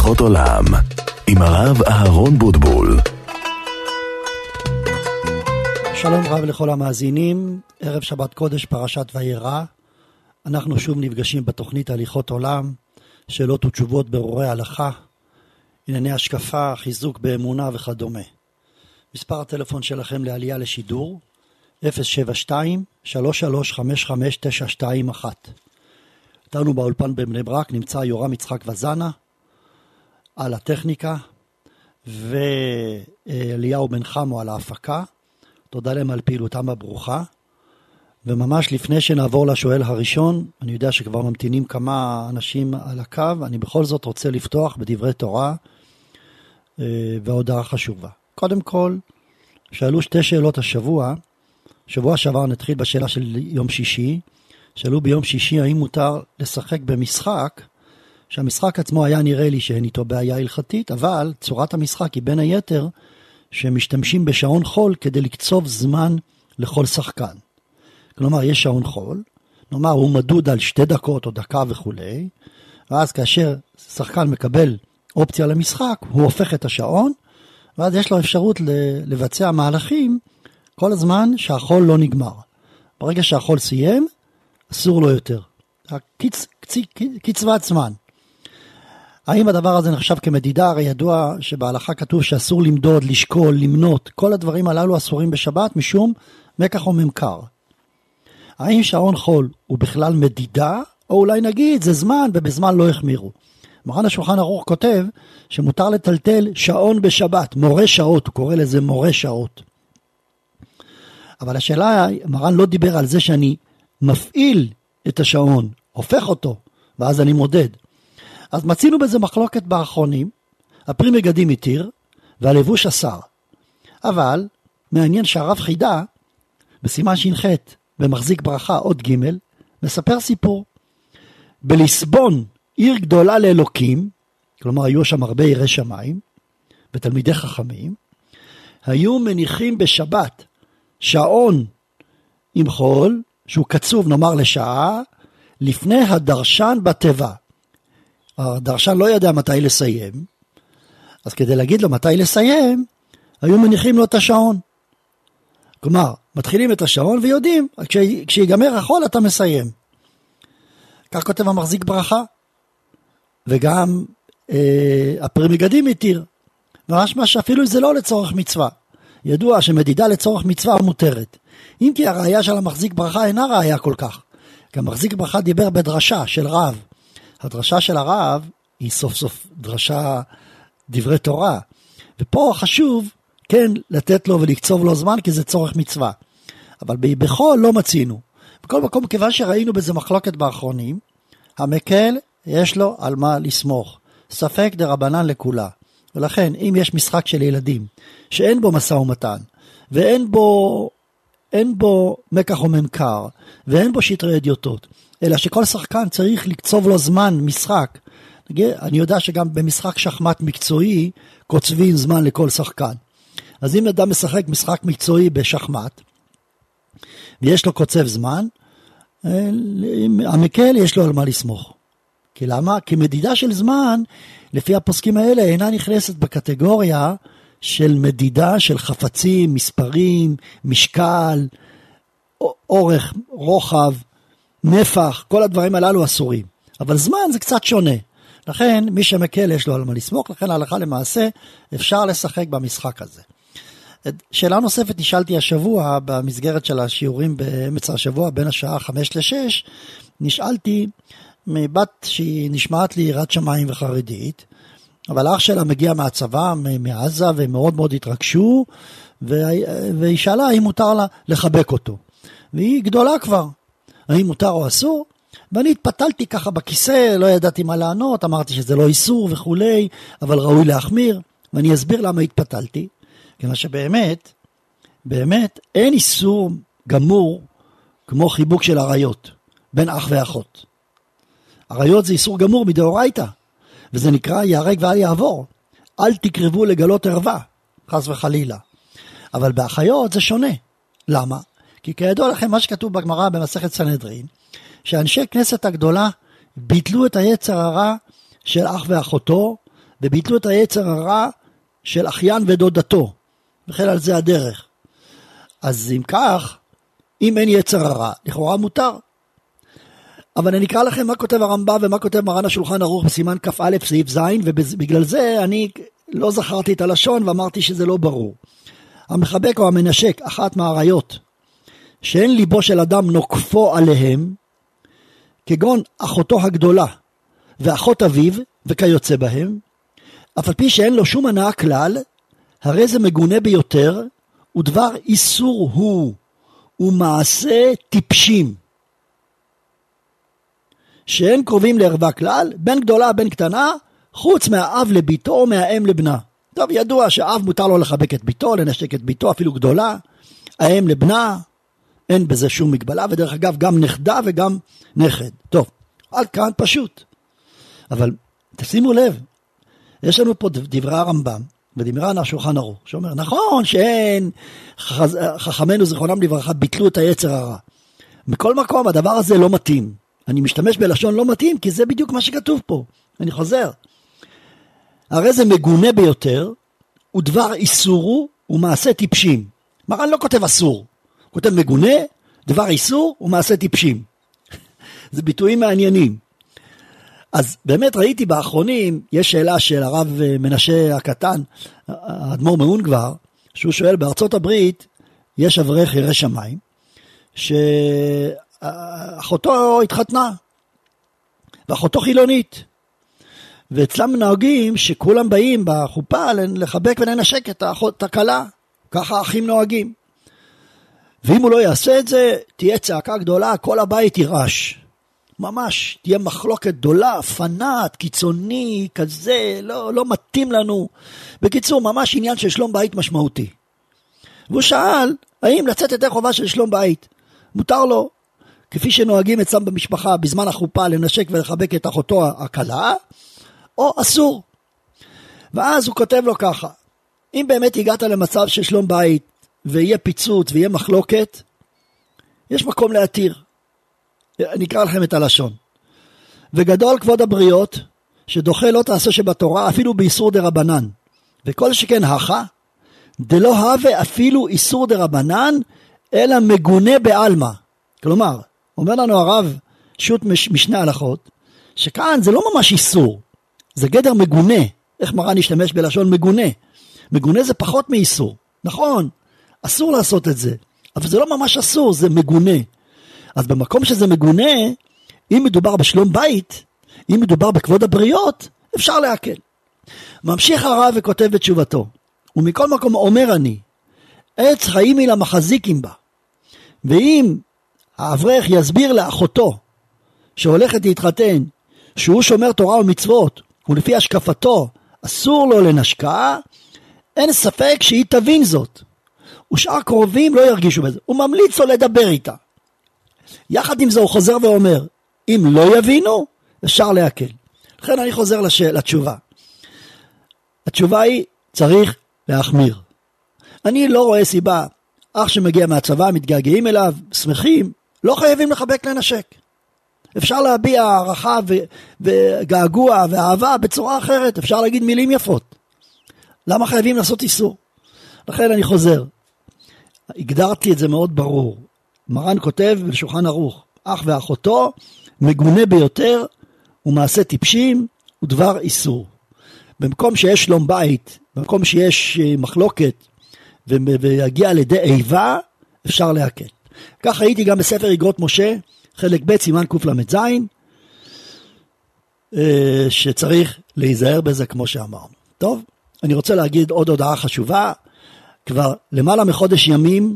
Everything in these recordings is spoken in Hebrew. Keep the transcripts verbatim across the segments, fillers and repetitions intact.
הליכות עולם עם הרב אהרון בוטבול. שלום רב לכל המאזינים, ערב שבת קודש פרשת וירא. אנחנו שוב נפגשים בתוכנית הליכות עולם, שאלות ותשובות ברורי הלכה, ענייני השקפה, חיזוק באמונה וכדומה. מספר הטלפון שלכם לעלייה לשידור אפס שבע שתיים שלוש שלוש חמש חמש תשע שתיים אחת. איתנו באולפן בבני ברק נמצא יורם יצחק וזנה על הטכניקה, ואליהו בן חמו על ההפקה. תודה להם על פעילותם הברוכה. וממש לפני שנעבור לשואל הראשון, אני יודע שכבר ממתינים כמה אנשים על הקו, אני בכל זאת רוצה לפתוח בדברי תורה והודעה חשובה. קודם כל, שאלו שתי שאלות השבוע. שבוע שעבר נתחיל בשאלה של יום שישי. שאלו ביום שישי האם מותר לשחק במשחק, שהמשחק עצמו היה נראה לי שאין איתו בעיה הלכתית, אבל צורת המשחק היא בין היתר שמשתמשים בשעון חול כדי לקצוב זמן לכל שחקן. כלומר, יש שעון חול, נאמר הוא מדוד על שתי דקות או דקה וכו', ואז כאשר שחקן מקבל אופציה למשחק, הוא הופך את השעון, ואז יש לו אפשרות לבצע מהלכים כל הזמן שהחול לא נגמר. ברגע שהחול סיים, אסור לו יותר. הקיצ, קצ, קצבת זמן. האם הדבר הזה נחשב כמדידה? הרי ידוע שבהלכה כתוב שאסור למדוד, לשקול, למנות. כל הדברים הללו אסורים בשבת משום מקח או ממכר. האם שעון חול הוא בכלל מדידה? או אולי נגיד זה זמן ובזמן לא החמירו. מרן השולחן ערוך כותב שמותר לטלטל שעון בשבת. מורה שעות, הוא קורא לזה מורה שעות. אבל השאלה, מרן לא דיבר על זה שאני מפעיל את השעון, הופך אותו, ואז אני מודד. אז מצינו בזה מחלוקת באחרונים, הפרי מגדים התיר, והלבוש אסר. אבל, מעניין שהרב חידה, בסימן ש"ח, במחזיק ברכה עוד ג', מספר סיפור. בליסבון, עיר גדולה לאלוקים, כלומר היו שם הרבה יראי שמיים, ותלמידי חכמים, היו מניחים בשבת שעון עם חול, שהוא קצוב נאמר לשעה, לפני הדרשן בטבע. הדרשן לא ידע מתי לסיים, אז כדי להגיד לו מתי לסיים, היו מניחים לו את השעון. כלומר, מתחילים את השעון ויודעים, כש, כשיגמר החול אתה מסיים. כך כותב המחזיק ברכה, וגם אה, הפרי מגדים התיר. ומשמע שאפילו זה לא לצורך מצווה. ידוע שמדידה לצורך מצווה מותרת. אם כי הראייה של המחזיק ברכה אינה ראייה כל כך. כי המחזיק ברכה דיבר בדרשה של רב. הדרשה של הרב היא סוף סוף דרשה דברי תורה. ופה חשוב כן לתת לו ולקצוב לו זמן כי זה צורך מצווה. אבל בכל לא מצינו. בכל מקום כיוון שראינו בזה מחלוקת באחרונים, המקל יש לו על מה לסמוך. ספק דרבנן לכולה. ולכן אם יש משחק של ילדים שאין בו משא ומתן ואין בו אין בו מקח או ממכר, ואין בו שטרי אדיוטות, אלא שכל שחקן צריך לקצוב לו זמן משחק. אני יודע שגם במשחק שחמט מקצועי, קוצבים זמן לכל שחקן. אז אם אדם משחק משחק מקצועי בשחמט, ויש לו קוצב זמן, המקל יש לו על מה לסמוך. כי למה? כי מדידה של זמן, לפי הפוסקים האלה, אינה נכנסת בקטגוריה, של מדידה של חפצים, מספרים, משקל, אורך, רוחב, נפח, כל הדברים הללו אסורים. אבל זמן זה קצת שונה. לכן מי שמקל יש לו על מה לסמוך, לכן ההלכה למעשה אפשר לשחק במשחק הזה. שאלה נוספת נשאלתי השבוע במסגרת של השיעורים באמצע השבוע בין השעה חמש לשש, נשאלתי מבת שהיא נשמעת לי יראת שמיים וחרדית, אבל אח שלה מגיע מהצבא, מעזה, והם מאוד מאוד התרגשו, והיא שאלה האם מותר לה לחבק אותו. והיא גדולה כבר, האם מותר או אסור? ואני התפתלתי ככה בכיסא, לא ידעתי מה לענות, אמרתי שזה לא איסור וכו', אבל ראוי להחמיר, ואני אסביר למה התפתלתי, כמה שבאמת, באמת אין איסור גמור כמו חיבוק של עריות, בין אח ואחות. עריות זה איסור גמור מדאורייתא, וזה נקרא יהרג ואל יעבור. אל תקרבו לגלות ערווה, חס וחלילה. אבל באחיות זה שונה. למה? כי כידוע לכם מה שכתוב בגמרא במסכת סנהדרין, שאנשי כנסת הגדולה ביטלו את היצר הרע של אח ואחותו, וביטלו את היצר הרע של אחיין ודודתו, וכן על זה הדרך. אז אם כך, אם אין יצר הרע, לכאורה מותר. אבל אני אקרא לכם מה כותב הרמב"ם ומה כותב מרן השולחן ערוך בסימן כ"א סעיף ז', ובגלל זה אני לא זכרתי את הלשון ואמרתי שזה לא ברור. המחבק או המנשק, אחת מהעריות, שאין ליבו של אדם נוקפו עליהם, כגון אחותו הגדולה ואחות אביו וכיוצא בהם, אף על פי שאין לו שום הנאה כלל, הרי זה מגונה ביותר, ודבר איסור הוא, ומעשה טיפשים. שאין קרובים לערווה כלל, בין גדולה בין קטנה, חוץ מהאב לביתו או מהאם לבנה. טוב, ידוע שהאב מותר לו לחבק את ביתו, לנשק את ביתו, אפילו גדולה, האם לבנה, אין בזה שום מגבלה, ודרך אגב גם נכדה וגם נכד. טוב, עד כאן פשוט. אבל תשימו לב, יש לנו פה דברי הרמב"ם, ודברי השולחן ערוך, שאומר, נכון שאין, חכמינו זיכרונם לברכה, ביטלו את היצר הרע. מכל מקום הדבר הזה לא מתאים. אני משתמש בלשון לא מתאים, כי זה בדיוק מה שכתוב פה. אני חוזר. הרי זה מגונה ביותר, ודבר איסורו ומעשה טיפשים. מרן לא כותב אסור, הוא כותב מגונה, דבר איסור ומעשה טיפשים. זה ביטויים מעניינים. אז באמת ראיתי באחרונים, יש שאלה של הרב מנשה הקטן, האדמו"ר מאונגבר, שהוא שואל, בארצות הברית יש אברך ירא שמיים, שאחותו התחתנה, ואחותו חילונית, ואצלם נוהגים שכולם באים בחופה לחבק ולנשק את האחות הכלה, ככה האחים נוהגים. ואם הוא לא יעשה את זה, תהיה צעקה גדולה, כל הבית ירעש. ממש, תהיה מחלוקת גדולה, פנאט, קיצוני, כזה, לא, לא מתאים לנו. בקיצור, ממש עניין של שלום בית משמעותי. והוא שאל, האם לצאת ידי חובה של שלום בית? מותר לו, כפי שנוהגים אצלם במשפחה, בזמן החופה, לנשק ולחבק את אחותו הכלה, או אסור. ואז הוא כותב לו ככה, אם באמת הגעת למצב של שלום בית, ויהיה פיצוץ ויהיה מחלוקת, יש מקום להתיר. אני אקרא לכם את הלשון. וגדול כבוד הבריות, שדוחה לא תעשה שבתורה, אפילו באיסור דרבנן. וכל שכן הכה, דלא הווה אפילו איסור דרבנן, אלא מגונה בעלמא. כלומר, אומר לנו הרב שו"ת משנה הלכות, שכאן זה לא ממש איסור, זה גדר מגונה. איך מרן נשתמש בלשון מגונה? מגונה זה פחות מאיסור. נכון, אסור לעשות את זה, אבל זה לא ממש אסור, זה מגונה. אז במקום שזה מגונה, אם מדובר בשלום בית, אם מדובר בכבוד הבריות, אפשר להקל. ממשיך הרב וכותב בתשובתו, ומכל מקום אומר אני, עץ חיים היא למחזיקים בה, ואם האברך יסביר לאחותו, שהולכת להתחתן, שהוא שומר תורה ומצוות, ולפי השקפתו אסור לו לנשקה, אין ספק שהיא תבין זאת, ושאר קרובים לא ירגישו בזה. הוא ממליץ לו לדבר איתה. יחד עם זה הוא חוזר ואומר, אם לא יבינו, אפשר להקל. לכן אני חוזר לש... לתשובה. התשובה היא, צריך להחמיר. אני לא רואה סיבה, אח שמגיע מהצבא, מתגעגעים אליו, שמחים, לא חייבים לחבק לנשק. אפשר להביע הערכה ו... וגעגוע ואהבה בצורה אחרת, אפשר להגיד מילים יפות. למה חייבים לעשות איסור? לכן אני חוזר. הגדרתי את זה מאוד ברור. מרן כותב בשולחן ערוך, אח ואחותו מגונה ביותר ומעשה טיפשים ודבר איסור. במקום שיש שלום בית, במקום שיש מחלוקת ויגיע לידי איבה, אפשר להקל. כך הייתי גם בספר איגרות משה, חלק ב' סימן קל"ז, שצריך להיזהר בזה כמו שאמרנו. טוב, אני רוצה להגיד עוד הודעה חשובה, כבר למעלה מחודש ימים,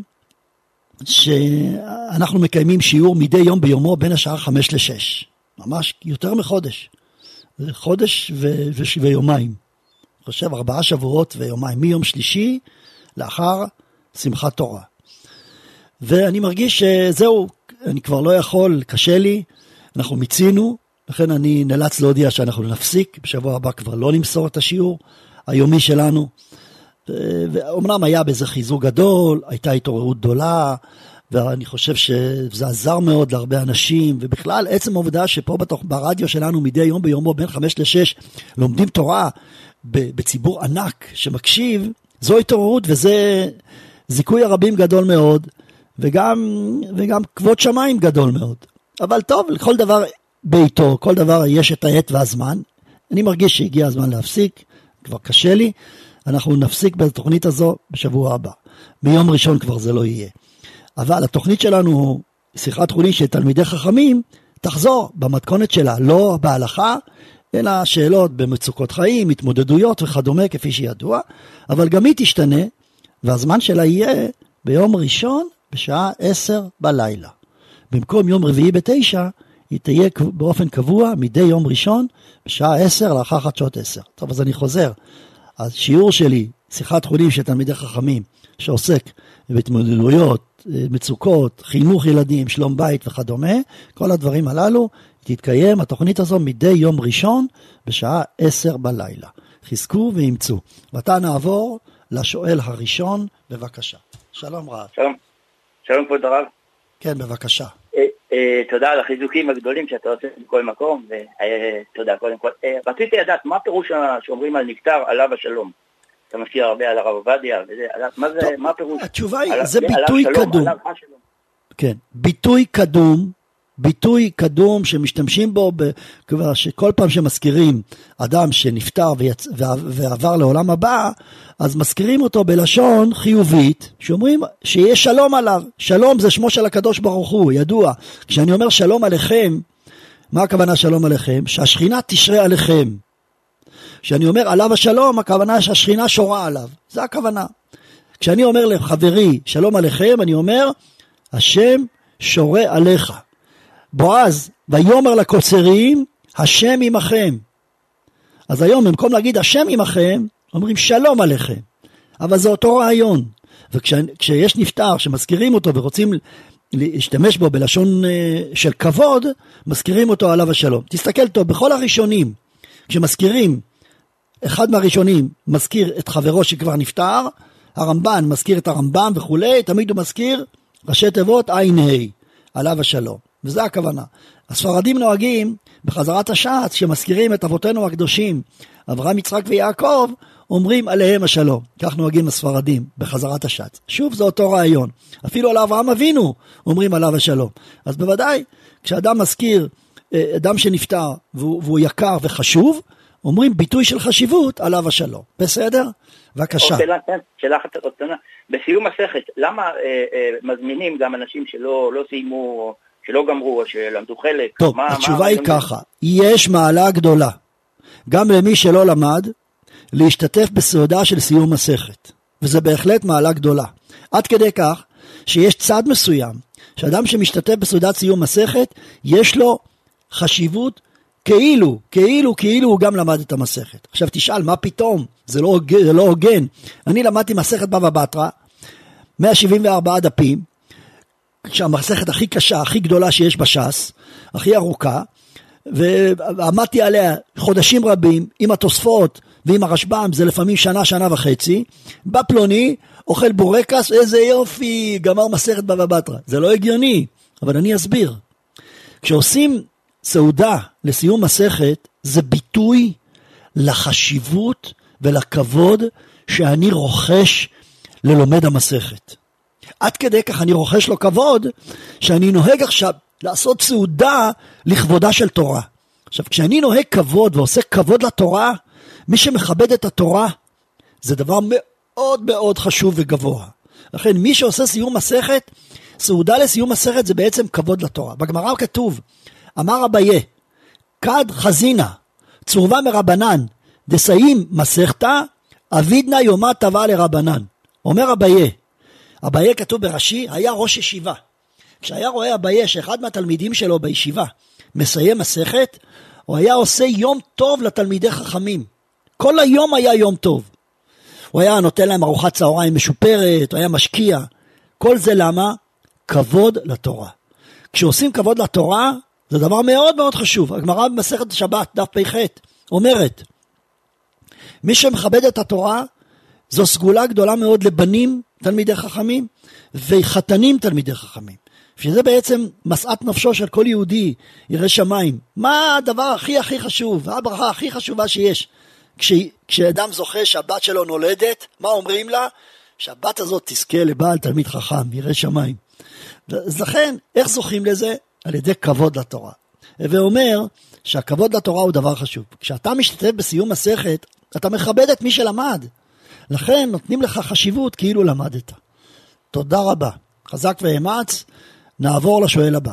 שאנחנו מקיימים שיעור מדי יום ביומו בין השעה חמש לשש. ממש יותר מחודש. זה חודש ו- ו- ויומיים. אני חושב ארבעה שבועות ויומיים. מיום שלישי לאחר שמחת תורה. ואני מרגיש שזהו, אני כבר לא יכול, קשה לי. אנחנו מיצינו, לכן אני נאלץ להודיע שאנחנו נפסיק. בשבוע הבא כבר לא נמסור את השיעור היומי שלנו. ואומנם היה בזה חיזוק גדול, הייתה התעוררות גדולה, ואני חושב שזה עזר מאוד להרבה אנשים, ובכלל עצם העובדה שפה בתוך, ברדיו שלנו מדי יום ביומו בין חמש לשש לומדים תורה בציבור ענק שמקשיב, זו התעוררות וזה זיכוי הרבים גדול מאוד, וגם, וגם כבוד שמיים גדול מאוד. אבל טוב, לכל דבר ביתו, כל דבר יש את העת והזמן. אני מרגיש שהגיע הזמן להפסיק, כבר קשה לי. אנחנו נפסיק בתוכנית הזו בשבוע הבא. ביום ראשון כבר זה לא יהיה. אבל התוכנית שלנו, שיחת חולין של תלמידי חכמים, תחזור במתכונת שלה, לא בהלכה, אלא שאלות במצוקות חיים, התמודדויות וכדומה כפי שידוע, אבל גם היא תשתנה, והזמן שלה יהיה ביום ראשון בשעה עשר בלילה. במקום יום רביעי בתשע, היא תהיה באופן קבוע מדי יום ראשון בשעה עשר לאחר חדשות עשר. טוב, אז אני חוזר. השיעור שלי, שיחת חולין של תלמידי חכמים, שעוסק בהתמודדויות, מצוקות, חינוך ילדים, שלום בית וכדומה, כל הדברים הללו, תתקיים התוכנית הזו מדי יום ראשון בשעה עשר בלילה. חזקו ואימצו. ועתה נעבור לשואל הראשון, בבקשה. שלום רב. שלום. שלום כבוד הרב. כן, בבקשה. אה, אה, תודה על החיזוקים הגדולים שאתה עושה בכל מקום, ותודה קודם כל. אה, רציתי לדעת, מה הפירוש שאומרים על נפטר עליו השלום? אתה מזכיר הרבה על הרב עובדיה, וזה, מה זה, מה הפירוש? התשובה היא, זה ביטוי קדום. כן, ביטוי קדום, ביטוי קדום שמשתמשים בו, כבר שכל פעם שמזכירים אדם שנפטר ויצ... ועבר לעולם הבא, אז מזכירים אותו בלשון חיובית, שאומרים שיש שלום עליו. שלום זה שמו של הקדוש ברוך הוא, ידוע. כשאני אומר שלום עליכם, מה הכוונה שלום עליכם? שהשכינה תשרה עליכם. כשאני אומר עליו השלום, הכוונה שהשכינה שורה עליו. זה הכוונה. כשאני אומר לחברי שלום עליכם, אני אומר השם שורה עליך. בועז, ויאמר לקוצרים, השם עמכם. אז היום במקום להגיד השם עמכם, אומרים שלום עליכם. אבל זה אותו רעיון. וכשיש נפטר שמזכירים אותו ורוצים להשתמש בו בלשון של כבוד, מזכירים אותו עליו השלום. תסתכל טוב, בכל הראשונים, כשמזכירים, אחד מהראשונים מזכיר את חברו שכבר נפטר, הרמב"ן מזכיר את הרמב"ם וכולי, תמיד הוא מזכיר ראשי תיבות עין ה' עליו השלום. וזה הכוונה. הספרדים נוהגים בחזרת השעת שמזכירים את אבותינו הקדושים, אברהם, יצחק ויעקב, אומרים עליהם השלום. כך נוהגים הספרדים בחזרת השעת. שוב, זה אותו רעיון. אפילו על אברהם אבינו אומרים עליו השלום. אז בוודאי, כשאדם מזכיר אדם שנפטר והוא, והוא יקר וחשוב, אומרים ביטוי של חשיבות עליו השלום. בסדר? בבקשה. שאלה אחת קטנה. בסיום מסכת, למה אה, אה, מזמינים גם אנשים שלא לא סיימו, שלא גמרו, או שלמדו חלק? טוב, מה, התשובה מה היא ככה. יש מעלה גדולה, גם למי שלא למד, להשתתף בסעודה של סיום מסכת. וזה בהחלט מעלה גדולה. עד כדי כך שיש צד מסוים, שאדם שמשתתף בסעודת סיום מסכת, יש לו חשיבות כאילו, כאילו, כאילו הוא גם למד את המסכת. עכשיו תשאל, מה פתאום? זה לא, זה לא הוגן. אני למדתי מסכת בבא בתרא, מאה שבעים וארבעה דפים, שהמסכת הכי קשה, הכי גדולה שיש בש"ס, הכי ארוכה, ועמדתי עליה חודשים רבים, עם התוספות ועם הרשב"ם, זה לפעמים שנה, שנה וחצי, בא פלוני, אוכל בורקס, איזה יופי, גמר מסכת בבא בתרא. זה לא הגיוני, אבל אני אסביר. כשעושים סעודה לסיום מסכת, זה ביטוי לחשיבות ולכבוד שאני רוכש ללומד המסכת. עד כדי כך אני רוכש לו כבוד, שאני נוהג עכשיו לעשות סעודה לכבודה של תורה. עכשיו, כשאני נוהג כבוד ועושה כבוד לתורה, מי שמכבד את התורה, זה דבר מאוד מאוד חשוב וגבוה. לכן, מי שעושה סיום מסכת, סעודה לסיום מסכת זה בעצם כבוד לתורה. בגמרא כתוב, אמר אביי, כד חזינה, צורבה מרבנן, דסיים מסכתא, אבידנא יומא טבע לרבנן. אומר אביי, אביי כתוב ברש"י, היה ראש ישיבה. כשהיה רואה אביי שאחד מהתלמידים שלו בישיבה מסיים מסכת, הוא היה עושה יום טוב לתלמידי חכמים. כל היום היה יום טוב. הוא היה נותן להם ארוחת צהריים משופרת, הוא היה משקיע. כל זה למה? כבוד לתורה. כשעושים כבוד לתורה, זה דבר מאוד מאוד חשוב. הגמרא במסכת שבת, דף פ"ח, אומרת, מי שמכבד את התורה, זו סגולה גדולה מאוד לבנים תלמידי חכמים, וחתנים תלמידי חכמים. שזה בעצם משאת נפשו של כל יהודי, ירא שמיים. מה הדבר הכי הכי חשוב, הברכה הכי חשובה שיש? כש, כשאדם זוכה שהבת שלו נולדת, מה אומרים לה? שהבת הזאת תזכה לבעל תלמיד חכם, ירא שמיים. אז לכן, איך זוכים לזה? על ידי כבוד לתורה. ואומר שהכבוד לתורה הוא דבר חשוב. כשאתה משתתף בסיום מסכת, אתה מכבד את מי שלמד. לכן נותנים לך חשיבות כאילו למדת. תודה רבה. חזק ואמץ. נעבור לשואל הבא.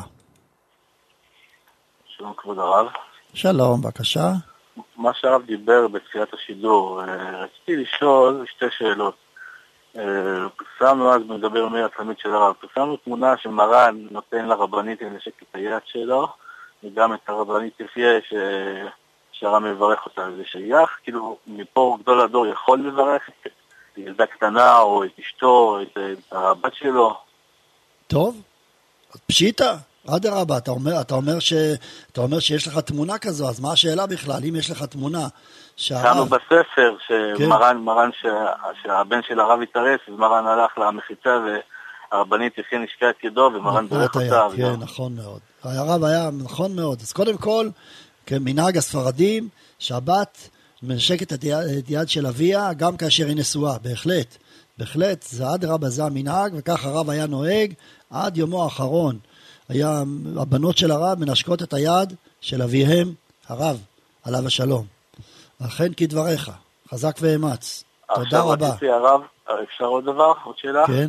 שלום כבוד הרב. שלום, בבקשה. מה שהרב דיבר בתחילת השידור, רציתי לשאול שתי שאלות. פרסמנו אז, מדבר מי התלמיד של הרב, פרסמנו תמונה שמרן נותן לרבנית לנשק את היד שלו, וגם את הרבנית יפיה שהרב מברך אותה. זה שייך, כאילו מפה גדול הדור יכול לברך את ילדה קטנה או את אשתו או את, את הבת שלו. טוב, פשיטה. עד הרבה, אתה אומר, אתה אומר ש, אתה אומר שיש לך תמונה כזו, אז מה השאלה בכלל? אם יש לך תמונה קראנו בספר שמרן, מרן שהבן של הרב התארס, ומרן הלך למחיצה והרבנית יחיה נשקה את ידו, ומרן ברך אותה. כן, נכון מאוד. הרב היה נכון מאוד. אז קודם כל, כמנהג הספרדים, שהבת מנשקת את יד של אביה, גם כאשר היא נשואה, בהחלט. בהחלט, זה עד רבה זה המנהג, וכך הרב היה נוהג עד יומו האחרון. היה, הבנות של הרב מנשקות את היד של אביהם, הרב, עליו השלום. לכן כדבריך, חזק ואמץ. תודה רבה. עכשיו רציתי הרב, אפשר עוד דבר, עוד שאלה? כן.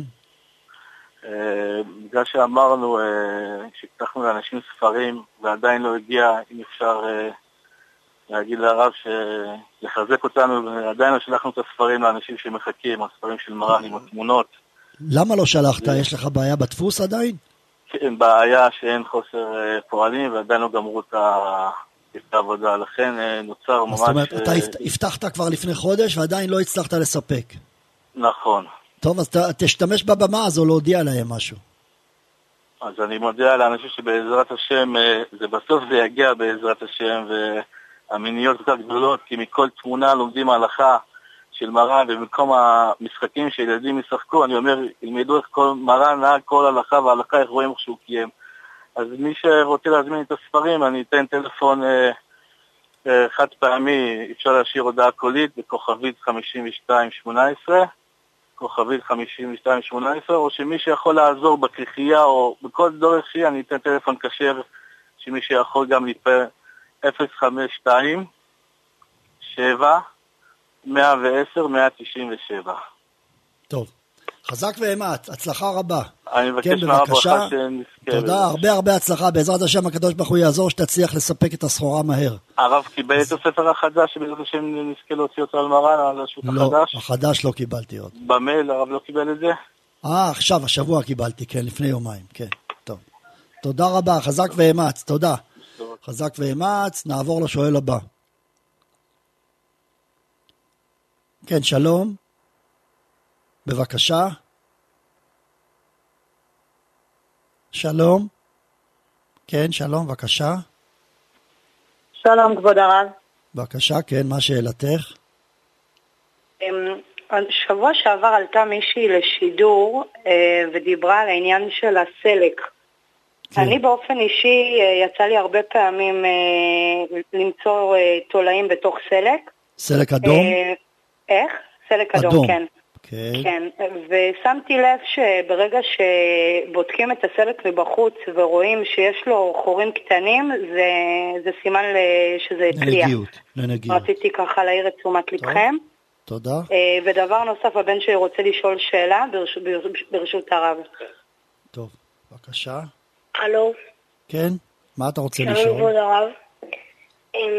בגלל שאמרנו, שפתחנו לאנשים ספרים, ועדיין לא הגיע, אם אפשר להגיד לרב לחזק אותנו, ועדיין לא שלחנו את הספרים לאנשים שמחכים, הספרים של מרן עם התמונות. למה לא שלחת? יש לך בעיה בדפוס עדיין? כן, בעיה שאין חוסר פועלים, ועדיין לא גמרו את העבודה, לכן נוצר ממש... זאת אומרת, אתה הבטחת כבר לפני חודש, ועדיין לא הצלחת לספק. נכון. טוב, אז תשתמש בבמה הזו להודיע להם משהו. אז אני מודיע לאנשים שבעזרת השם, זה בסוף זה יגיע בעזרת השם, והמיניות יותר גדולות, כי מכל תמונה לומדים הלכה של מרן, ובמקום המשחקים שילדים ישחקו, אני אומר, ילמדו איך כל מרן נהג כל הלכה, וההלכה איך רואים איך שהוא קיים. אז מי שרוצה להזמין את הספרים, אני אתן טלפון אה, אה, חד פעמי, אפשר להשאיר הודעה קולית בכוכבית חמישים ושתיים שמונה עשרה, כוכבית חמישים ושתיים שמונה עשרה, או שמי שיכול לעזור בכריכייה או בכל דרך שהיא, אני אתן טלפון כשר, שמי שיכול גם להתפעל אפס חמש שתיים שבע מאה ועשר מאה תשעים ושבע. טוב, חזק ואמץ, הצלחה רבה. אני מבקש כן, מהברכה שנזכה. תודה, הרבה הרבה הצלחה, בעזרת השם הקדוש ברוך הוא יעזור שתצליח לספק את הסחורה מהר. הרב קיבל את הספר החדש, שבעזרת השם נזכה להוציא אותו על מרן, על השו"ת החדש? לא, החדש לא קיבלתי עוד. במייל הרב לא קיבל את זה? אה, עכשיו, השבוע קיבלתי, כן, לפני יומיים, כן, טוב. תודה רבה, חזק ואמץ, תודה. חזק ואמץ, נעבור לשואל הבא. כן, שלום. בבקשה. שלום. כן, שלום, בבקשה. שלום, כבוד הרב. בבקשה, כן, מה שאלתך? שבוע שעבר עלתה מישהי לשידור ודיברה על העניין של הסלק. כן. אני באופן אישי יצא לי הרבה פעמים למצוא תולעים בתוך סלק. סלק אדום? איך? סלק אדום, אדום. כן. Okay. כן, ושמתי לב שברגע שבודקים את הסלק מבחוץ ורואים שיש לו חורים קטנים, זה, זה סימן שזה הצליח. לנגיעות, לנגיעות. רציתי ככה להעיר את תשומת לבכם. תודה. ודבר נוסף, הבן שלי רוצה לשאול שאלה ברש, ברשות הרב. טוב, בבקשה. הלו. כן, מה אתה רוצה לשאול? לשאול? כבוד הרב. הם...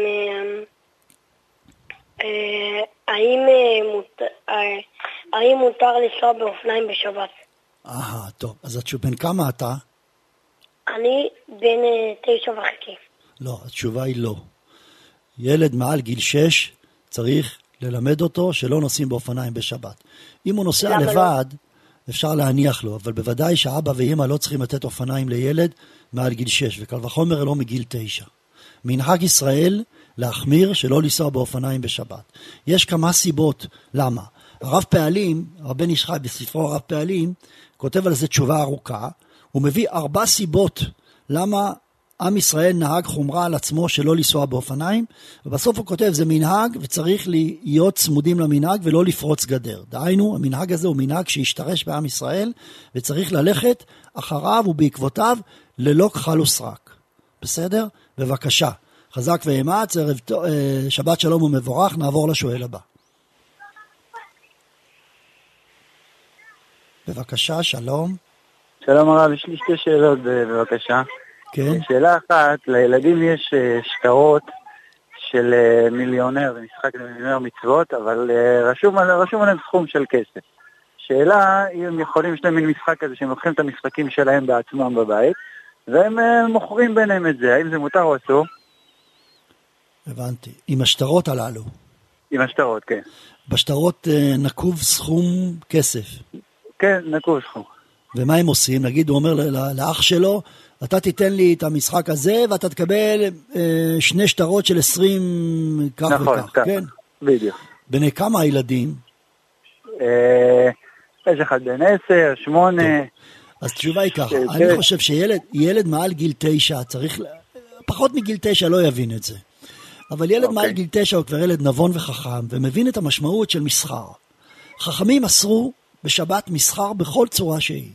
האם מותר, האם מותר לנסוע באופניים בשבת? אה, טוב. אז התשובה, בן כמה אתה? אני בן תשע וחצי. לא, התשובה היא לא. ילד מעל גיל שש צריך ללמד אותו שלא נוסעים באופניים בשבת. אם הוא נוסע לבד, לא? אפשר להניח לו, אבל בוודאי שאבא ואמא לא צריכים לתת אופניים לילד מעל גיל שש, וקל וחומר לא מגיל תשע. מנהג ישראל להחמיר שלא לנסוע באופניים בשבת. יש כמה סיבות למה. הרב פעלים, רבן איש חי בספרו הרב פעלים, כותב על זה תשובה ארוכה, הוא מביא ארבע סיבות למה עם ישראל נהג חומרה על עצמו שלא לנסוע באופניים, ובסוף הוא כותב, זה מנהג וצריך להיות צמודים למנהג ולא לפרוץ גדר. דהיינו, המנהג הזה הוא מנהג שהשתרש בעם ישראל, וצריך ללכת אחריו ובעקבותיו ללא כחל וסרק. בסדר? בבקשה. חזק ואמץ, ערב, שבת שלום ומבורך, נעבור לשואל הבא. בבקשה, שלום. שלום הרב, יש לי שתי שאלות בבקשה. כן. שאלה אחת, לילדים יש שטרות של מיליונר, זה משחק למיליונר מצוות, אבל רשום, רשום עליהם סכום של כסף. שאלה, אם הם יכולים, יש להם מין משחק כזה, שהם לוקחים את המשחקים שלהם בעצמם בבית, והם מוכרים ביניהם את זה, האם זה מותר או אסור? הבנתי. עם השטרות הללו. עם השטרות, כן. בשטרות נקוב סכום כסף. כן, נקוב סכום. ומה הם עושים? נגיד, הוא אומר לאח שלו, אתה תיתן לי את המשחק הזה, ואתה תקבל אה, שני שטרות של עשרים כך נכון, וכך, כך, כן? בדיוק. בני כמה הילדים? אה, יש אחד בן עשר, שמונה. טוב. אז תשובה היא ככה, אני חושב שילד ילד מעל גיל תשע, צריך, פחות מגיל תשע לא יבין את זה. אבל ילד okay. מעל גיל תשע הוא כבר ילד נבון וחכם, ומבין את המשמעות של מסחר. חכמים אסרו בשבת מסחר בכל צורה שהיא.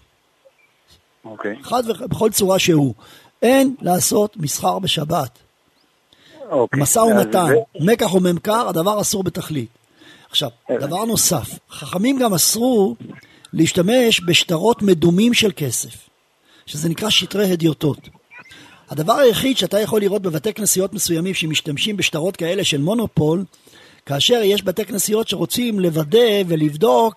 אוקיי. אחד ובכל צורה שהוא. אין לעשות מסחר בשבת. אוקיי. משא ומתן, מקח וממכר, הדבר אסור בתכלית. עכשיו, דבר נוסף, חכמים גם אסרו להשתמש בשטרות מדומים של כסף, שזה נקרא שטרי הדיוטות. הדבר היחיד שאתה יכול לראות בבתי כנסיות מסוימים שמשתמשים בשטרות כאלה של מונופול, כאשר יש בתי כנסיות שרוצים לוודא ולבדוק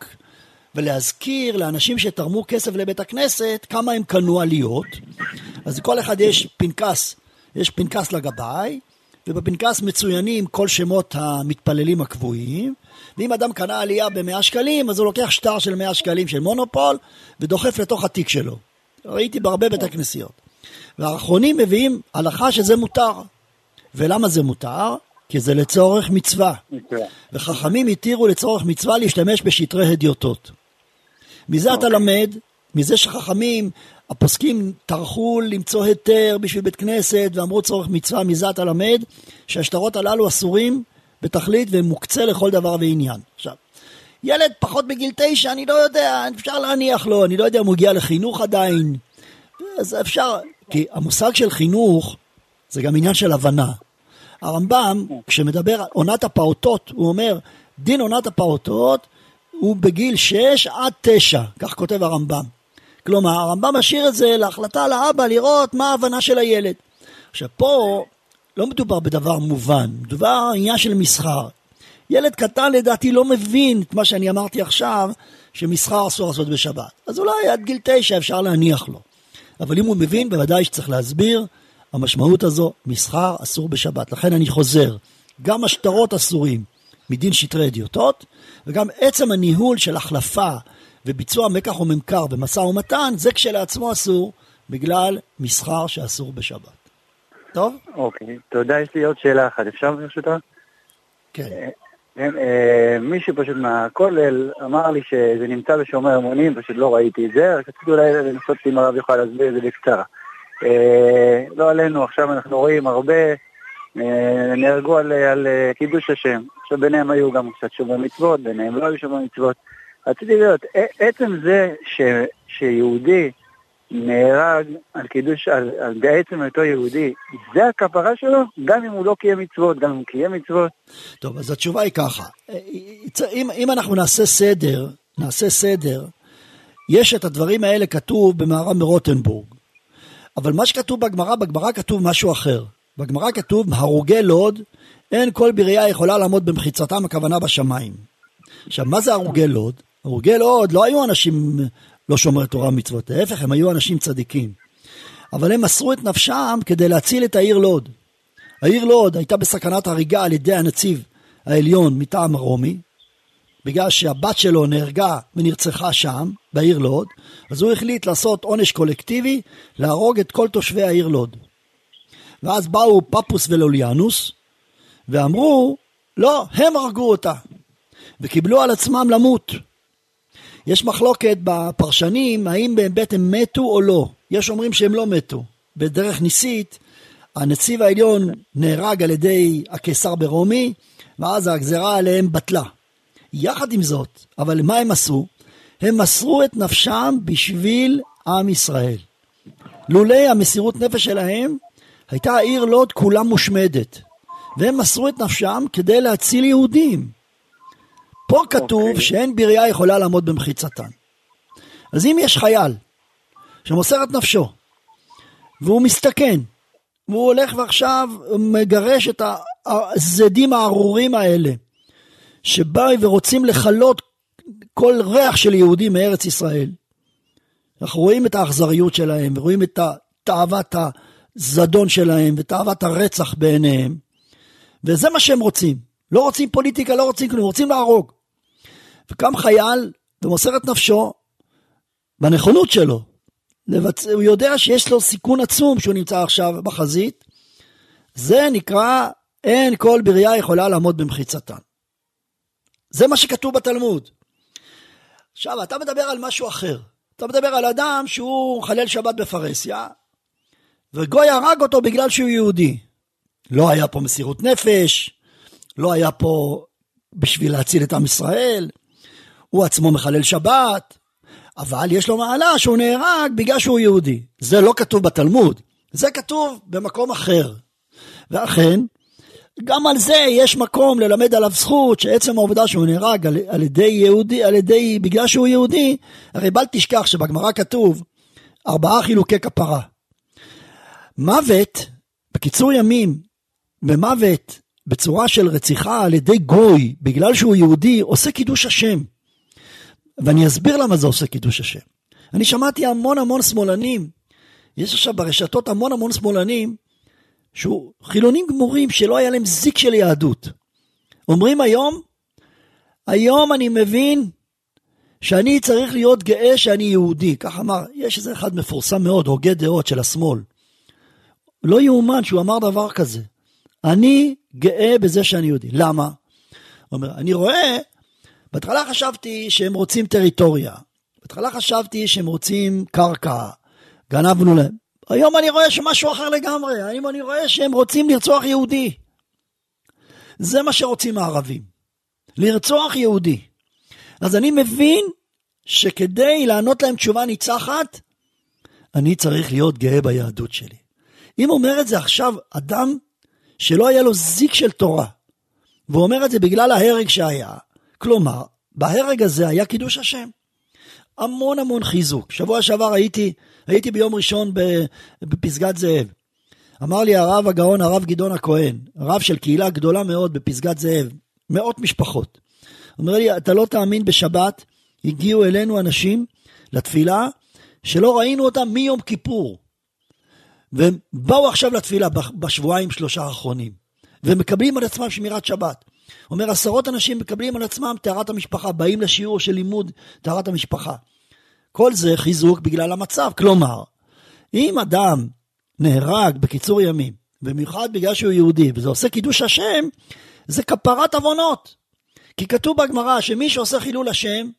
ולהזכיר לאנשים שתרמו כסף לבית הכנסת כמה הם קנו עליות. אז לכל אחד יש פנקס, יש פנקס לגבי, ובפנקס מצוינים כל שמות המתפללים הקבועים, ואם אדם קנה עלייה ב-מאה שקלים, אז הוא לוקח שטר של מאה שקלים של מונופול, ודוחף לתוך התיק שלו. ראיתי בהרבה בית הכנסיות. והאחרונים מביאים הלכה שזה מותר. ולמה זה מותר? כי זה לצורך מצווה. וחכמים התירו לצורך מצווה להשתמש בשטרי הדיוטות. מזה אתה למד, מזה שחכמים, הפוסקים טרחו למצוא היתר בשביל בית כנסת, ואמרו צורך מצווה, מזה אתה למד, שהשטרות הללו אסורים בתכלית, והם מוקצה לכל דבר ועניין. עכשיו, ילד פחות בגיל תשע, אני לא יודע, אפשר להניח לו, אני לא יודע אם הוא הגיע לחינוך עדיין, אז אפשר, כי המושג של חינוך, זה גם עניין של הבנה. הרמב"ם, כשמדבר על עונת הפעוטות, הוא אומר, דין עונת הפעוטות, הוא בגיל שש עד תשע, כך כותב הרמב"ם. כלומר, הרמב"ם משאיר את זה להחלטה לאבא לראות מה ההבנה של הילד. עכשיו, פה לא מדובר בדבר מובן, מדובר עניין של מסחר. ילד קטן לדעתי לא מבין את מה שאני אמרתי עכשיו, שמסחר אסור לעשות בשבת. אז אולי עד גיל תשע אפשר להניח לו. אבל אם הוא מבין, בוודאי שצריך להסביר, המשמעות הזו, מסחר אסור בשבת. לכן אני חוזר, גם השטרות אסורים מדין שטרי הדיוטות, וגם עצם הניהול של החלפה וביצוע מקח וממכר ומשא ומתן, זה כשלעצמו אסור, בגלל מסחר שאסור בשבת. טוב? אוקיי, תודה. יש לי עוד שאלה אחת, אפשר ברשותך? כן. מישהו פשוט מהכולל אמר לי שזה נמצא בשומר המונים, פשוט לא ראיתי את זה, רק רציתי אולי לנסות אם הרב יוכל להסביר את זה בקצרה. לא עלינו, עכשיו אנחנו רואים הרבה, נהרגו על קידוש השם, עכשיו ביניהם היו גם קצת שומר מצוות, ביניהם לא היו שומר מצוות. רציתי לראות, עצם זה שיהודי נהרג על קידוש, על, על בעצם אותו יהודי, זה הכפרה שלו, גם אם הוא לא קיים מצוות, גם אם הוא קיים מצוות. טוב, אז התשובה היא ככה, אם, אם אנחנו נעשה סדר, נעשה סדר, יש את הדברים האלה כתוב במהר"ם מרוטנבורג, אבל מה שכתוב בגמרא, בגמרא כתוב משהו אחר. בגמרא כתוב, הרוגי לוד, אין כל בריאה יכולה לעמוד במחיצתם, הכוונה בשמיים. עכשיו, מה זה הרוגי לוד? הרוגי לוד לא היו אנשים לא שומרי תורה ומצוות, להפך, הם היו אנשים צדיקים. אבל הם מסרו את נפשם כדי להציל את העיר לוד. העיר לוד הייתה בסכנת הריגה על ידי הנציב העליון מטעם הרומי, בגלל שהבת שלו נהרגה ונרצחה שם, בעיר לוד, אז הוא החליט לעשות עונש קולקטיבי, להרוג את כל תושבי העיר לוד. ואז באו פפוס ולוליאנוס, ואמרו, לא, הם הרגו אותה, וקיבלו על עצמם למות. יש מחלוקת בפרשנים, האם באמת הם מתו או לא. יש אומרים שהם לא מתו. בדרך ניסית, הנציב העליון נהרג על ידי הקיסר ברומי, ואז הגזרה עליהם בטלה. יחד עם זאת, אבל מה הם עשו? הם מסרו את נפשם בשביל עם ישראל. לולי המסירות נפש שלהם, הייתה העיר לוד כולה מושמדת. והם מסרו את נפשם כדי להציל יהודים. פה כתוב okay. שאין בריאה יכולה לעמוד במחיצתן. אז אם יש חייל שמוסר את נפשו, והוא מסתכן, והוא הולך ועכשיו מגרש את הזדים הארורים האלה, שבאו ורוצים לחלות כל ריח של יהודים מארץ ישראל. אנחנו רואים את האכזריות שלהם, ורואים את תאוות הזדון שלהם, ותאוות הרצח בעיניהם, וזה מה שהם רוצים. לא רוצים פוליטיקה, לא רוצים כלום, רוצים להרוג. וקם חייל ומוסר את נפשו בנכונות שלו. לבצ... הוא יודע שיש לו סיכון עצום שהוא נמצא עכשיו בחזית. זה נקרא, אין כל בריאה יכולה לעמוד במחיצתן. זה מה שכתוב בתלמוד. עכשיו, אתה מדבר על משהו אחר. אתה מדבר על אדם שהוא חלל שבת בפרסיה, וגוי הרג אותו בגלל שהוא יהודי. לא היה פה מסירות נפש, לא היה פה בשביל להציל את עם ישראל, הוא עצמו מחלל שבת, אבל יש לו מעלה שהוא נהרג בגלל שהוא יהודי. זה לא כתוב בתלמוד, זה כתוב במקום אחר. ואכן, גם על זה יש מקום ללמד עליו זכות, שעצם העובדה שהוא נהרג על, על ידי יהודי, על ידי, בגלל שהוא יהודי, הרי בל תשכח שבגמרא כתוב, ארבעה חילוקי כפרה. מוות, בקיצור ימים, במוות, בצורה של רציחה על ידי גוי, בגלל שהוא יהודי, עושה קידוש השם. ואני אסביר למה זה עושה קידוש השם. אני שמעתי המון המון שמאלנים, יש עכשיו ברשתות המון המון שמאלנים, שהוא חילונים גמורים שלא היה להם זיק של יהדות. אומרים היום, היום אני מבין שאני צריך להיות גאה שאני יהודי. כך אמר, יש איזה אחד מפורסם מאוד, הוגה דעות של השמאל. לא יאומן שהוא אמר דבר כזה. אני גאה בזה שאני יהודי. למה? הוא אומר, אני רואה, בהתחלה חשבתי שהם רוצים טריטוריה. בהתחלה חשבתי שהם רוצים קרקע. גנבנו להם. היום אני רואה שמשהו אחר לגמרי. היום אני רואה שהם רוצים לרצוח יהודי. זה מה שרוצים הערבים. לרצוח יהודי. אז אני מבין שכדי לענות להם תשובה ניצחת, אני צריך להיות גאה ביהדות שלי. אם אומר את זה עכשיו אדם שלא היה לו זיק של תורה, והוא אומר את זה בגלל ההרג שהיה, כלומר, בהרג הזה היה קידוש השם. המון המון חיזוק. שבוע שעבר הייתי, הייתי ביום ראשון בפסגת זאב. אמר לי הרב הגאון, הרב גדעון הכהן, רב של קהילה גדולה מאוד בפסגת זאב, מאות משפחות. אומר לי, אתה לא תאמין, בשבת הגיעו אלינו אנשים לתפילה, שלא ראינו אותם מיום כיפור. והם באו עכשיו לתפילה בשבועיים שלושה האחרונים, ומקבלים על עצמם שמירת שבת. אומר, עשרות אנשים מקבלים על עצמם תארת המשפחה, באים לשיעור של לימוד תארת המשפחה. כל זה חיזוק בגלל המצב. כלומר, אם אדם נהרג בקיצור ימים, במיוחד בגלל שהוא יהודי, וזה עושה קידוש השם, זה כפרת עוונות. כי כתוב בגמרא שמי שעושה חילול השם,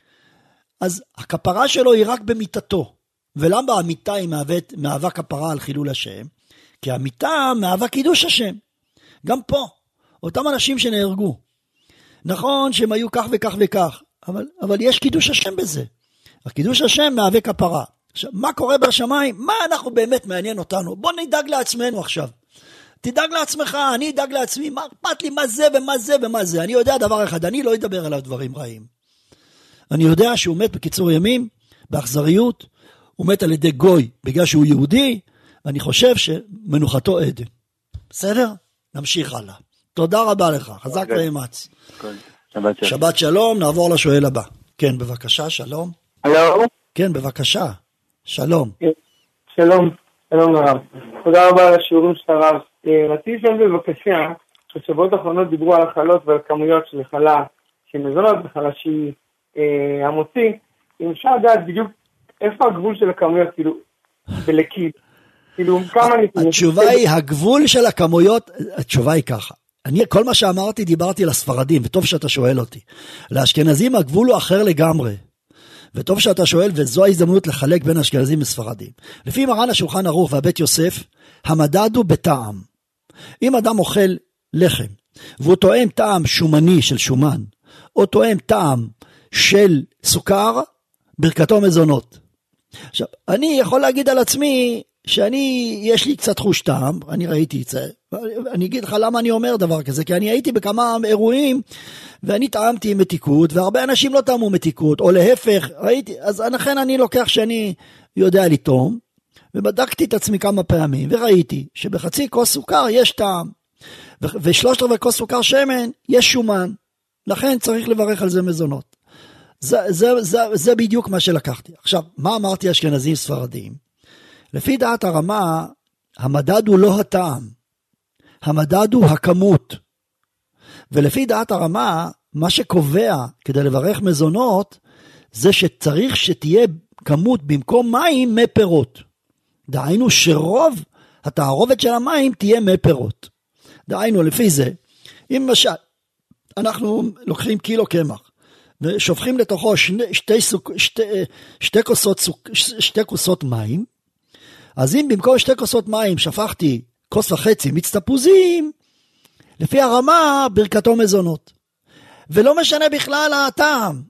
אז הכפרה שלו היא רק במיתתו. ולמה המיתה היא מהוות, מהווה כפרה על חילול השם? כי המיתה מהווה קידוש השם. גם פה, אותם אנשים שנהרגו. נכון שהם היו כך וכך וכך, אבל, אבל יש קידוש השם בזה. הקידוש השם מהווה כפרה. עכשיו, מה קורה בשמיים? מה אנחנו באמת מעניין אותנו? בוא נדאג לעצמנו עכשיו. תדאג לעצמך, אני אדאג לעצמי, מה אכפת לי מה זה ומה זה ומה זה. אני יודע דבר אחד, אני לא אדבר עליו דברים רעים. אני יודע שהוא מת בקיצור ימים, באכזריות, הוא מת על ידי גוי, בגלל שהוא יהודי, אני חושב שמנוחתו עדן. בסדר? נמשיך הלאה. תודה רבה לך, חזק ואמץ. שבת שלום, נעבור לשואל הבא. כן, בבקשה, שלום. הלו? כן, בבקשה, שלום. שלום, שלום הרב. תודה רבה על השיעורים של הרב. רציתי לשאול בבקשה, בשבועות האחרונות דיברו על החלות ועל כמויות של חלה, שמזונות וחלה שהיא המוציא. אם אפשר לדעת בדיוק איפה הגבול של הכמויות, כאילו, בלקיד. כאילו, כמה נתונים. התשובה היא, הגבול של הכמויות, התשובה היא ככה. אני, כל מה שאמרתי, דיברתי לספרדים, וטוב שאתה שואל אותי. לאשכנזים הגבול הוא אחר לגמרי. וטוב שאתה שואל, וזו ההזדמנות לחלק בין אשכנזים וספרדים. לפי מרן השולחן ערוך והבית יוסף, המדד הוא בטעם. אם אדם אוכל לחם, והוא טועם טעם שומני של שומן, או טועם טעם של סוכר, ברכתו מזונות. עכשיו, אני יכול להגיד על עצמי, שאני, יש לי קצת חוש טעם, אני ראיתי את זה, אני אגיד לך למה אני אומר דבר כזה, כי אני הייתי בכמה אירועים, ואני טעמתי מתיקות, והרבה אנשים לא טעמו מתיקות, או להפך, ראיתי, אז לכן אני לוקח שאני יודע לטעום, ובדקתי את עצמי כמה פעמים, וראיתי שבחצי כוס סוכר יש טעם, ושלושת רבעי כוס סוכר שמן יש שומן, לכן צריך לברך על זה מזונות. זה, זה, זה, זה בדיוק מה שלקחתי. עכשיו, מה אמרתי אשכנזים ספרדים? לפי דעת הרמה, המדד הוא לא הטעם, המדד הוא הכמות. ולפי דעת הרמה, מה שקובע כדי לברך מזונות, זה שצריך שתהיה כמות במקום מים מי פירות. דהיינו שרוב התערובת של המים תהיה מי פירות. דהיינו לפי זה, אם למשל, אנחנו לוקחים קילו קמח, ושופכים לתוכו שני, שתי, סוק, שתי, שתי, כוסות, שתי כוסות מים, אז אם במקום שתי כוסות מים שפכתי כוס וחצי מיץ תפוזים, לפי הרמה ברכתו מזונות. ולא משנה בכלל הטעם.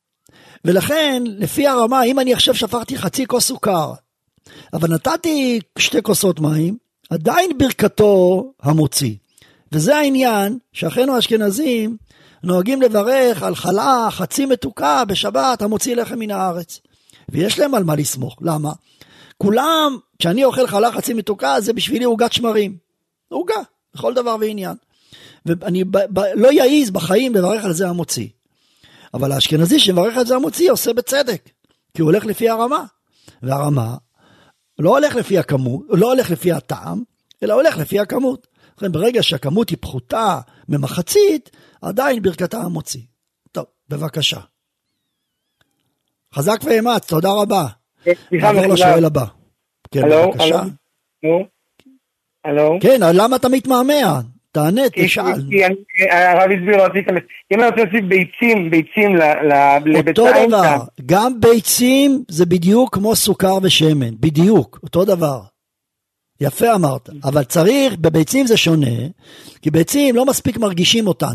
ולכן, לפי הרמה, אם אני עכשיו שפכתי חצי כוס סוכר, אבל נתתי שתי כוסות מים, עדיין ברכתו המוציא. וזה העניין שאחינו האשכנזים נוהגים לברך על חלה חצי מתוקה בשבת המוציא לחם מן הארץ. ויש להם על מה לסמוך. למה? כולם, כשאני אוכל חלה חצי מתוקה, זה בשבילי עוגת שמרים. עוגה, בכל דבר ועניין. ואני ב, ב, לא יעיז בחיים לברך על זה המוציא. אבל האשכנזי שמברך על זה המוציא עושה בצדק. כי הוא הולך לפי הרמה. והרמה לא הולך לפי הכמות, לא הולך לפי הטעם, אלא הולך לפי הכמות. לכן ברגע שהכמות היא פחותה ממחצית, עדיין ברכתה המוציא. טוב, בבקשה. חזק ואמץ, תודה רבה. נעבור לשואל הבא. כן, בבקשה. הלו? כן, למה אתה מתמהמה? תענה, תשאל. הרב הסביר אותי, אם אני רוצה להוסיף ביצים, ביצים אותו דבר, גם ביצים זה בדיוק כמו סוכר ושמן, בדיוק, אותו דבר. יפה אמרת, אבל צריך, בביצים זה שונה, כי ביצים לא מספיק מרגישים אותן.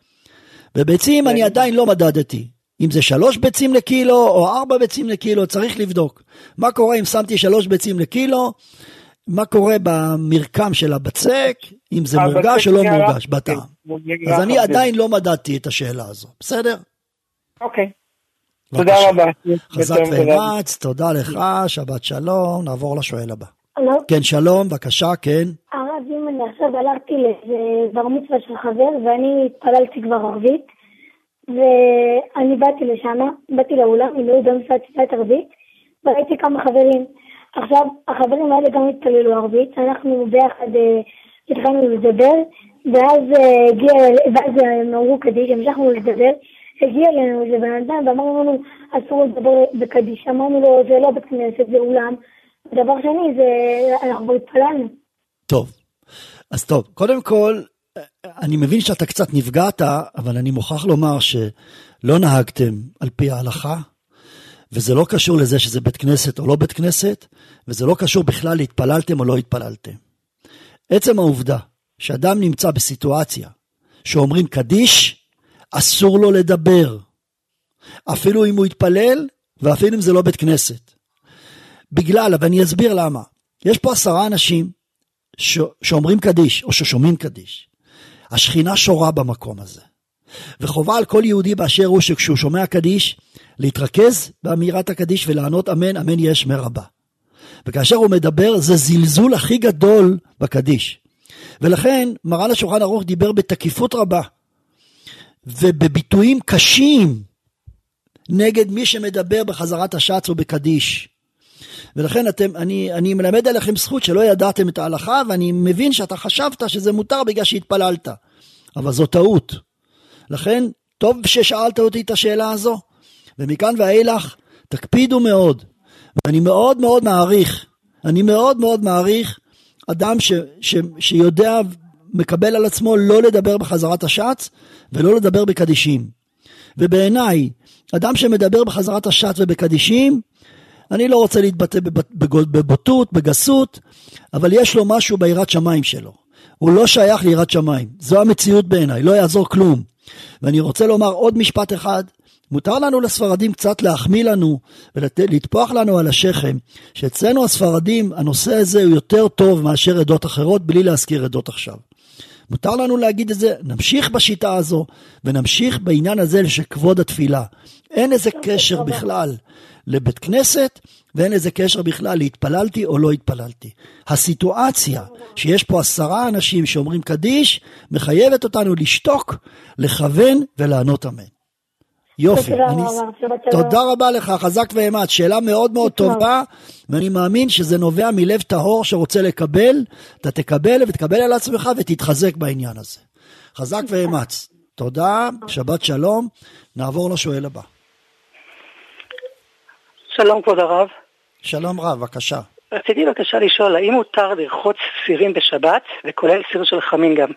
בביצים אני עדיין לא מדדתי. אם זה שלוש ביצים לקילו או ארבע ביצים לקילו, צריך לבדוק. מה קורה אם שמתי שלוש ביצים לקילו, מה קורה במרקם של הבצק, אם זה מורגש או לא מורגש בטעם. אז אני עדיין לא מדדתי את השאלה הזו, בסדר? אוקיי. תודה רבה. חזק ואמץ, תודה לך, שבת שלום, נעבור לשואל הבא. כן, שלום, בבקשה, כן. הרב, אם אני עכשיו הלכתי לבר מצווה של חבר, ואני התפללתי כבר ערבית, ואני באתי לשם, באתי לאולם, אני לא יודע תפילת ערבית, וראיתי כמה חברים. עכשיו, החברים האלה גם התפללו ערבית, אנחנו ביחד התחלנו לדבר, ואז הגיע, ואז הם אמרו קדיש, המשכנו לדבר, הגיע אלינו איזה בן אדם, ואמרנו לנו, אסור לדבר בקדיש, אמרנו לו, זה לא בכנסת, זה אולם, דבר שני, זה, אנחנו התפללנו. טוב, אז טוב, קודם כל, אני מבין שאתה קצת נפגעת, אבל אני מוכרח לומר שלא נהגתם על פי ההלכה, וזה לא קשור לזה שזה בית כנסת או לא בית כנסת, וזה לא קשור בכלל להתפללתם או לא התפללתם. עצם העובדה שאדם נמצא בסיטואציה שאומרים קדיש, אסור לו לדבר, אפילו אם הוא יתפלל, ואפילו אם זה לא בית כנסת. בגלל, אבל אני אסביר למה. יש פה עשרה אנשים ש... שאומרים קדיש, או ששומעים קדיש. השכינה שורה במקום הזה. וחובה על כל יהודי באשר הוא שכשהוא שומע קדיש, להתרכז באמירת הקדיש ולענות אמן, אמן יש מרבה. וכאשר הוא מדבר, זה זלזול הכי גדול בקדיש. ולכן מרן השולחן ערוך דיבר בתקיפות רבה, ובביטויים קשים, נגד מי שמדבר בחזרת השץ או בקדיש. ולכן אתם, אני, אני מלמד עליכם זכות שלא ידעתם את ההלכה, ואני מבין שאתה חשבת שזה מותר בגלל שהתפללת. אבל זו טעות. לכן, טוב ששאלת אותי את השאלה הזו, ומכאן ואילך, תקפידו מאוד. ואני מאוד מאוד מעריך, אני מאוד מאוד מעריך, אדם ש, ש, שיודע, מקבל על עצמו לא לדבר בחזרת השץ, ולא לדבר בקדישים. ובעיניי, אדם שמדבר בחזרת השעת ובקדישים, אני לא רוצה להתבטא בבוטות, בגסות, אבל יש לו משהו ביראת שמיים שלו. הוא לא שייך ליראת שמיים. זו המציאות בעיניי, לא יעזור כלום. ואני רוצה לומר עוד משפט אחד, מותר לנו לספרדים קצת להחמיא לנו ולטפוח לנו על השכם, שאצלנו הספרדים הנושא הזה הוא יותר טוב מאשר עדות אחרות, בלי להזכיר עדות עכשיו. מותר לנו להגיד את זה, נמשיך בשיטה הזו, ונמשיך בעניין הזה של כבוד התפילה. אין איזה קשר בכלל לבית כנסת, ואין איזה קשר בכלל להתפללתי או לא התפללתי. הסיטואציה שיש פה עשרה אנשים שאומרים קדיש, מחייבת אותנו לשתוק, לכוון ולענות אמן. יופי, אני... תודה רבה לך, חזק ואמץ, שאלה מאוד מאוד טובה, ואני מאמין שזה נובע מלב טהור שרוצה לקבל, אתה תקבל ותקבל על עצמך ותתחזק בעניין הזה. חזק ואמץ, תודה, שבת שלום, נעבור לשואל הבא. שלום כבוד הרב. שלום רב, בבקשה. רציתי בבקשה לשאול, האם מותר לרחוץ סירים בשבת, וכולל סיר של חמין גם?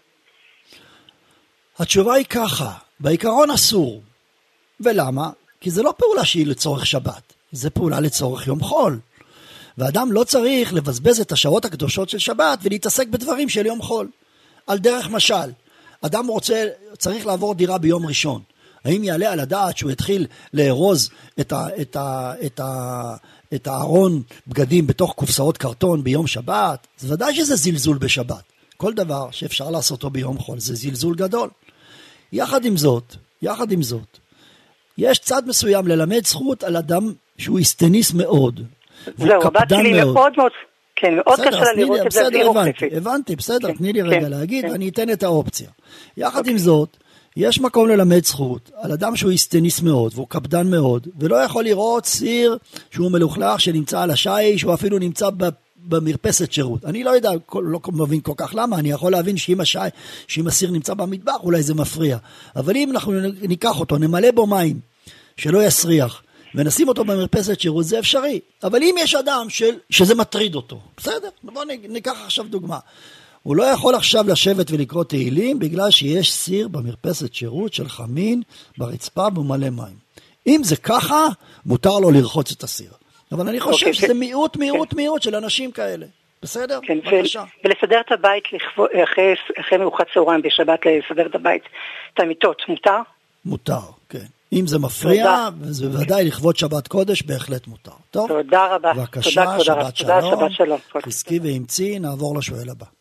התשובה היא ככה, בעיקרון אסור. ולמה? כי זה לא פעולה שהיא לצורך שבת, זה פעולה לצורך יום חול. ואדם לא צריך לבזבז את השעות הקדושות של שבת ולהתעסק בדברים של יום חול. על דרך משל, אדם רוצה, צריך לעבור דירה ביום ראשון. האם יעלה על הדעת שהוא יתחיל לארוז את ה, את ה, את ה, את הארון בגדים בתוך קופסאות קרטון ביום שבת? זה ודאי שזה זלזול בשבת. כל דבר שאפשר לעשותו ביום חול זה זלזול גדול. יחד עם זאת, יחד עם זאת, יש צד מסוים ללמד זכות על אדם שהוא היסטניס מאוד. זהו, הבת שלי מאוד מאוד, כן, מאוד קשה לה לראות את זה. בסדר, הבנתי, הבנתי, בסדר, תני לי רגע להגיד, אני אתן את האופציה. יחד עם זאת, יש מקום ללמד זכות על אדם שהוא היסטניס מאוד, והוא קפדן מאוד, ולא יכול לראות סיר שהוא מלוכלך שנמצא על השיש, שהוא אפילו נמצא במרפסת שירות. אני לא יודע, לא מבין כל כך למה, אני יכול להבין שאם השי, שאם הסיר נמצא במטבח, אולי זה מפריע. אבל אם אנחנו ניקח אותו, נמלא בו מים, שלא יסריח, ונשים אותו במרפסת שירות, זה אפשרי. אבל אם יש אדם של, שזה מטריד אותו, בסדר, בוא ניקח עכשיו דוגמה. הוא לא יכול עכשיו לשבת ולקרוא תהילים, בגלל שיש סיר במרפסת שירות של חמין, ברצפה במלא מים. אם זה ככה, מותר לו לרחוץ את הסיר. אבל אני חושב okay, שזה מיעוט, מיעוט, okay. מיעוט של אנשים כאלה. בסדר? כן, בבקשה. ו- ולסדר את הבית, אחרי, אחרי מאוחד צהריים בשבת, לסדר את הבית, את המיטות, מותר? מותר, כן. אם זה מפריע, וזה בוודאי לכבוד שבת קודש, בהחלט מותר. טוב? תודה רבה. בבקשה, תודה, שבת תודה, שלום. שבת שלום. חזקי והמציא, נעבור לשואל הבא.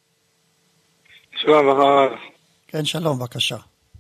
שלום, הרב. כן, שלום, בבקשה.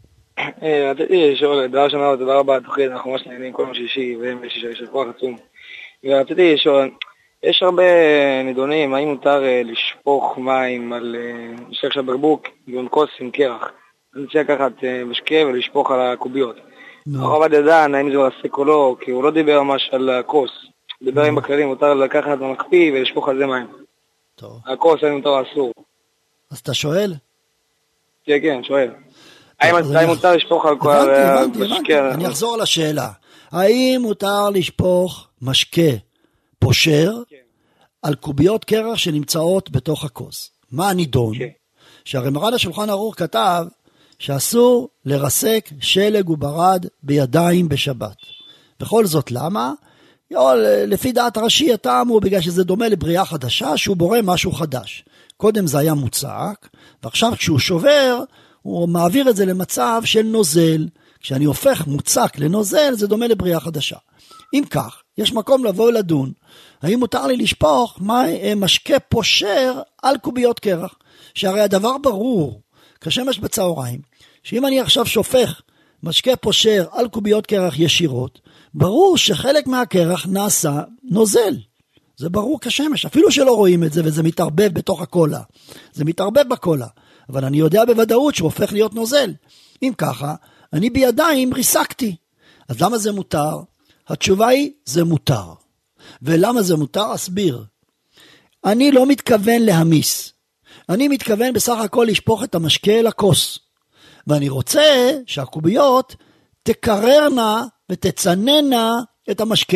רציתי לשאול, דבר ראשונה, תודה רבה, התוכנית, אנחנו ממש נהנים כל יום שישי, ויום שישי יש כוח עצום. ורציתי לשאול, יש הרבה נידונים, האם מותר לשפוך מים על משקל של בקבוק כוס עם קרח? אני רוצה לקחת משקה ולשפוך על הקוביות. הרב עובדיה דן, האם זה מרסק או לא, כי הוא לא דיבר ממש על הכוס. הוא דיבר עם בכללים, מותר לקחת במקפיא ולשפוך על זה מים. הכוס האם מותר אסור. אז אתה שואל? כן, כן, שואל. האם מותר לשפוך על כל משקה? אני אחזור על השאלה. האם מותר לשפוך משקה פושר על קוביות קרח שנמצאות בתוך הכוס? מה הנידון? שהרי מרן השולחן ערוך כתב שאסור לרסק שלג וברד בידיים בשבת. בכל זאת למה? לפי דעת רש"י הטעם הוא בגלל שזה דומה לבריאה חדשה, שהוא בורא משהו חדש. קודם זה היה מוצק, ועכשיו כשהוא שובר, הוא מעביר את זה למצב של נוזל. כשאני הופך מוצק לנוזל, זה דומה לבריאה חדשה. אם כך, יש מקום לבוא ולדון, האם מותר לי לשפוך משקה פושר על קוביות קרח? שהרי הדבר ברור, כשמש בצהריים, שאם אני עכשיו שופך משקה פושר על קוביות קרח ישירות, ברור שחלק מהקרח נעשה נוזל. זה ברור כשמש, אפילו שלא רואים את זה, וזה מתערבב בתוך הקולה. זה מתערבב בקולה, אבל אני יודע בוודאות שהוא הופך להיות נוזל. אם ככה, אני בידיים ריסקתי. אז למה זה מותר? התשובה היא, זה מותר. ולמה זה מותר? אסביר. אני לא מתכוון להמיס. אני מתכוון בסך הכל לשפוך את המשקה לכוס. ואני רוצה שהקוביות תקררנה ותצננה את המשקה.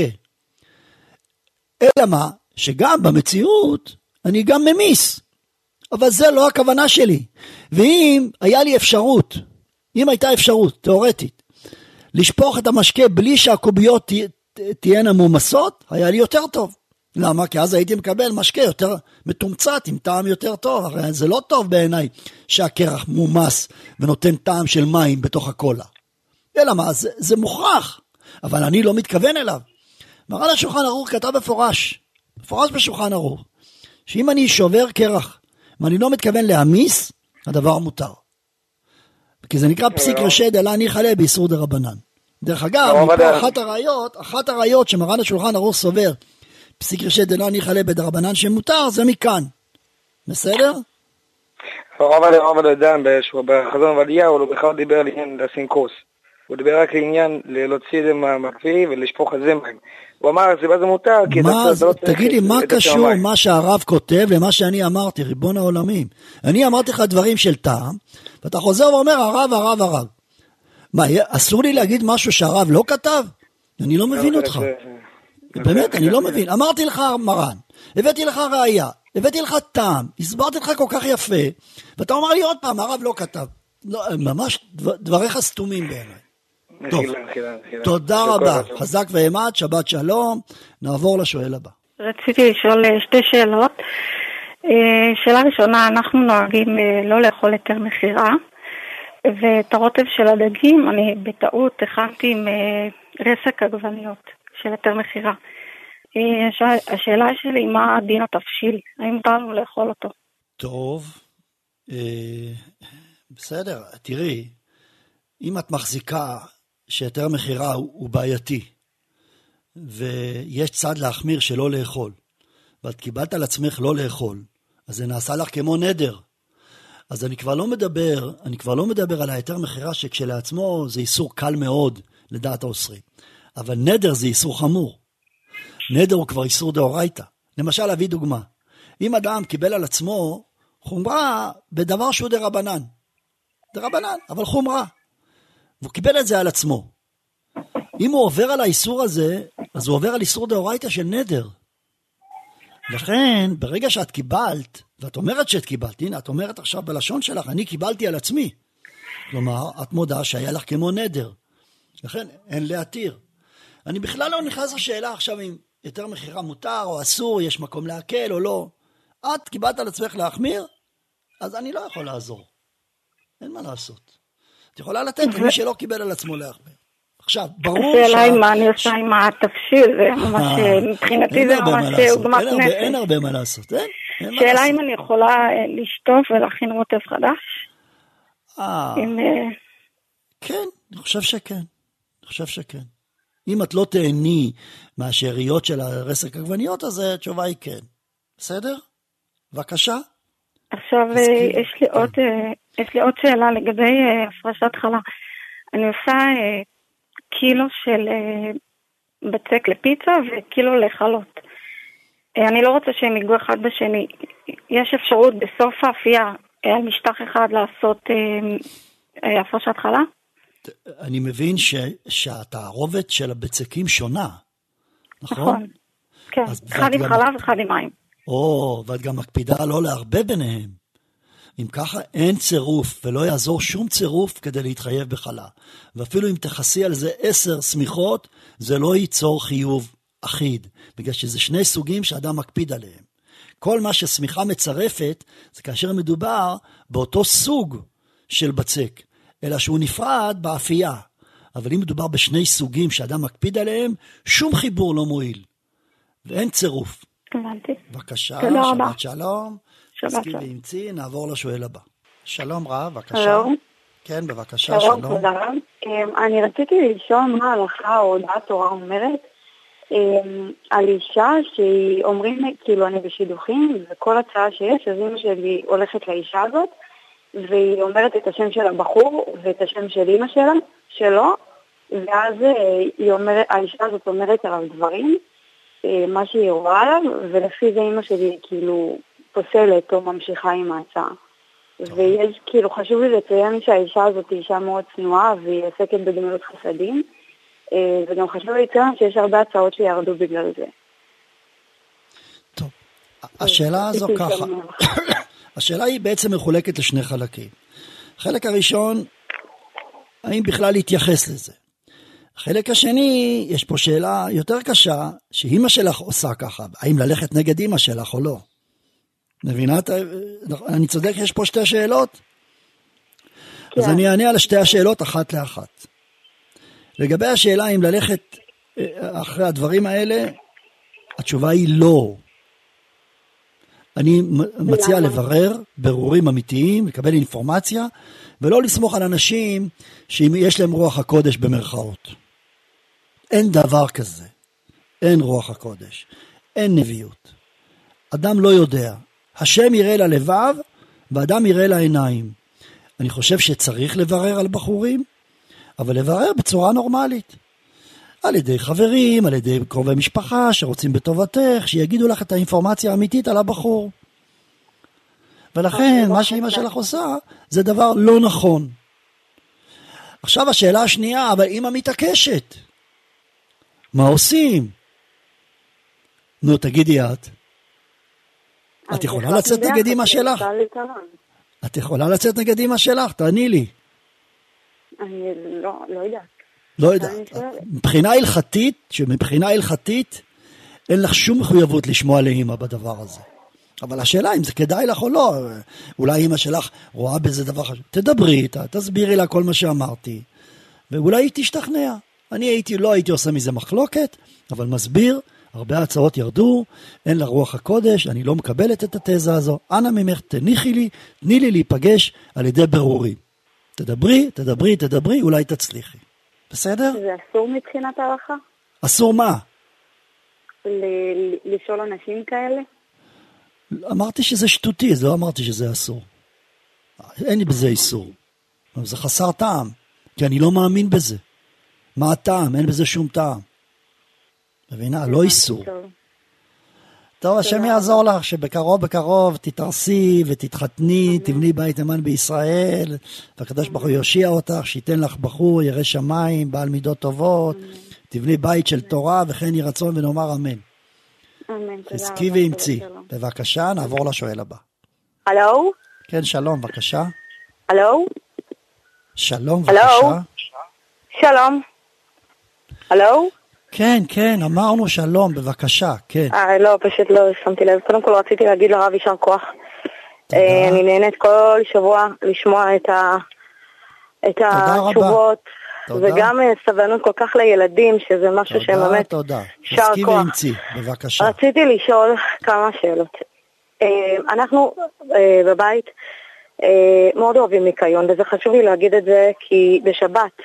אלא מה? שגם במציאות אני גם ממיס. אבל זה לא הכוונה שלי. ואם היה לי אפשרות, אם הייתה אפשרות תיאורטית, לשפוך את המשקה בלי שהקוביות תהיינה מומסות, היה לי יותר טוב. למה? כי אז הייתי מקבל משקה יותר מתומצת, עם טעם יותר טוב. הרי זה לא טוב בעיניי שהקרח מומס ונותן טעם של מים בתוך הקולה. אלא מה? זה, זה מוכרח, אבל אני לא מתכוון אליו. מרן השולחן ערוך כתב בפורש, בפורש בשולחן ערוך, שאם אני שובר קרח, ואני לא מתכוון להמיס, הדבר מותר. כי זה נקרא פסיק רשד, אלא אני חלה באיסור דרבנן. דרך אגב, מפה אחת הראיות, אחת הראיות שמרן השולחן ערוך סובר, פסיק רשד אלא אני חלה בדרבנן שמותר, זה מכאן. בסדר? הרב אדם בחזון עובדיה, הוא בכלל דיבר לעניין לשים כוס. הוא דיבר רק לעניין להוציא את זה מהמקפיא ולשפוך את זה מים. הוא אמר, זה מה זה מותר, כי אתה לא צריך... תגיד לי, מה קשור מה שהרב כותב למה שאני אמרתי, ריבון העולמים? אני אמרתי לך דברים של טעם, ואתה חוזר ואומר, הרב, הרב, הרב. מה, אסור לי להגיד משהו שהרב לא כתב? אני לא מבין אותך. באמת, אני לא מבין. אמרתי לך מרן, הבאתי לך ראייה, הבאתי לך טעם, הסברתי לך כל כך יפה, ואתה אומר לי עוד פעם, הרב לא כתב. ממש דבריך סתומים בעיניי. טוב, תודה רבה, חזק ואמץ, שבת שלום, נעבור לשואל הבא. רציתי לשאול שתי שאלות. שאלה ראשונה, אנחנו נוהגים לא לאכול יותר מחירה, ואת הרוטב של הדגים אני בטעות הכנתי עם רסק עגבניות של יותר מחירה. השאלה שלי, מה דין התבשיל? האם מותר לנו לאכול אותו? טוב, בסדר, תראי, אם את מחזיקה שיותר מחירה הוא, הוא בעייתי, ויש צד להחמיר שלא לאכול, ואת קיבלת על עצמך לא לאכול, אז זה נעשה לך כמו נדר. אז אני כבר לא מדבר, אני כבר לא מדבר על היותר מחירה שכשלעצמו זה איסור קל מאוד לדעת האוסרים. אבל נדר זה איסור חמור. נדר הוא כבר איסור דאורייתא. למשל, להביא דוגמה. אם אדם קיבל על עצמו חומרה בדבר שהוא דרבנן. דרבנן, אבל חומרה. והוא קיבל את זה על עצמו. אם הוא עובר על האיסור הזה, אז הוא עובר על איסור דאורייתא של נדר. לכן, ברגע שאת קיבלת, ואת אומרת שאת קיבלת, הנה, את אומרת עכשיו בלשון שלך, אני קיבלתי על עצמי. כלומר, את מודה שהיה לך כמו נדר. לכן, אין להתיר. אני בכלל לא נכנס לשאלה עכשיו אם יותר מחירה מותר או אסור, יש מקום להקל או לא. את קיבלת על עצמך להחמיר, אז אני לא יכול לעזור. אין מה לעשות. את יכולה לתת למי שלא קיבל על עצמו להחמיר. עכשיו, ברור ש... השאלה היא מה אני עושה עם התבשיל, זה ממש, מבחינתי זה ממש עוגמת נפש. אין הרבה מה לעשות, אין? שאלה אם אני יכולה לשטוף ולהכין רוטב חדש? אה, כן, אני חושב שכן. אני חושב שכן. אם את לא תהני מהשאריות של הרסק עגבניות, אז התשובה היא כן. בסדר? בבקשה. עכשיו, יש לי עוד, יש לי עוד שאלה לגבי הפרשת חלה. אני עושה קילו של בצק לפיצה וקילו לחלות. אני לא רוצה שהם ייגעו אחד בשני. יש אפשרות בסוף האפייה על משטח אחד לעשות הפרשת חלה? אני מבין ש, שהתערובת של הבצקים שונה, נכון? נכון, כן, אחד עם חלב ואחד עם מים. או, ואת גם מקפידה לא להרבה ביניהם. אם ככה אין צירוף, ולא יעזור שום צירוף כדי להתחייב בחלה. ואפילו אם תחסי על זה עשר סמיכות, זה לא ייצור חיוב אחיד, בגלל שזה שני סוגים שאדם מקפיד עליהם. כל מה שסמיכה מצרפת, זה כאשר מדובר באותו סוג של בצק, אלא שהוא נפרד באפייה. אבל אם מדובר בשני סוגים שאדם מקפיד עליהם, שום חיבור לא מועיל. ואין צירוף. הבנתי. בבקשה, שבת שלום. שבת סקי ואמצי, נעבור לשואל הבא. שלום רב, בבקשה. שלום. כן, בבקשה, שלום. שלום, תודה רב. אני רציתי לשאול מה ההלכה או הודעת תורה אומרת על אישה שהיא אומרים, כאילו אני בשידוכים, וכל הצעה שיש, אז אמא שלי הולכת לאישה הזאת, והיא אומרת את השם של הבחור ואת השם של אמא שלה, שלו, ואז היא אומרת, האישה הזאת אומרת עליו דברים, מה שהיא רואה עליו, ולפי זה אמא שלי כאילו פוסלת או ממשיכה עם ההצעה. ויש, כאילו, חשוב לי לציין שהאישה הזאת היא אישה מאוד צנועה, והיא עסקת בגמילות חסדים, וגם חשוב לי לציין שיש הרבה הצעות שירדו בגלל זה. טוב, השאלה הזו ככה, השאלה היא בעצם מחולקת לשני חלקים. חלק הראשון, האם בכלל להתייחס לזה? החלק השני, יש פה שאלה יותר קשה, שאמא שלך עושה ככה, האם ללכת נגד אמא שלך או לא? מבינה? אני צודק, יש פה שתי שאלות? כן. אז אני אענה על שתי השאלות אחת לאחת. לגבי השאלה אם ללכת אחרי הדברים האלה, התשובה היא לא. אני מציע לברר ברורים אמיתיים, לקבל אינפורמציה, ולא לסמוך על אנשים שיש להם רוח הקודש במרכאות. אין דבר כזה. אין רוח הקודש. אין נביאות. אדם לא יודע. השם יראה ללבב, ואדם יראה לעיניים. אני חושב שצריך לברר על בחורים, אבל לברר בצורה נורמלית. על ידי חברים, על ידי קרובי משפחה שרוצים בטובתך, שיגידו לך את האינפורמציה האמיתית על הבחור. ולכן, מה שאמא שלך עושה, זה דבר לא נכון. עכשיו השאלה השנייה, אבל אמא מתעקשת. מה עושים? נו, תגידי את. את יכולה לצאת נגד אמא שלך? את יכולה לצאת נגד אמא שלך? תעני לי. אני לא, לא יודעת. לא יודעת. מבחינה הלכתית, שמבחינה הלכתית, אין לך שום מחויבות לשמוע לאמא בדבר הזה. אבל השאלה אם זה כדאי לך או לא, אולי אמא שלך רואה בזה דבר חשוב. תדברי איתה, תסבירי לה כל מה שאמרתי, ואולי היא תשתכנע. אני הייתי, לא הייתי עושה מזה מחלוקת, אבל מסביר, הרבה הצעות ירדו, אין לה רוח הקודש, אני לא מקבלת את התזה הזו, אנא ממך תניחי לי, תני לי להיפגש על ידי ברורים. תדברי, תדברי, תדברי, אולי תצליחי. בסדר? זה אסור מבחינת ההלכה? אסור מה? ל- לשאול אנשים כאלה? אמרתי שזה שטותי, לא אמרתי שזה אסור. אין לי בזה איסור. זה חסר טעם, כי אני לא מאמין בזה. מה הטעם? אין בזה שום טעם. מבינה? לא איסור. טוב, השם יעזור לך שבקרוב בקרוב תתארסי ותתחתני, תבני בית נאמן בישראל, והקדוש ברוך הוא יושיע אותך, שייתן לך בחור, ירא שמיים, בעל מידות טובות, תבני בית של תורה וכן יהי רצון ונאמר אמן. חזקי ואמצי. בבקשה, נעבור לשואל הבא. הלו? כן, שלום, בבקשה. הלו? שלום, בבקשה. שלום. הלו? כן, כן, אמרנו שלום, בבקשה, כן. אה, לא, פשוט לא שמתי לב. קודם כל רציתי להגיד לרב יישר כוח. אני נהנית כל שבוע לשמוע את ה... את התשובות. וגם סבלנות כל כך לילדים, שזה משהו שבאמת... תודה, תודה. תסכי ואמצי, בבקשה. רציתי לשאול כמה שאלות. אנחנו בבית מאוד אוהבים ניקיון, וזה חשוב לי להגיד את זה, כי בשבת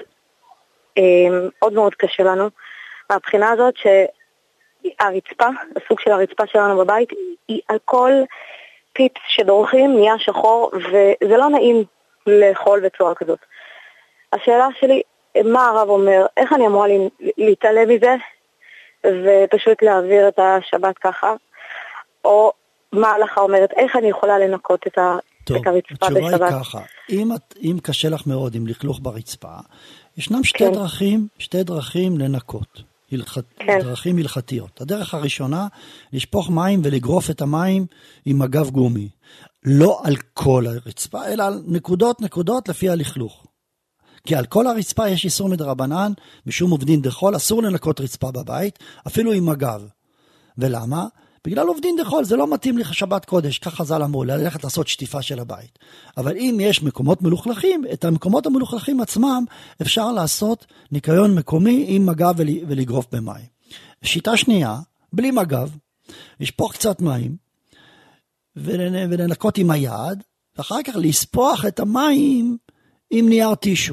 עוד מאוד קשה לנו, מהבחינה הזאת שהרצפה, הסוג של הרצפה שלנו בבית, היא על כל פיפס שדורכים נהיה שחור, וזה לא נעים לאכול בצורה כזאת. השאלה שלי, מה הרב אומר, איך אני אמורה להתעלם מזה, ופשוט להעביר את השבת ככה, או מה ההלכה אומרת, איך אני יכולה לנקות את, ה, טוב, את הרצפה בשבת? טוב, התשובה היא ככה, אם, את, אם קשה לך מאוד עם לכלוך ברצפה, ישנם שתי כן. דרכים, שתי דרכים לנקות, הלכת, כן. דרכים הלכתיות. הדרך הראשונה, לשפוך מים ולגרוף את המים עם מגב גומי. לא על כל הרצפה, אלא על נקודות נקודות לפי הלכלוך. כי על כל הרצפה יש איסור מדרבנן, משום עובדין דחול, אסור לנקות רצפה בבית, אפילו עם מגב. ולמה? בגלל עובדין דחול, זה לא מתאים לך שבת קודש, ככה חז"ל אמרו, ללכת לעשות שטיפה של הבית. אבל אם יש מקומות מלוכלכים, את המקומות המלוכלכים עצמם, אפשר לעשות ניקיון מקומי עם מגב ולגרוף במים. שיטה שנייה, בלי מגב, לשפוך קצת מים, ולנקות עם היד, ואחר כך לספוח את המים עם נייר טישו.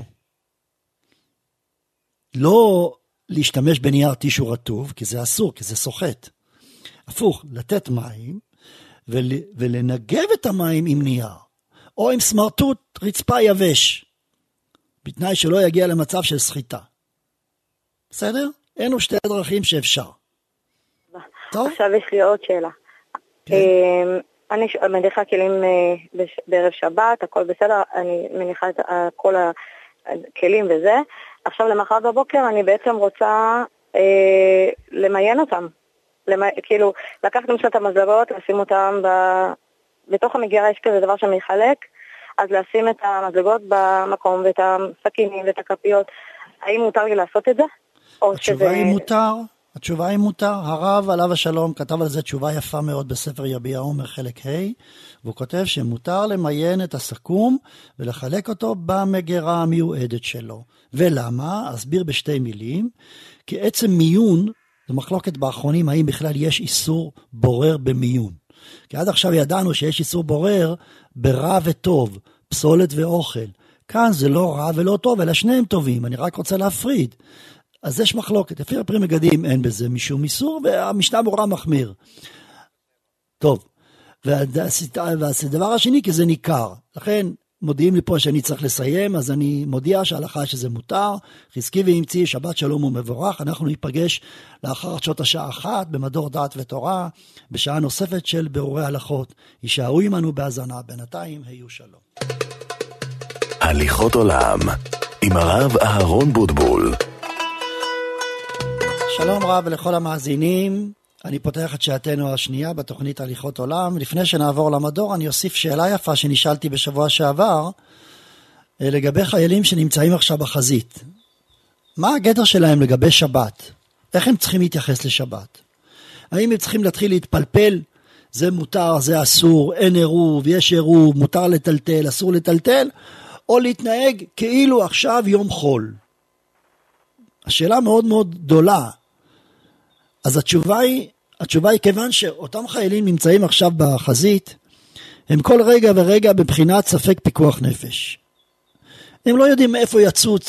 לא להשתמש בנייר טישו רטוב, כי זה אסור, כי זה סוחט. הפוך, לתת מים, ול, ולנגב את המים עם נייר, או עם סמרטוט רצפה יבש, בתנאי שלא יגיע למצב של סחיטה. בסדר? אלו שתי דרכים שאפשר. טוב? עכשיו יש לי עוד שאלה. כן. אני מניחה כלים בערב שבת, הכל בסדר, אני מניחה את כל הכלים וזה. עכשיו למחרת בבוקר אני בעצם רוצה אה, למיין אותם. למי, כאילו, לקחת למשל את המזלגות, לשים אותם ב... בתוך המגירה יש כזה דבר שמחלק, אז לשים את המזלגות במקום, ואת הסכינים ואת הכפיות. האם מותר לי לעשות את זה? התשובה היא מותר, התשובה היא מותר. הרב עליו השלום כתב על זה תשובה יפה מאוד בספר יביע עומר חלק ה', והוא כותב שמותר למיין את הסכו"ם ולחלק אותו במגירה המיועדת שלו. ולמה? אסביר בשתי מילים. כי עצם מיון, זו מחלוקת באחרונים האם בכלל יש איסור בורר במיון. כי עד עכשיו ידענו שיש איסור בורר ברע וטוב, פסולת ואוכל. כאן זה לא רע ולא טוב, אלא שניהם טובים, אני רק רוצה להפריד. אז יש מחלוקת, לפי הפרי מגדים אין בזה משום איסור, והמשנה ברורה מחמיר. טוב, והדבר השני, כי זה ניכר. לכן מודיעים לי פה שאני צריך לסיים, אז אני מודיע שההלכה שזה מותר, חזקי ואמצי, שבת שלום ומבורך, אנחנו ניפגש לאחר שעות השעה אחת, במדור דעת ותורה, בשעה נוספת של בירורי הלכות. יישארו עמנו בהאזנה, בינתיים היו שלום. הליכות עולם, עם הרב אהרון בוטבול. שלום רב ולכל המאזינים, אני פותח את שעתנו השנייה בתוכנית הליכות עולם. לפני שנעבור למדור, אני אוסיף שאלה יפה שנשאלתי בשבוע שעבר, לגבי חיילים שנמצאים עכשיו בחזית. מה הגדר שלהם לגבי שבת? איך הם צריכים להתייחס לשבת? האם הם צריכים להתחיל להתפלפל? זה מותר, זה אסור, אין עירוב, יש עירוב, מותר לטלטל, אסור לטלטל, או להתנהג כאילו עכשיו יום חול? השאלה מאוד מאוד גדולה. אז התשובה היא, התשובה היא כיוון שאותם חיילים נמצאים עכשיו בחזית, הם כל רגע ורגע בבחינת ספק פיקוח נפש. הם לא יודעים מאיפה יצוץ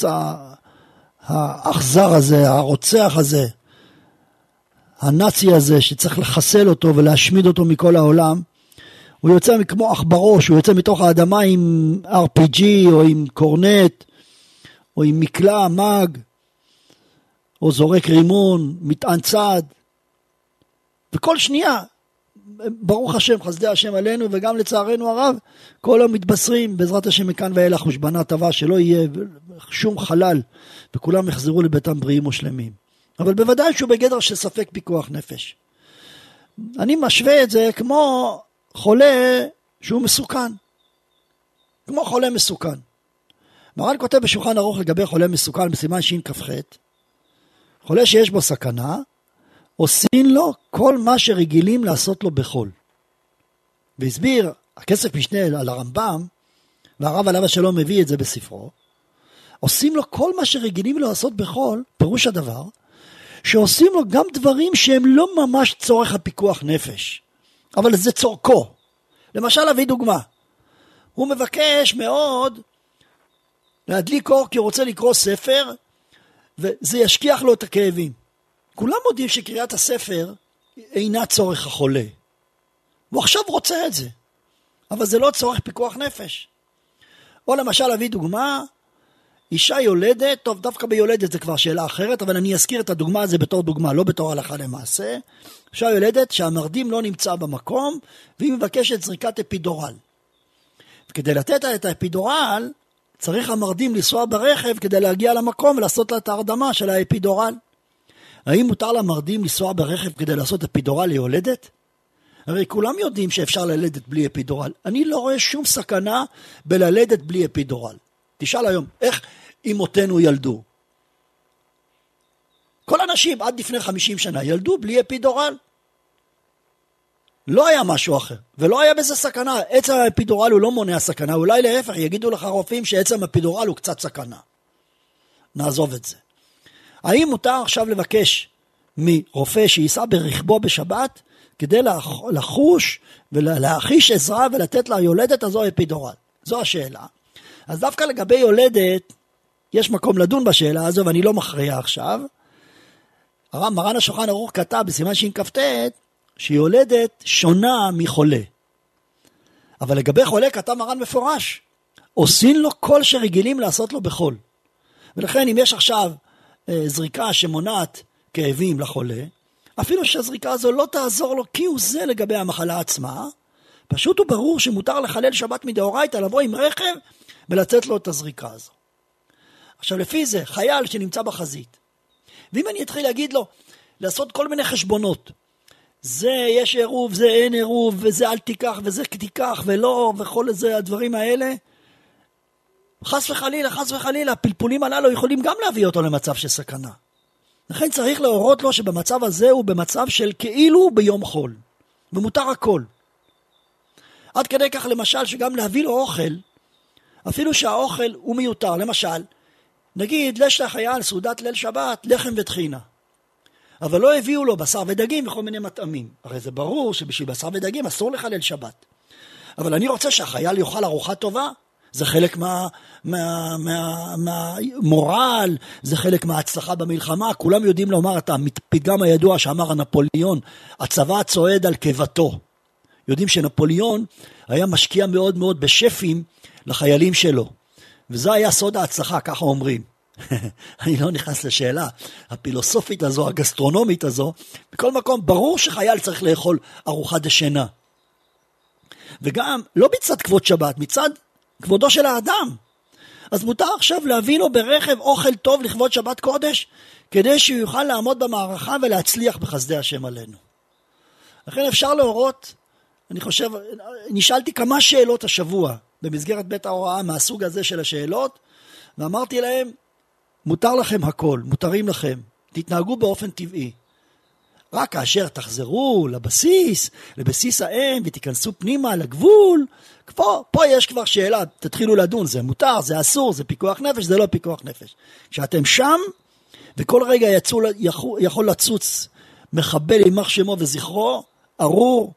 האכזר הזה, הרוצח הזה, הנאצי הזה שצריך לחסל אותו ולהשמיד אותו מכל העולם. הוא יוצא כמו עכברוש, הוא יוצא מתוך האדמה עם אר פי ג'י או עם קורנט או עם מקלע, מג, או זורק רימון, מטען צד, וכל שנייה, ברוך השם, חסדי השם עלינו, וגם לצערנו הרב, כל המתבשרים, בעזרת השם מכאן ואילך, חושבנה טובה, שלא יהיה שום חלל, וכולם יחזרו לביתם בריאים ושלמים. אבל בוודאי שהוא בגדר של ספק פיקוח נפש. אני משווה את זה כמו חולה שהוא מסוכן. כמו חולה מסוכן. מרן כותב בשולחן ערוך לגבי חולה מסוכן, בסימן שין כ"ח, חולה שיש בו סכנה, עושים לו כל מה שרגילים לעשות לו בחול. והסביר, הכסף משנה על הרמב"ם, והרב עליו השלום מביא את זה בספרו, עושים לו כל מה שרגילים לו לעשות בחול, פירוש הדבר, שעושים לו גם דברים שהם לא ממש צורך הפיקוח נפש, אבל זה צורכו. למשל, אביא דוגמה, הוא מבקש מאוד להדליק אור כי הוא רוצה לקרוא ספר, וזה ישכיח לו את הכאבים. כולם מודים שקריאת הספר אינה צורך החולה. הוא עכשיו רוצה את זה, אבל זה לא צורך פיקוח נפש. או למשל, אביא דוגמה, אישה יולדת, טוב, דווקא ביולדת זה כבר שאלה אחרת, אבל אני אזכיר את הדוגמה הזה בתור דוגמה, לא בתור הלכה למעשה. אישה יולדת שהמרדים לא נמצא במקום, והיא מבקשת זריקת אפידורל. וכדי לתת את האפידורל, צריך המרדים לנסוע ברכב כדי להגיע למקום ולעשות לה את ההרדמה של האפידורל. האם מותר למרדים לנסוע ברכב כדי לעשות אפידורל ליולדת? הרי כולם יודעים שאפשר ללדת בלי אפידורל. אני לא רואה שום סכנה בללדת בלי אפידורל. תשאל היום, איך אמותינו ילדו? כל אנשים עד לפני חמישים שנה ילדו בלי אפידורל. לא היה משהו אחר, ולא היה בזה סכנה. עצם האפידורל הוא לא מונע סכנה, אולי להפך, יגידו לך רופאים שעצם האפידורל הוא קצת סכנה. נעזוב את זה. האם מותר עכשיו לבקש מרופא שיסע ברכבו בשבת, כדי לחוש ולהחיש עזרה ולתת לה יולדת הזו אפידורל? זו השאלה. אז דווקא לגבי יולדת, יש מקום לדון בשאלה הזו, ואני לא מכריע עכשיו. הרב מרן השולחן ערוך כתב בסימן שין כ"ט, שיולדת שונה מחולה. אבל לגבי חולה כתב מרן מפורש, עושים לו כל שרגילים לעשות לו בחול. ולכן אם יש עכשיו אה, זריקה שמונעת כאבים לחולה, אפילו שהזריקה הזו לא תעזור לו כי הוא זה לגבי המחלה עצמה, פשוט הוא ברור שמותר לחלל שבת מדאורייתא, לבוא עם רכב ולצאת לו את הזריקה הזו. עכשיו לפי זה, חייל שנמצא בחזית, ואם אני אתחיל להגיד לו, לעשות כל מיני חשבונות, זה יש עירוב, זה אין עירוב, וזה אל תיקח, וזה תיקח, ולא, וכל זה הדברים האלה, חס וחלילה, חס וחלילה, הפלפולים הללו יכולים גם להביא אותו למצב של סכנה. לכן צריך להורות לו שבמצב הזה הוא במצב של כאילו ביום חול, ומותר הכל. עד כדי כך למשל שגם להביא לו אוכל, אפילו שהאוכל הוא מיותר, למשל, נגיד יש לחייל סעודת ליל שבת, לחם וטחינה, אבל לא הביאו לו בשר ודגים וכל מיני מטעמים. הרי זה ברור שבשביל בשר ודגים אסור לך ליל שבת. אבל אני רוצה שהחייל יאכל ארוחה טובה, זה חלק מה, מה, מה, מה, מורל, זה חלק מההצלחה במלחמה. כולם יודעים לומר את הפתגם הידוע שאמר נפוליאון, הצבא צועד על קיבתו. יודעים שנפוליאון היה משקיע מאוד מאוד בשפים לחיילים שלו. וזה היה סוד ההצלחה, ככה אומרים. אני לא נכנס לשאלה הפילוסופית הזו, הגסטרונומית הזו. בכל מקום ברור שחייל צריך לאכול ארוחה דשנה. וגם לא מצד כבוד שבת, מצד כבודו של האדם. אז מותר עכשיו להביא לו ברכב אוכל טוב לכבוד שבת קודש, כדי שהוא יוכל לעמוד במערכה ולהצליח בחסדי השם עלינו. לכן אפשר להורות, אני חושב, נשאלתי כמה שאלות השבוע, במסגרת בית ההוראה מהסוג הזה של השאלות, ואמרתי להם, מותר לכם הכל, מותרים לכם, תתנהגו באופן טבעי. רק כאשר תחזרו לבסיס, לבסיס האם, ותיכנסו פנימה לגבול, פה, פה יש כבר שאלה, תתחילו לדון, זה מותר, זה אסור, זה פיקוח נפש, זה לא פיקוח נפש. כשאתם שם, וכל רגע יצאו, יכול, יכול לצוץ מחבל יימח שמו וזכרו, ארור,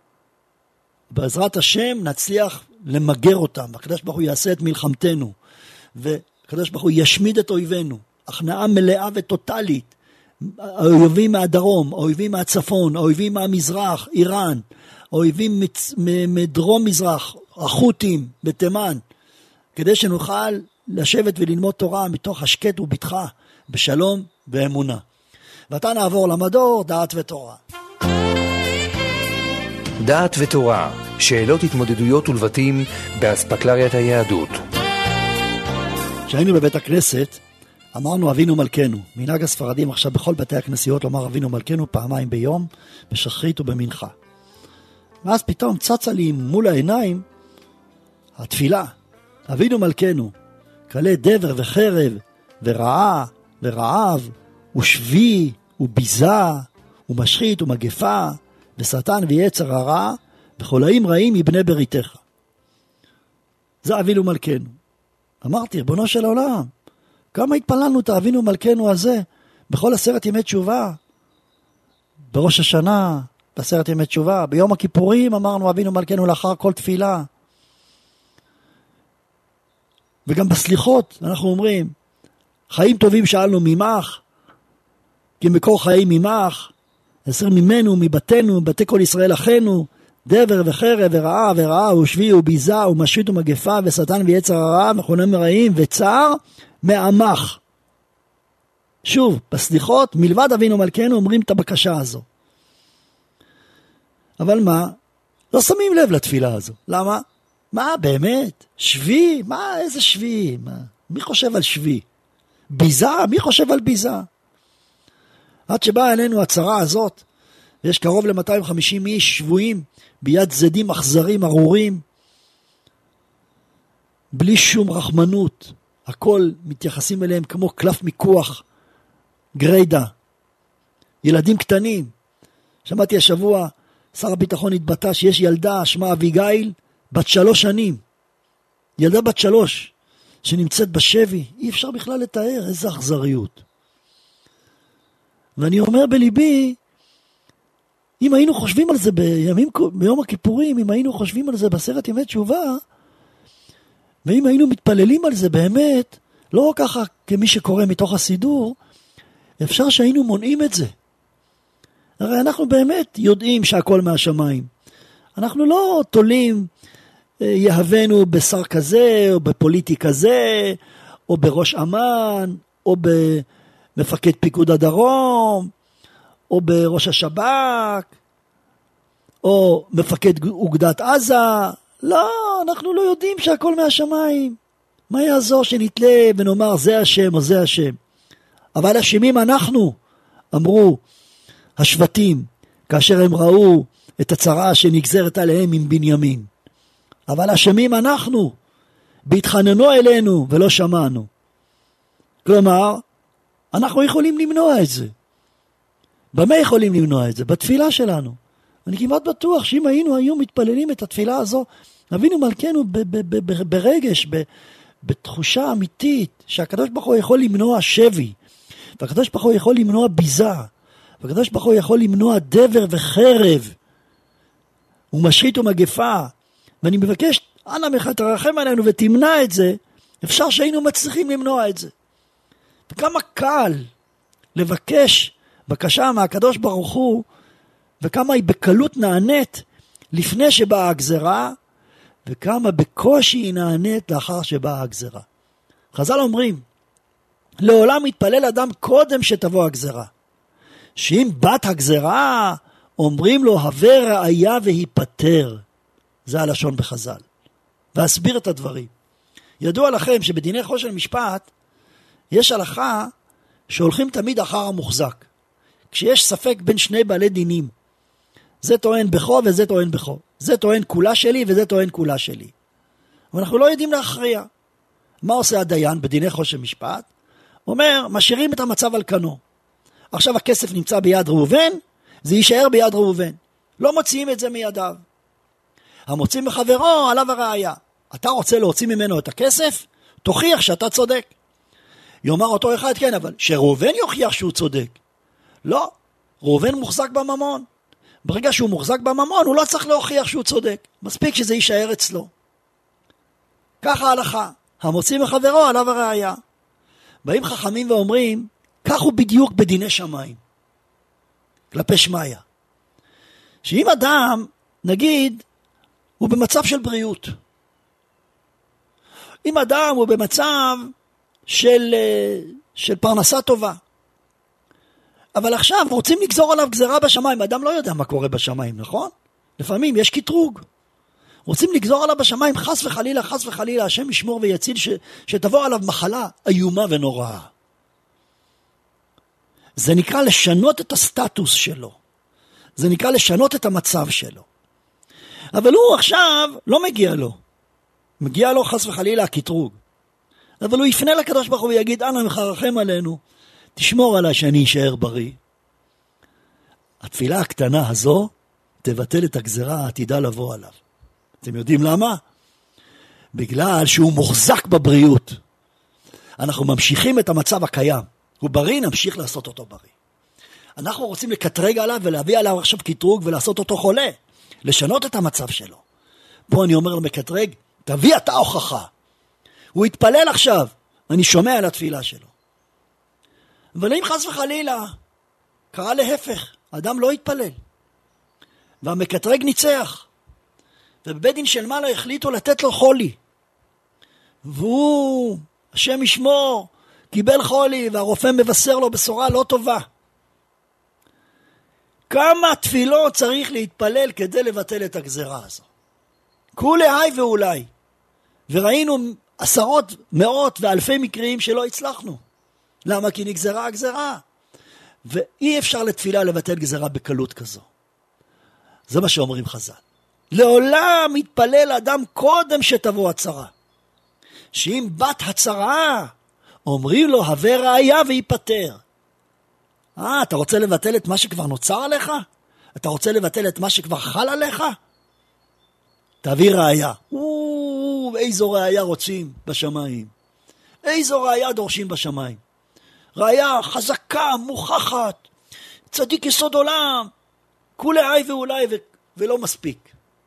בעזרת השם נצליח למגר אותם, הקדוש ברוך הוא יעשה את מלחמתנו, והקדוש ברוך הוא ישמיד את אויבינו, הכנעה מלאה וטוטלית, האויבים מהדרום, האויבים מהצפון, האויבים מהמזרח, איראן, האויבים מדרום מזרח, החות'ים בתימן, כדי שנוכל לשבת וללמוד תורה מתוך השקט ובטחה, בשלום ואמונה. ועתה נעבור למדור דעת ותורה. דעת ותורה, שאלות התמודדויות ולבטים באספקלריית היהדות. כשהיינו בבית הכנסת, אמרנו אבינו מלכנו. מנהג הספרדים עכשיו בכל בתי הכנסיות לומר אבינו מלכנו פעמיים ביום, בשחרית ובמנחה. ואז פתאום צצה לי מול העיניים התפילה. אבינו מלכנו, כלה דבר וחרב ורעה ורעב ושבי וביזה ומשחית ומגפה ושטן ויצר הרע וחולאים רעים מבני בריתך. זה אבינו מלכנו. אמרתי, ריבונו של העולם, כמה התפללנו את אבינו מלכנו הזה בכל עשרת ימי תשובה, בראש השנה, בעשרת ימי תשובה, ביום הכיפורים אמרנו אבינו מלכנו לאחר כל תפילה, וגם בסליחות אנחנו אומרים, חיים טובים שאלנו ממך, כי מקור חיים ממך, עשר ממנו, מבתנו, מבתי כל ישראל אחינו, דבר וחרב ורעה ורעה ושבי וביזה ומשית ומגפה ושטן ויצר הרע וחולם רעים וצער מעמך. שוב, בסליחות, מלבד אבינו מלכנו אומרים את הבקשה הזו. אבל מה? לא שמים לב לתפילה הזו. למה? מה באמת? שבי? מה? איזה שבי? מה? מי חושב על שבי? ביזה? מי חושב על ביזה? עד שבאה אלינו הצרה הזאת, יש קרוב ל-מאתיים וחמישים איש שבויים ביד זדים אכזרים ארורים, בלי שום רחמנות, הכל מתייחסים אליהם כמו קלף מיקוח, גריידה, ילדים קטנים. שמעתי השבוע, שר הביטחון התבטא שיש ילדה, שמה אביגיל, בת שלוש שנים, ילדה בת שלוש, שנמצאת בשבי, אי אפשר בכלל לתאר איזה אכזריות. ואני אומר בליבי, אם היינו חושבים על זה בימים, ביום הכיפורים, אם היינו חושבים על זה בעשרת ימי תשובה, ואם היינו מתפללים על זה באמת, לא ככה כמי שקורא מתוך הסידור, אפשר שהיינו מונעים את זה. הרי אנחנו באמת יודעים שהכל מהשמיים. אנחנו לא תולים יהבנו בשר כזה, או בפוליטי כזה, או בראש אמן, או במפקד פיקוד הדרום, או בראש השב"כ, או מפקד אוגדת עזה. לא, אנחנו לא יודעים שהכל מהשמיים. מה יעזור שנתלה ונאמר זה השם או זה השם? אבל אשמים אנחנו, אמרו השבטים, כאשר הם ראו את הצרה שנגזרת עליהם עם בנימין. אבל אשמים אנחנו, בהתחננו אלינו ולא שמענו. כלומר, אנחנו יכולים למנוע את זה. במה יכולים למנוע את זה? בתפילה שלנו. אני כמעט בטוח שאם היינו היום מתפללים את התפילה הזו, אבינו מלכנו ב- ב- ב- ב- ברגש, ב- בתחושה אמיתית, שהקדוש ברוך הוא יכול למנוע שבי, והקדוש ברוך הוא יכול למנוע ביזה, והקדוש ברוך הוא יכול למנוע דבר וחרב, ומשחית ומגפה, ואני מבקש, אנא ממך תרחם עלינו ותמנע את זה, אפשר שהיינו מצליחים למנוע את זה. וכמה קל לבקש בקשה מהקדוש ברוך הוא, וכמה היא בקלות נענית לפני שבאה הגזרה, וכמה בקושי היא נענית לאחר שבאה הגזרה. חז"ל אומרים, לעולם מתפלל אדם קודם שתבוא הגזרה. שאם בת הגזרה, אומרים לו, הווה ראיה והיפטר. זה הלשון בחז"ל. ואסביר את הדברים. ידוע לכם שבדיני חושן משפט, יש הלכה שהולכים תמיד אחר המוחזק. כשיש ספק בין שני בעלי דינים, זה טוען בכו וזה טוען בכו. זה טוען כולה שלי וזה טוען כולה שלי. אבל אנחנו לא יודעים להכריע. מה עושה הדיין בדיני חושן משפט? אומר, משאירים את המצב על כנו. עכשיו הכסף נמצא ביד ראובן, זה יישאר ביד ראובן. לא מוציאים את זה מידיו. המוצאים מחברו, עליו הראיה. אתה רוצה להוציא ממנו את הכסף? תוכיח שאתה צודק. יאמר אותו אחד, כן, אבל שראובן יוכיח שהוא צודק. לא, ראובן מוחזק בממון. ברגע שהוא מוחזק בממון, הוא לא צריך להוכיח שהוא צודק. מספיק שזה יישאר אצלו. ככה ההלכה. המוצאים מחברו, עליו הראיה. באים חכמים ואומרים, כך הוא בדיוק בדיני שמיים. כלפי שמיה. שאם אדם, נגיד, הוא במצב של בריאות. אם אדם הוא במצב של, של פרנסה טובה. אבל עכשיו רוצים לגזור עליו גזרה בשמיים. אדם לא יודע מה קורה בשמיים, נכון? לפעמים יש קטרוג. רוצים לגזור עליו בשמיים, חס וחלילה, חס וחלילה, השם ישמור ויציל, ש, שתבוא עליו מחלה איומה ונוראה. זה נקרא לשנות את הסטטוס שלו. זה נקרא לשנות את המצב שלו. אבל הוא עכשיו לא מגיע לו. מגיע לו חס וחלילה הקטרוג. אבל הוא יפנה לקדוש ברוך הוא ויגיד, אנא ממך רחם עלינו, תשמור עליי שאני אשאר בריא. התפילה הקטנה הזו תבטל את הגזרה העתידה לבוא עליו. אתם יודעים למה? בגלל שהוא מוחזק בבריאות. אנחנו ממשיכים את המצב הקיים. הוא בריא, נמשיך לעשות אותו בריא. אנחנו רוצים לקטרג עליו ולהביא עליו עכשיו קטרוג ולעשות אותו חולה. לשנות את המצב שלו. פה אני אומר למקטרג, תביא אתה הוכחה. הוא יתפלל עכשיו, אני שומע על התפילה שלו. אבל אם חס וחלילה, קרה להפך, האדם לא יתפלל. והמקטרג ניצח. ובבית דין של מעלה החליטו לתת לו חולי. והוא, השם ישמור, קיבל חולי, והרופא מבשר לו בשורה לא טובה. כמה תפילות צריך להתפלל כדי לבטל את הגזרה הזו? כולי היי ואולי. וראינו עשרות, מאות ואלפי מקרים שלא הצלחנו. למה? כי נגזרה הגזרה. ואי אפשר לתפילה לבטל גזרה בקלות כזו. זה מה שאומרים חז"ל. לעולם מתפלל אדם קודם שתבוא הצרה. שאם בת הצרה, אומרים לו, הווה ראיה ויפטר. אה, אתה רוצה לבטל את מה שכבר נוצר עליך? אתה רוצה לבטל את מה שכבר חל עליך? תביא ראיה. או, איזו ראיה רוצים בשמיים. איזו ראיה דורשים בשמיים. ראיה חזקה, מוכחת, צדיק יסוד עולם, כולי היי ואולי ו- ולא מספיק.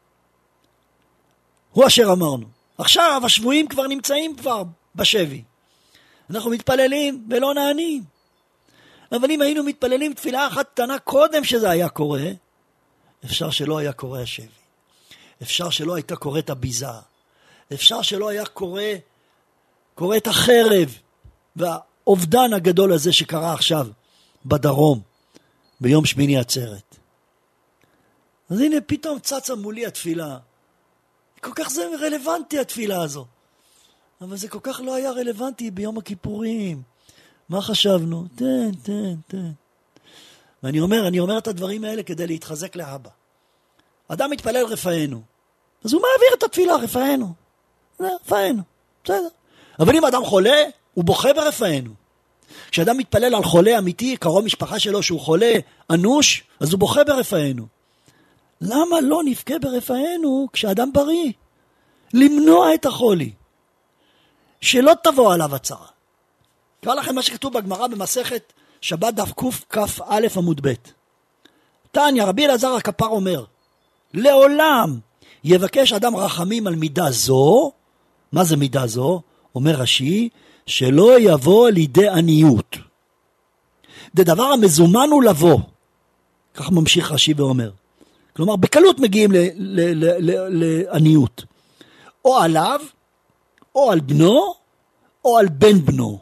הוא אשר אמרנו. עכשיו השבויים כבר נמצאים כבר בשבי. אנחנו מתפללים ולא נענים. אבל אם היינו מתפללים תפילה אחת קטנה קודם שזה היה קורה, אפשר שלא היה קורה השבי. אפשר שלא הייתה קורית הביזה. אפשר שלא היה קורה, קורית החרב והאובדן הגדול הזה שקרה עכשיו בדרום, ביום שמיני עצרת. אז הנה פתאום צצה מולי התפילה. כל כך זה רלוונטי התפילה הזו. אבל זה כל כך לא היה רלוונטי ביום הכיפורים. מה חשבנו? תן, תן, תן. ואני אומר, אני אומר את הדברים האלה כדי להתחזק לאבא. אדם מתפלל רפאנו. אז הוא מעביר את התפילה רפאנו. זה רפאנו. בסדר. אבל אם אדם חולה, הוא בוכה ברפאנו. כשאדם מתפלל על חולה אמיתי, קרוב משפחה שלו שהוא חולה אנוש, אז הוא בוכה ברפאנו. למה לא נבכה ברפאנו כשאדם בריא? למנוע את החולי. שלא תבוא עליו הצרה. קרא לכם מה שכתוב בגמרא במסכת שבת דף קכ"א עמוד ב'. תניא, רבי אלעזר הכפר אומר, לעולם יבקש אדם רחמים על מידה זו. מה זה מידה זו? אומר רש"י, שלא יבוא לידי עניות. זה דבר המזומן הוא לבוא. כך ממשיך רש"י ואומר. כלומר, בקלות מגיעים לעניות. או עליו, או על בנו, או על בן בנו.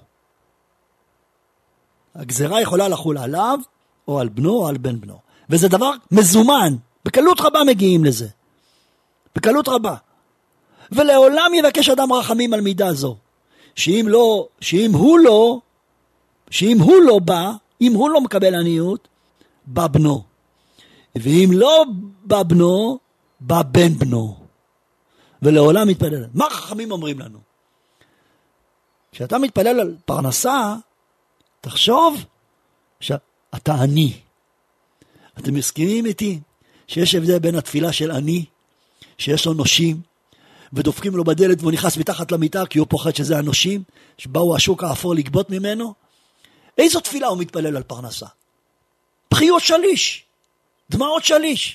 הגזרה יכולה לחול עליו, או על בנו, או על בן בנו. וזה דבר מזומן. בקלות רבה מגיעים לזה. בקלות רבה. ולעולם יבקש אדם רחמים על מידה זו. שאם לא, שאם הוא לא, שאם הוא לא בא, אם הוא לא מקבל עניות, בא בנו. ואם לא בא בנו, בא בן בנו. ולעולם מתפלל. מה חכמים אומרים לנו? כשאתה מתפלל על פרנסה, תחשוב שאתה עני. אתם מסכימים איתי שיש הבדל בין התפילה של עני, שיש לו נושים, ודופקים לו בדלת והוא נכנס מתחת למיטה, כי הוא פוחד שזה הנושים, שבאו השוק האפור לגבות ממנו. איזו תפילה הוא מתפלל על פרנסה? בחיות שליש, דמעות שליש.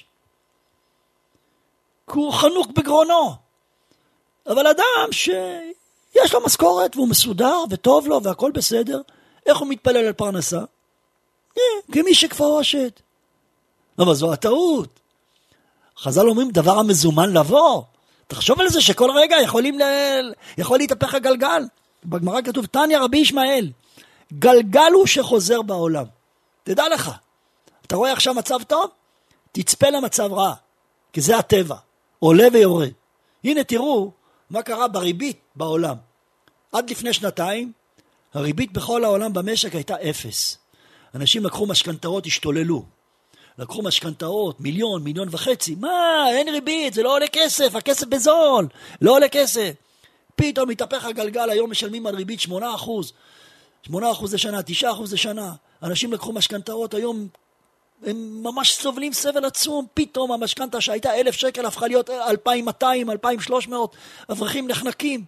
כי הוא חנוק בגרונו. אבל אדם שיש לו משכורת והוא מסודר וטוב לו והכל בסדר, איך הוא מתפלל על פרנסה? כמי שכפו השד. אבל זו הטעות. חז"ל אומרים דבר המזומן לבוא. תחשוב על זה שכל רגע יכולים ל... יכול להתהפך הגלגל. בגמרא כתוב, תניא רבי ישמעאל, גלגל הוא שחוזר בעולם. תדע לך, אתה רואה עכשיו מצב טוב? תצפה למצב רע, כי זה הטבע, עולה ויורד. הנה תראו מה קרה בריבית בעולם. עד לפני שנתיים, הריבית בכל העולם במשק הייתה אפס. אנשים לקחו משכנתאות, השתוללו. לקחו משכנתאות, מיליון, מיליון וחצי. מה? אין ריבית, זה לא עולה כסף, הכסף בזול, לא עולה כסף. פתאום מתהפך הגלגל, היום משלמים על ריבית שמונה אחוז. שמונה אחוז זה שנה, תשעה אחוז זה שנה. אנשים לקחו משכנתאות, היום הם ממש סובלים סבל עצום. פתאום המשכנתה שהייתה אלף שקל הפכה להיות אלפיים ומאתיים, אלפיים ושלוש מאות. אברכים נחנקים.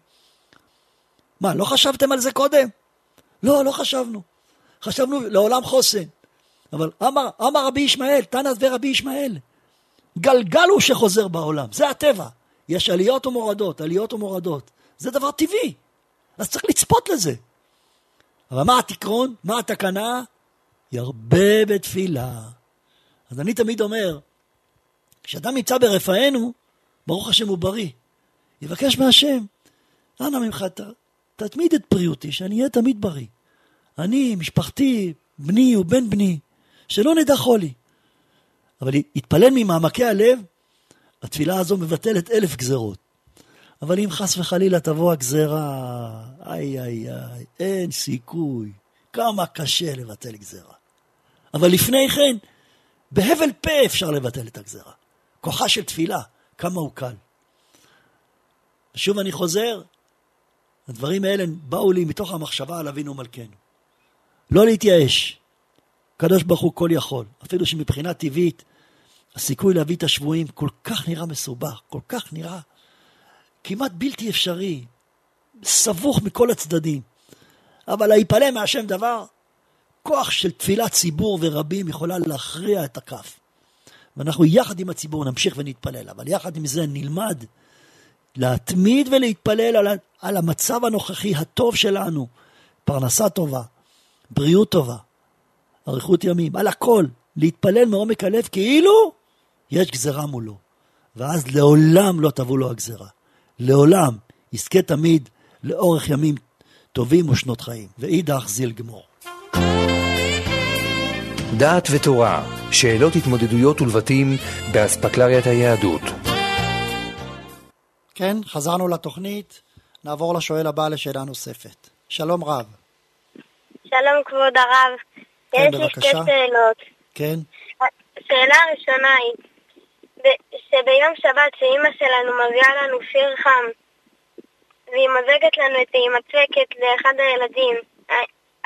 מה, לא חשבתם על זה קודם? לא, לא חשבנו. חשבנו לעולם חוסן. אבל אמר, אמר רבי ישמעאל, תנא ורבי ישמעאל, גלגל הוא שחוזר בעולם, זה הטבע. יש עליות ומורדות, עליות ומורדות. זה דבר טבעי. אז צריך לצפות לזה. אבל מה התקרון? מה התקנה? ירבה בתפילה. אז אני תמיד אומר, כשאדם נמצא ברפאנו, ברוך השם הוא בריא. יבקש מהשם, אנא ממך, תתמיד את בריאותי, שאני אהיה תמיד בריא. אני, משפחתי, בני ובן בני, שלא נדע חולי. אבל יתפלל ממעמקי הלב, התפילה הזו מבטלת אלף גזרות. אבל אם חס וחלילה תבוא הגזרה, איי איי איי, אין סיכוי. כמה קשה לבטל גזרה. אבל לפני כן, בהבל פה אפשר לבטל את הגזרה. כוחה של תפילה, כמה הוא קל. ושוב אני חוזר, הדברים האלה באו לי מתוך המחשבה על אבינו מלכנו. לא להתייאש. קדוש ברוך הוא כל יכול. אפילו שמבחינה טבעית, הסיכוי להביא את השבועים כל כך נראה מסובך, כל כך נראה כמעט בלתי אפשרי, סבוך מכל הצדדים. אבל להיפלא מהשם דבר, כוח של תפילת ציבור ורבים יכולה להכריע את הכף. ואנחנו יחד עם הציבור נמשיך ונתפלל, אבל יחד עם זה נלמד להתמיד ולהתפלל על, על המצב הנוכחי הטוב שלנו, פרנסה טובה, בריאות טובה, אריכות ימים, על הכל, להתפלל מעומק הלב כאילו יש גזרה מולו. ואז לעולם לא תבוא לו הגזרה. לעולם יזכה תמיד לאורך ימים טובים ושנות חיים. ואידך זיל גמור. דעת ותורה, שאלות התמודדויות ולבטים באספקלריית היהדות. כן, חזרנו לתוכנית, נעבור לשואל הבא לשאלה נוספת. שלום רב. שלום כבוד הרב. כן, יש לי בבקשה. שתי שאלות. כן. השאלה הראשונה היא, שביום שבת שאמא שלנו מביאה לנו שיר חם, והיא מזגת לנו את המצקת לאחד הילדים,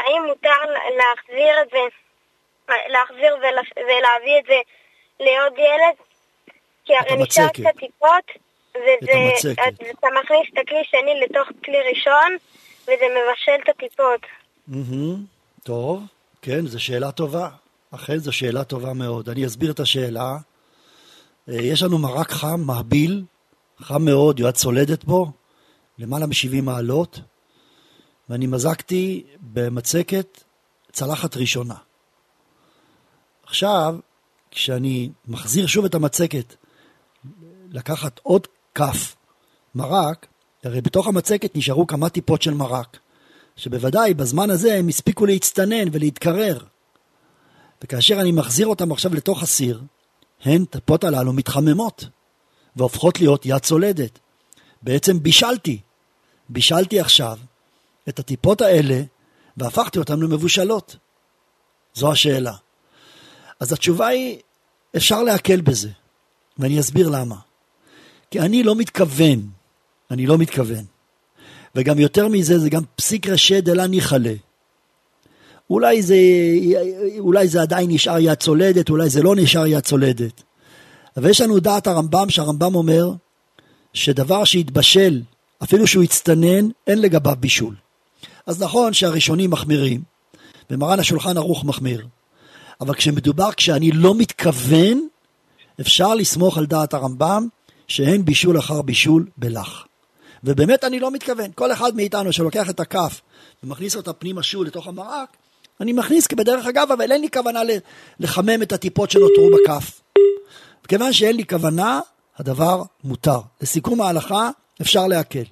האם מותר להחזיר את זה, להחזיר ולהביא את זה לעוד ילד? כי הרי נשאר קצת טיפות, ואתה מכניס את הכלי שני לתוך כלי ראשון, וזה מבשל את הטיפות. טוב, כן, זו שאלה טובה. אכן, זו שאלה טובה מאוד. אני אסביר את השאלה. יש לנו מרק חם, מהביל, חם מאוד, יועד צולדת בו, למעלה מ-שבעים מעלות, ואני מזקתי במצקת צלחת ראשונה. עכשיו, כשאני מחזיר שוב את המצקת, לקחת עוד כף מרק, הרי בתוך המצקת נשארו כמה טיפות של מרק, שבוודאי בזמן הזה הם הספיקו להצטנן ולהתקרר. וכאשר אני מחזיר אותם עכשיו לתוך הסיר, הן טיפות הללו מתחממות, והופכות להיות יד צולדת. בעצם בישלתי, בישלתי עכשיו את הטיפות האלה, והפכתי אותם למבושלות. זו השאלה. אז התשובה היא, אפשר להקל בזה, ואני אסביר למה. כי אני לא מתכוון, אני לא מתכוון. וגם יותר מזה, זה גם פסיק רשע דלה ניחלה. אולי זה, אולי זה עדיין נשאר יד צולדת, אולי זה לא נשאר יד צולדת. אבל יש לנו דעת הרמב"ם, שהרמב"ם אומר, שדבר שהתבשל, אפילו שהוא הצטנן, אין לגביו בישול. אז נכון שהראשונים מחמירים, ומרן השולחן ערוך מחמיר. אבל כשמדובר, כשאני לא מתכוון, אפשר לסמוך על דעת הרמב"ם, שאין בישול אחר בישול בלח. ובאמת אני לא מתכוון. כל אחד מאיתנו שלוקח את הכף, ומכניס אותה פנימה שול לתוך המרק, אני מכניס כבדרך אגב, אבל אין לי כוונה לחמם את הטיפות שנותרו בכף. וכיוון שאין לי כוונה, הדבר מותר. לסיכום ההלכה, אפשר להקל.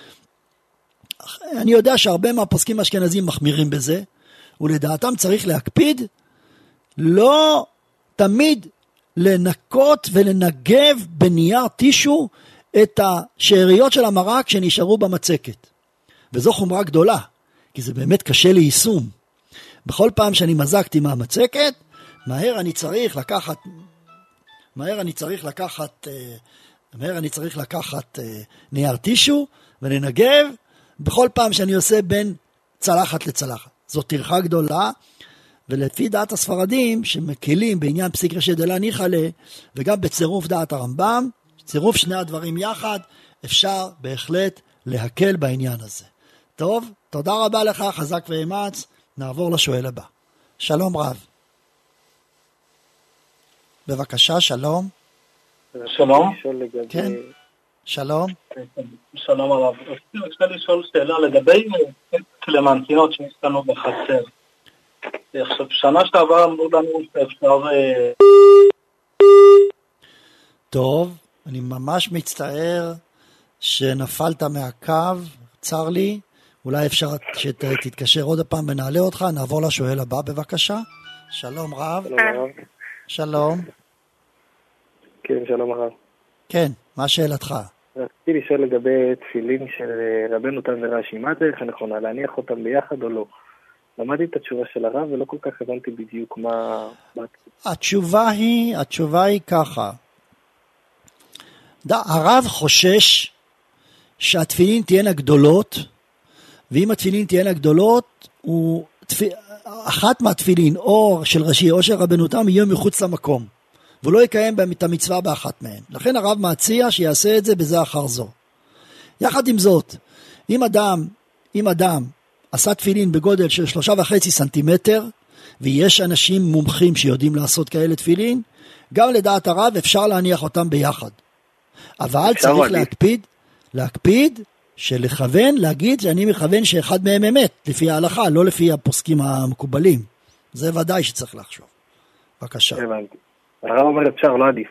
אני יודע שהרבה מהפוסקים האשכנזים מחמירים בזה, ולדעתם צריך להקפיד, לא תמיד לנקות ולנגב בנייר טישו את השאריות של המרק שנשארו במצקת. וזו חומרה גדולה, כי זה באמת קשה ליישום. בכל פעם שאני מזקתי מהמצקת, מהר אני צריך לקחת, מהר אני צריך לקחת, מהר אני צריך לקחת נייר טישו ולנגב, בכל פעם שאני עושה בין צלחת לצלחת. זו טרחה גדולה, ולפי דעת הספרדים שמקלים בעניין פסיק רשע דלה ניחלה, וגם בצירוף דעת הרמב"ם, צירוף שני הדברים יחד, אפשר בהחלט להקל בעניין הזה. טוב, תודה רבה לך, חזק ואמץ, נעבור לשואל הבא. שלום רב. בבקשה, שלום. שלום. כן, שלום. שלום הרב. אני רוצה לשאול שאלה לגבי קלמנטינות שיש לנו בחצר. עכשיו, שנה שעבר אמרו לנו שאפשר... טוב, אני ממש מצטער שנפלת מהקו, צר לי. אולי אפשר שתתקשר עוד הפעם ונעלה אותך. נעבור לשואל הבא בבקשה. שלום רב. שלום הרב. שלום. כן, שלום הרב. כן, מה שאלתך? רציתי לשאול לגבי תפילין של רבנו תם ורש"י. מה הדרך הנכונה, להניח אותם ביחד או לא? למדתי את התשובה של הרב ולא כל כך הבנתי בדיוק מה... התשובה היא, התשובה היא ככה. הרב חושש שהתפילין תהיינה גדולות, ואם התפילין תהיינה גדולות, הוא, אחת מהתפילין, או של רש"י או של רבנו תם, יהיה מחוץ למקום, והוא לא יקיים את המצווה באחת מהן. לכן הרב מציע שיעשה את זה בזה אחר זו. יחד עם זאת, אם אדם, אם אדם עשה תפילין בגודל של שלושה וחצי סנטימטר, ויש אנשים מומחים שיודעים לעשות כאלה תפילין, גם לדעת הרב אפשר להניח אותם ביחד. אבל צריך להקפיד, להקפיד שלכוון, להגיד שאני מכוון שאחד מהם אמת, לפי ההלכה, לא לפי הפוסקים המקובלים. זה ודאי שצריך לחשוב. בבקשה. הבנתי. הרב אומר אפשר, לא עדיף.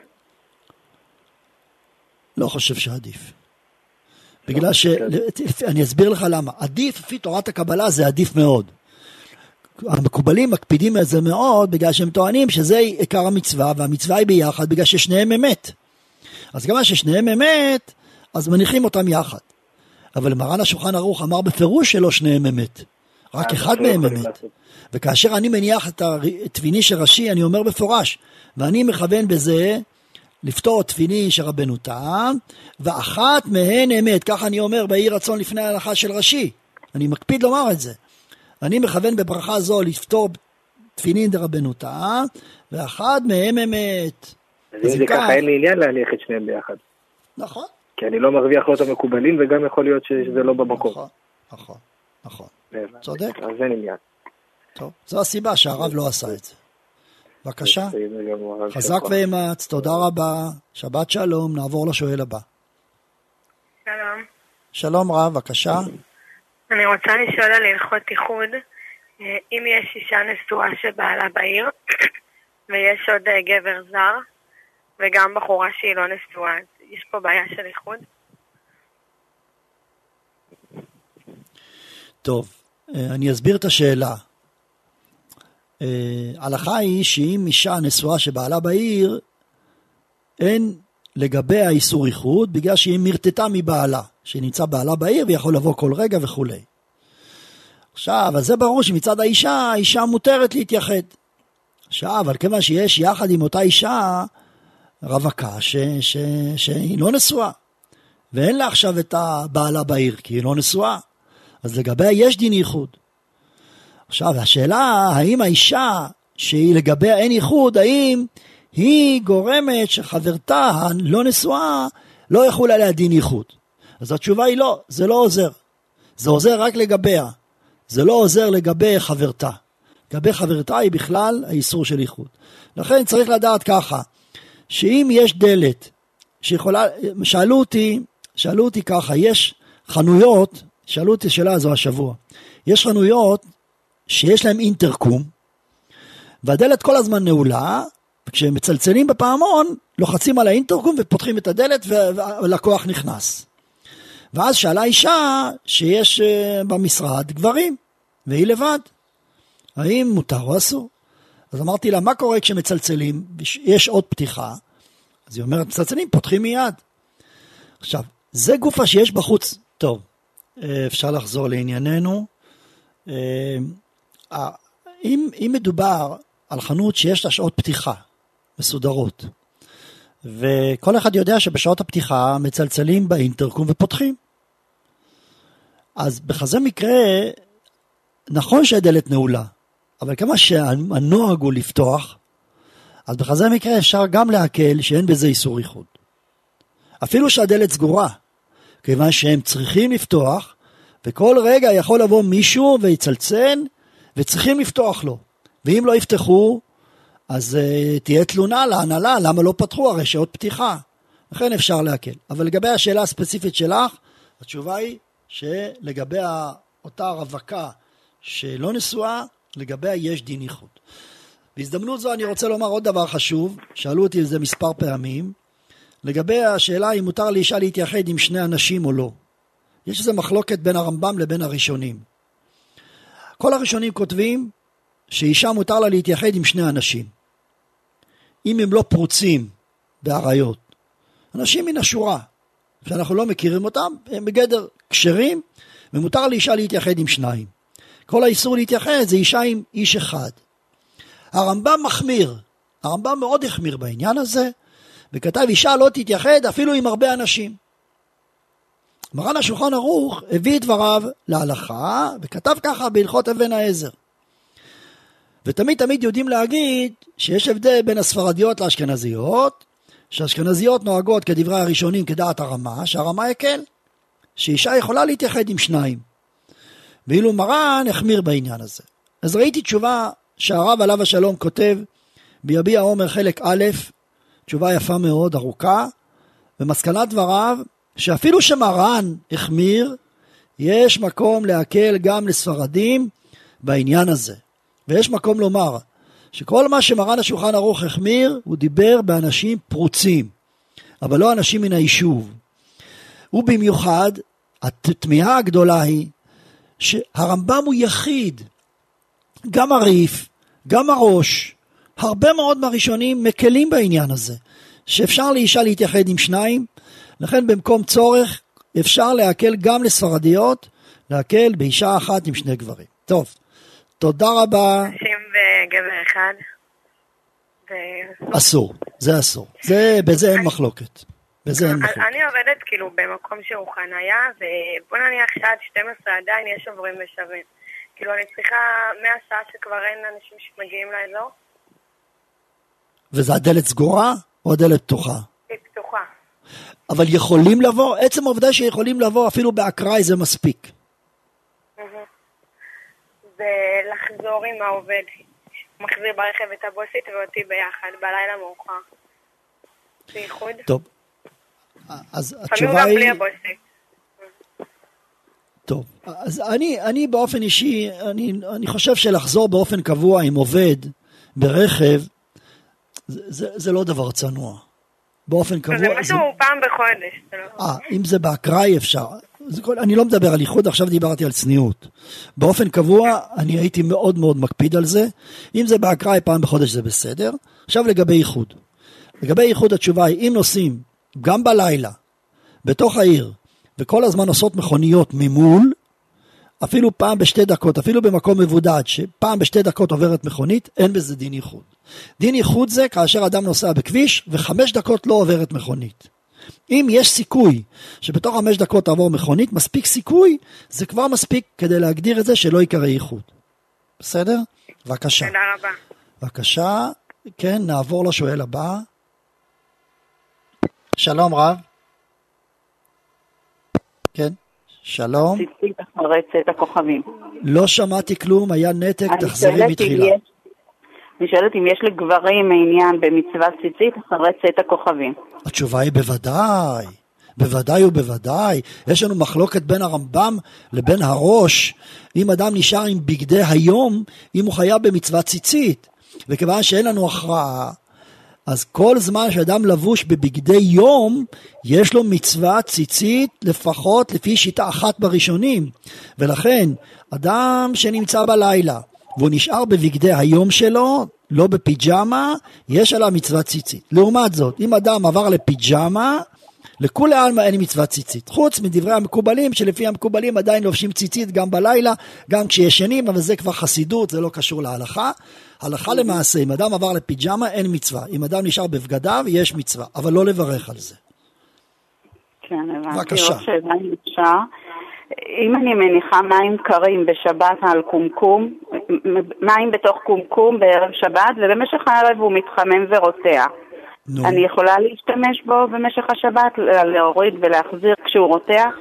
לא חושב שעדיף. בגלל ש... אני אסביר לך למה. עדיף, לפי תורת הקבלה, זה עדיף מאוד. המקובלים מקפידים את זה מאוד, בגלל שהם טוענים שזה עיקר המצווה, והמצווה היא ביחד, בגלל ששניהם אמת. אז גם ששניהם אמת, אז מניחים אותם יחד. אבל מרן השולחן ערוך אמר בפירוש שלא שניהם אמת. רק אחד מהם אמת. וכאשר אני מניח את התפיני של רש"י, אני אומר בפורש, ואני מכוון בזה לפתור תפיני של רבנו תם, ואחת מהן אמת. כך אני אומר, באי רצון לפני ההלכה של רש"י. אני מקפיד לומר את זה. אני מכוון בברכה זו לפתור תפילין דרבנותה, ואחד מהם אמת. אז אם זה ככה אין לי עניין להניח את שניהם ביחד. נכון. כי אני לא מרוויח לא את המקובלים, וגם יכול להיות שזה לא במקום. נכון, נכון, נכון. צודק. אז אין עניין. טוב, זו הסיבה שהרב לא עשה את זה. בבקשה. חזק ואמץ, תודה רבה, שבת שלום, נעבור לשואל הבא. שלום. שלום רב, בבקשה. אני רוצה לשאול על הלכות איחוד, אם יש אישה נשואה שבעלה בעיר, ויש עוד גבר זר, וגם בחורה שהיא לא נשואה, יש פה בעיה של איחוד? טוב, אני אסביר את השאלה. ההלכה היא שאם אישה נשואה שבעלה בעיר, אין לגבי האיסור איחוד, בגלל שהיא מרתתה מבעלה, שנמצא בעלה בעיר ויכול לבוא כל רגע וכו'. עכשיו, אז זה ברור שמצד האישה, האישה מותרת להתייחד. עכשיו, אבל כיוון שיש יחד עם אותה אישה, רווקה ש, ש, שהיא לא נשואה, ואין לה עכשיו את הבעלה בעיר, כי היא לא נשואה, אז לגביה יש דין ייחוד. עכשיו, השאלה, האם האישה שהיא לגביה אין ייחוד, האם היא גורמת שחברתה הלא נשואה לא יחול עליה דין ייחוד? אז התשובה היא לא, זה לא עוזר. זה עוזר רק לגביה. זה לא עוזר לגבי חברתה. לגבי חברתה היא בכלל האיסור של ייחוד. לכן צריך לדעת ככה, שאם יש דלת שיכולה, שאלו אותי, שאלו אותי ככה, יש חנויות, שאלו אותי שאלה הזו השבוע, יש חנויות שיש להם אינטרקום, והדלת כל הזמן נעולה, וכשהם מצלצלים בפעמון, לוחצים על האינטרקום ופותחים את הדלת והלקוח נכנס. ואז שאלה אישה שיש במשרד גברים, והיא לבד. האם מותר או אסור? אז אמרתי לה, מה קורה כשמצלצלים? יש עוד פתיחה. אז היא אומרת, מצלצלים, פותחים מיד. עכשיו, זה גופה שיש בחוץ. טוב, אפשר לחזור לענייננו. אם, אם מדובר על חנות שיש לה שעות פתיחה מסודרות, וכל אחד יודע שבשעות הפתיחה מצלצלים באינטרקום ופותחים, אז בכזה מקרה נכון שהדלת נעולה, אבל כמה שהנוהג הוא לפתוח, אז בכזה מקרה אפשר גם להקל שאין בזה איסור ייחוד. אפילו שהדלת סגורה, כיוון שהם צריכים לפתוח, וכל רגע יכול לבוא מישהו ויצלצל, וצריכים לפתוח לו. ואם לא יפתחו, אז uh, תהיה תלונה להנהלה, למה לא פתחו, הרי שעות פתיחה. לכן אפשר להקל. אבל לגבי השאלה הספציפית שלך, התשובה היא שלגבי אותה רווקה שלא נשואה, לגביה יש דין ייחוד. בהזדמנות זו אני רוצה לומר עוד דבר חשוב, שאלו אותי על זה מספר פעמים, לגבי השאלה אם מותר לאישה להתייחד עם שני אנשים או לא. יש איזו מחלוקת בין הרמב"ם לבין הראשונים. כל הראשונים כותבים שאישה מותר לה להתייחד עם שני אנשים. אם הם לא פרוצים בעריות. אנשים מן השורה, שאנחנו לא מכירים אותם, הם בגדר כשרים, ומותר לאישה להתייחד עם שניים. כל האיסור להתייחד זה אישה עם איש אחד. הרמב"ם מחמיר, הרמב"ם מאוד החמיר בעניין הזה, וכתב אישה לא תתייחד אפילו עם הרבה אנשים. מרן השולחן ערוך הביא את דבריו להלכה, וכתב ככה בהלכות אבן העזר. ותמיד תמיד יודעים להגיד שיש הבדל בין הספרדיות לאשכנזיות, שהאשכנזיות נוהגות כדברי הראשונים כדעת הרמה, שהרמה יקל, שאישה יכולה להתייחד עם שניים. ואילו מרן החמיר בעניין הזה. אז ראיתי תשובה שהרב עליו השלום כותב ביביע עומר חלק א', תשובה יפה מאוד, ארוכה, ומסקנת דבריו שאפילו שמרן החמיר, יש מקום להקל גם לספרדים בעניין הזה. ויש מקום לומר שכל מה שמרן השולחן ערוך החמיר, הוא דיבר באנשים פרוצים, אבל לא אנשים מן היישוב. ובמיוחד, התמיהה הגדולה היא, שהרמב"ם הוא יחיד, גם הריף, גם הראש, הרבה מאוד מהראשונים מקלים בעניין הזה, שאפשר לאישה להתייחד עם שניים, לכן במקום צורך אפשר להקל גם לספרדיות, להקל באישה אחת עם שני גברים. טוב, תודה רבה. נשים וגבר אחד. ו... אסור, זה אסור. זה, בזה אין מחלוקת. בזה אין מחלוקת. אני עובדת כאילו במקום שהוא חניה, ובוא נניח שעד שתים עשרה עדיין יש עוברים ושבים. כאילו אני צריכה מהשעה שכבר אין אנשים שמגיעים לאזור. וזה הדלת סגורה או הדלת פתוחה? היא פתוחה. אבל יכולים לבוא, עצם העובדה שיכולים לבוא אפילו באקראי זה מספיק. ולחזור עם העובד. מחזיר ברכב את הבוסית ואותי ביחד, בלילה מאוחר. בייחוד. טוב. אז התשובה היא... גם בלי הבוסית. טוב. אז אני, אני באופן אישי, אני, אני חושב שלחזור באופן קבוע עם עובד ברכב, זה, זה, זה לא דבר צנוע. באופן קבוע... זה משהו זה... פעם בחודש. אה, אם זה באקראי אפשר. כל, אני לא מדבר על איחוד, עכשיו דיברתי על צניעות. באופן קבוע, אני הייתי מאוד מאוד מקפיד על זה. אם זה באקראי פעם בחודש זה בסדר. עכשיו לגבי איחוד. לגבי איחוד התשובה היא, אם נוסעים גם בלילה, בתוך העיר, וכל הזמן נוסעות מכוניות ממול, אפילו פעם בשתי דקות, אפילו במקום מבודד, שפעם בשתי דקות עוברת מכונית, אין בזה דין איחוד. דין איחוד זה כאשר אדם נוסע בכביש, וחמש דקות לא עוברת מכונית. אם יש סיכוי שבתוך חמש דקות תעבור מכונית, מספיק סיכוי, זה כבר מספיק כדי להגדיר את זה שלא יקרא איחוד. בסדר? בבקשה. תודה רבה. בבקשה, כן, נעבור לשואל הבא. שלום רב. כן, שלום. ציצית אחרי צאת הכוכבים. לא שמעתי כלום, היה נתק, תחזרי מתחילה. אני שואלת אם יש לגברים עניין במצווה ציצית אחרי צאת הכוכבים. התשובה היא בוודאי, בוודאי ובוודאי. יש לנו מחלוקת בין הרמב"ם לבין הראש, אם אדם נשאר עם בגדי היום, אם הוא חייב במצווה ציצית. וכיוון שאין לנו הכרעה, אז כל זמן שאדם לבוש בבגדי יום, יש לו מצווה ציצית לפחות לפי שיטה אחת בראשונים. ולכן, אדם שנמצא בלילה, והוא נשאר בבגדי היום שלו, לא בפיג'מה, יש עליו מצווה ציצית. לעומת זאת, אם אדם עבר לפיג'מה, לכולי עלמא אין מצווה ציצית. חוץ מדברי המקובלים, שלפי המקובלים עדיין לובשים ציצית גם בלילה, גם כשישנים, אבל זה כבר חסידות, זה לא קשור להלכה. הלכה למעשה, אם אדם עבר לפיג'מה, אין מצווה. אם אדם נשאר בבגדיו, יש מצווה, אבל לא לברך על זה. כן, הבנתי. בבקשה. אם אני מניחה מים קרים בשבת על קומקום, מים בתוך קומקום בערב שבת, ובמשך הערב הוא מתחמם ורותח. נו. אני יכולה להשתמש בו במשך השבת, להוריד ולהחזיר כשהוא רותח?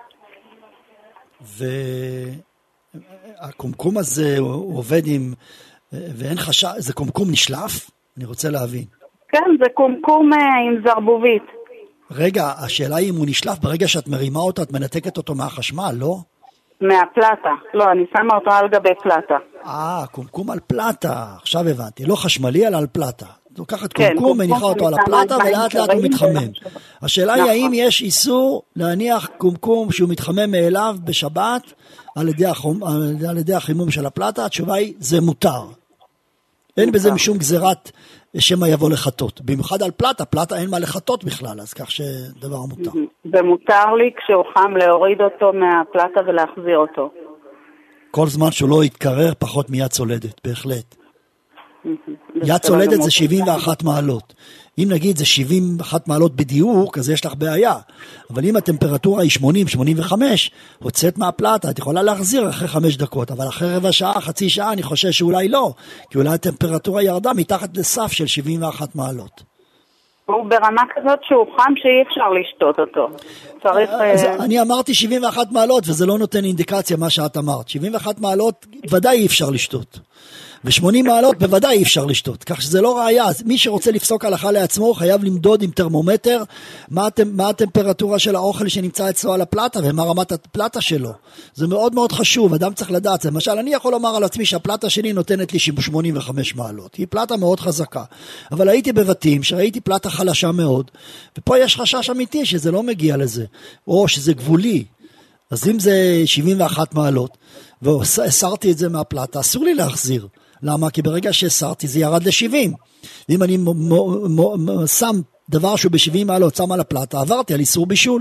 והקומקום הזה הוא עובד עם, ואין חשש, זה קומקום נשלף? אני רוצה להבין. כן, זה קומקום עם זרבובית. רגע, השאלה היא אם הוא נשלף, ברגע שאת מרימה אותו, את מנתקת אותו מהחשמל, לא? מהפלטה. לא, אני שמה אותו על גבי פלטה. אה, קומקום על פלטה. עכשיו הבנתי. לא חשמלי, אלא על פלטה. לוקחת קומקום, מניחה אותו על הפלטה, ולאט לאט הוא מתחמם. השאלה היא האם יש איסור להניח קומקום שהוא מתחמם מאליו בשבת, על ידי החימום של הפלטה? התשובה היא, זה מותר. אין בזה משום גזירת שמה יבוא לחטות. במיוחד על פלטה, פלטה אין מה לחטות בכלל, אז כך שדבר מותר. ומותר לי כשהוא חם להוריד אותו מהפלטה ולהחזיר אותו. כל זמן שהוא לא יתקרר פחות מיד צולדת, בהחלט. יד צולדת זה שבעים ואחת מעלות. אם נגיד זה שבעים ואחת מעלות בדיוק, אז יש לך בעיה. אבל אם הטמפרטורה היא שמונים שמונים וחמש, הוצאת מהפלטה, את יכולה להחזיר אחרי חמש דקות, אבל אחרי רבע שעה, חצי שעה, אני חושב שאולי לא, כי אולי הטמפרטורה ירדה מתחת לסף של שבעים ואחת מעלות. הוא ברמה כזאת שהוא חם שאי אפשר לשתות אותו. צריך... אני אמרתי שבעים ואחת מעלות, וזה לא נותן אינדיקציה מה שאת אמרת. שבעים ואחת מעלות ודאי אי אפשר לשתות. ו-שמונים מעלות בוודאי אי אפשר לשתות, כך שזה לא ראיה. מי שרוצה לפסוק הלכה לעצמו חייב למדוד עם טרמומטר מה, מה הטמפרטורה של האוכל שנמצא אצלו על הפלטה ומה רמת הפלטה שלו. זה מאוד מאוד חשוב, אדם צריך לדעת. למשל, אני יכול לומר על עצמי שהפלטה שלי נותנת לי שמונים וחמש מעלות, היא פלטה מאוד חזקה, אבל הייתי בבתים שראיתי פלטה חלשה מאוד, ופה יש חשש אמיתי שזה לא מגיע לזה, או שזה גבולי. אז אם זה שבעים ואחת מעלות והסרתי את זה מהפלטה, אסור לי להחזיר. למה? כי ברגע שהסרתי זה ירד ל-שבעים. אם אני מ- מ- מ- שם דבר שהוא ב-שבעים מעלות, שם על הפלטה, עברתי על איסור בישול.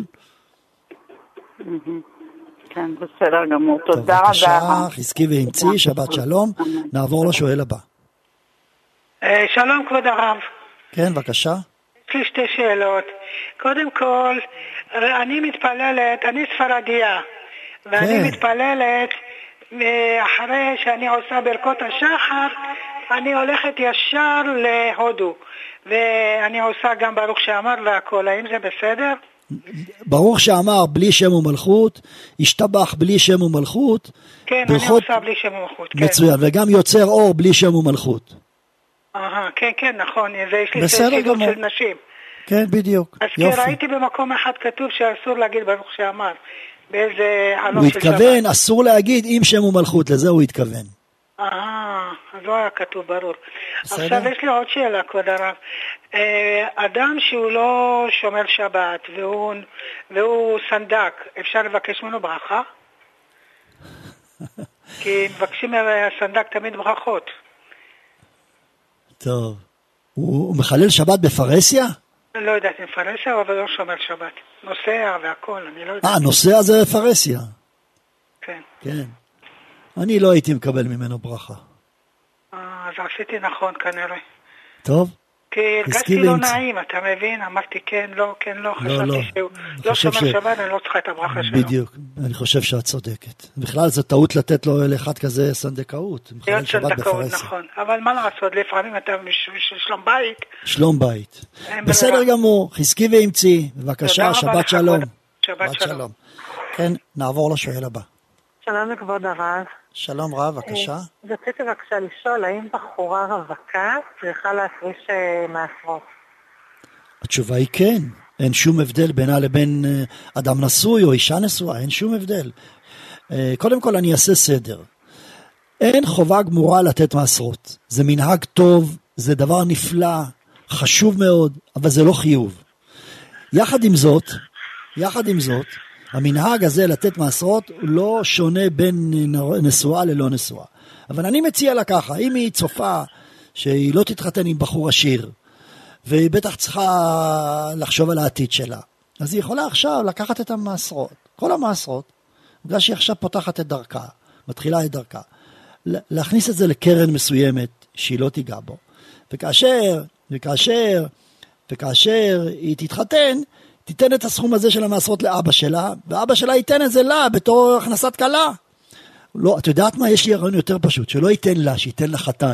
כן, בסדר גמור. תודה רבה. בבקשה, חזקי ואמצי, שבת שלום. נעבור לשואל הבא. שלום כבוד הרב. כן, בבקשה. יש לי שתי שאלות. קודם כל, אני מתפללת, אני ספרדיה, ואני מתפללת ואחרי שאני עושה ברכות השחר, אני הולכת ישר להודו, ואני עושה גם ברוך שאמר והכל. האם זה בסדר? ברוך שאמר בלי שם ומלכות, השתבח בלי שם ומלכות. כן, ברכות... אני עושה בלי שם ומלכות. כן. מצוין, וגם יוצר אור בלי שם ומלכות. אהה, כן, כן, נכון, זה יש לי בסדר סידור גמור. של נשים. כן, בדיוק. אז יופי. כן, ראיתי במקום אחד כתוב שאסור להגיד ברוך שאמר, באיזה עלות הוא של התכוון, שבת. אסור להגיד עם שם ומלכות, לזה הוא התכוון. אה, אז לא היה כתוב, ברור. בסדר? עכשיו יש לי עוד שאלה, כבוד הרב. אה, אדם שהוא לא שומר שבת והוא, והוא סנדק, אפשר לבקש ממנו ברכה? כי מבקשים מהסנדק תמיד ברכות. טוב. הוא, הוא מחלל שבת בפרסיה? לא יודעת אם פרסיה, אבל לא שומר שבת. נוסע והכל, אני לא יודעת. אה, נוסע זה פרסיה. כן. כן. אני לא הייתי מקבל ממנו ברכה. אה, אז עשיתי נכון כנראה. טוב. כי הרגשתי לא נעים, אתה מבין? אמרתי כן, לא, כן, לא. חשבתי שהוא לא שומר שבת, אני לא צריכה את הברכה שלו. בדיוק, אני חושב שאת צודקת. בכלל זו טעות לתת לו לאחד כזה סנדקאות. להיות סנדקאות, נכון. אבל מה לעשות, לפעמים אתה שלום בית. שלום בית. בסדר גמור, חזקי ואמצי. בבקשה, שבת שלום. שבת שלום. כן, נעבור לשואל הבא. שלום לכבוד הרב. שלום רב, בבקשה. רציתי בבקשה לשאול, האם בחורה רווקה צריכה להפריש מעשרות? התשובה היא כן. אין שום הבדל בינה לבין אדם נשוי או אישה נשואה, אין שום הבדל. קודם כל אני אעשה סדר. אין חובה גמורה לתת מעשרות. זה מנהג טוב, זה דבר נפלא, חשוב מאוד, אבל זה לא חיוב. יחד עם זאת, יחד עם זאת, המנהג הזה לתת מעשרות הוא לא שונה בין נשואה ללא נשואה. אבל אני מציע לה ככה, אם היא צופה שהיא לא תתחתן עם בחור עשיר, והיא בטח צריכה לחשוב על העתיד שלה, אז היא יכולה עכשיו לקחת את המעשרות, כל המעשרות, בגלל שהיא עכשיו פותחת את דרכה, מתחילה את דרכה, להכניס את זה לקרן מסוימת שהיא לא תיגע בו. וכאשר, וכאשר, וכאשר היא תתחתן, תיתן את הסכום הזה של המעשרות לאבא שלה, ואבא שלה ייתן את זה לה בתור הכנסת כלה. לא, את יודעת מה? יש לי הרעיון יותר פשוט, שלא ייתן לה, שייתן לחתן.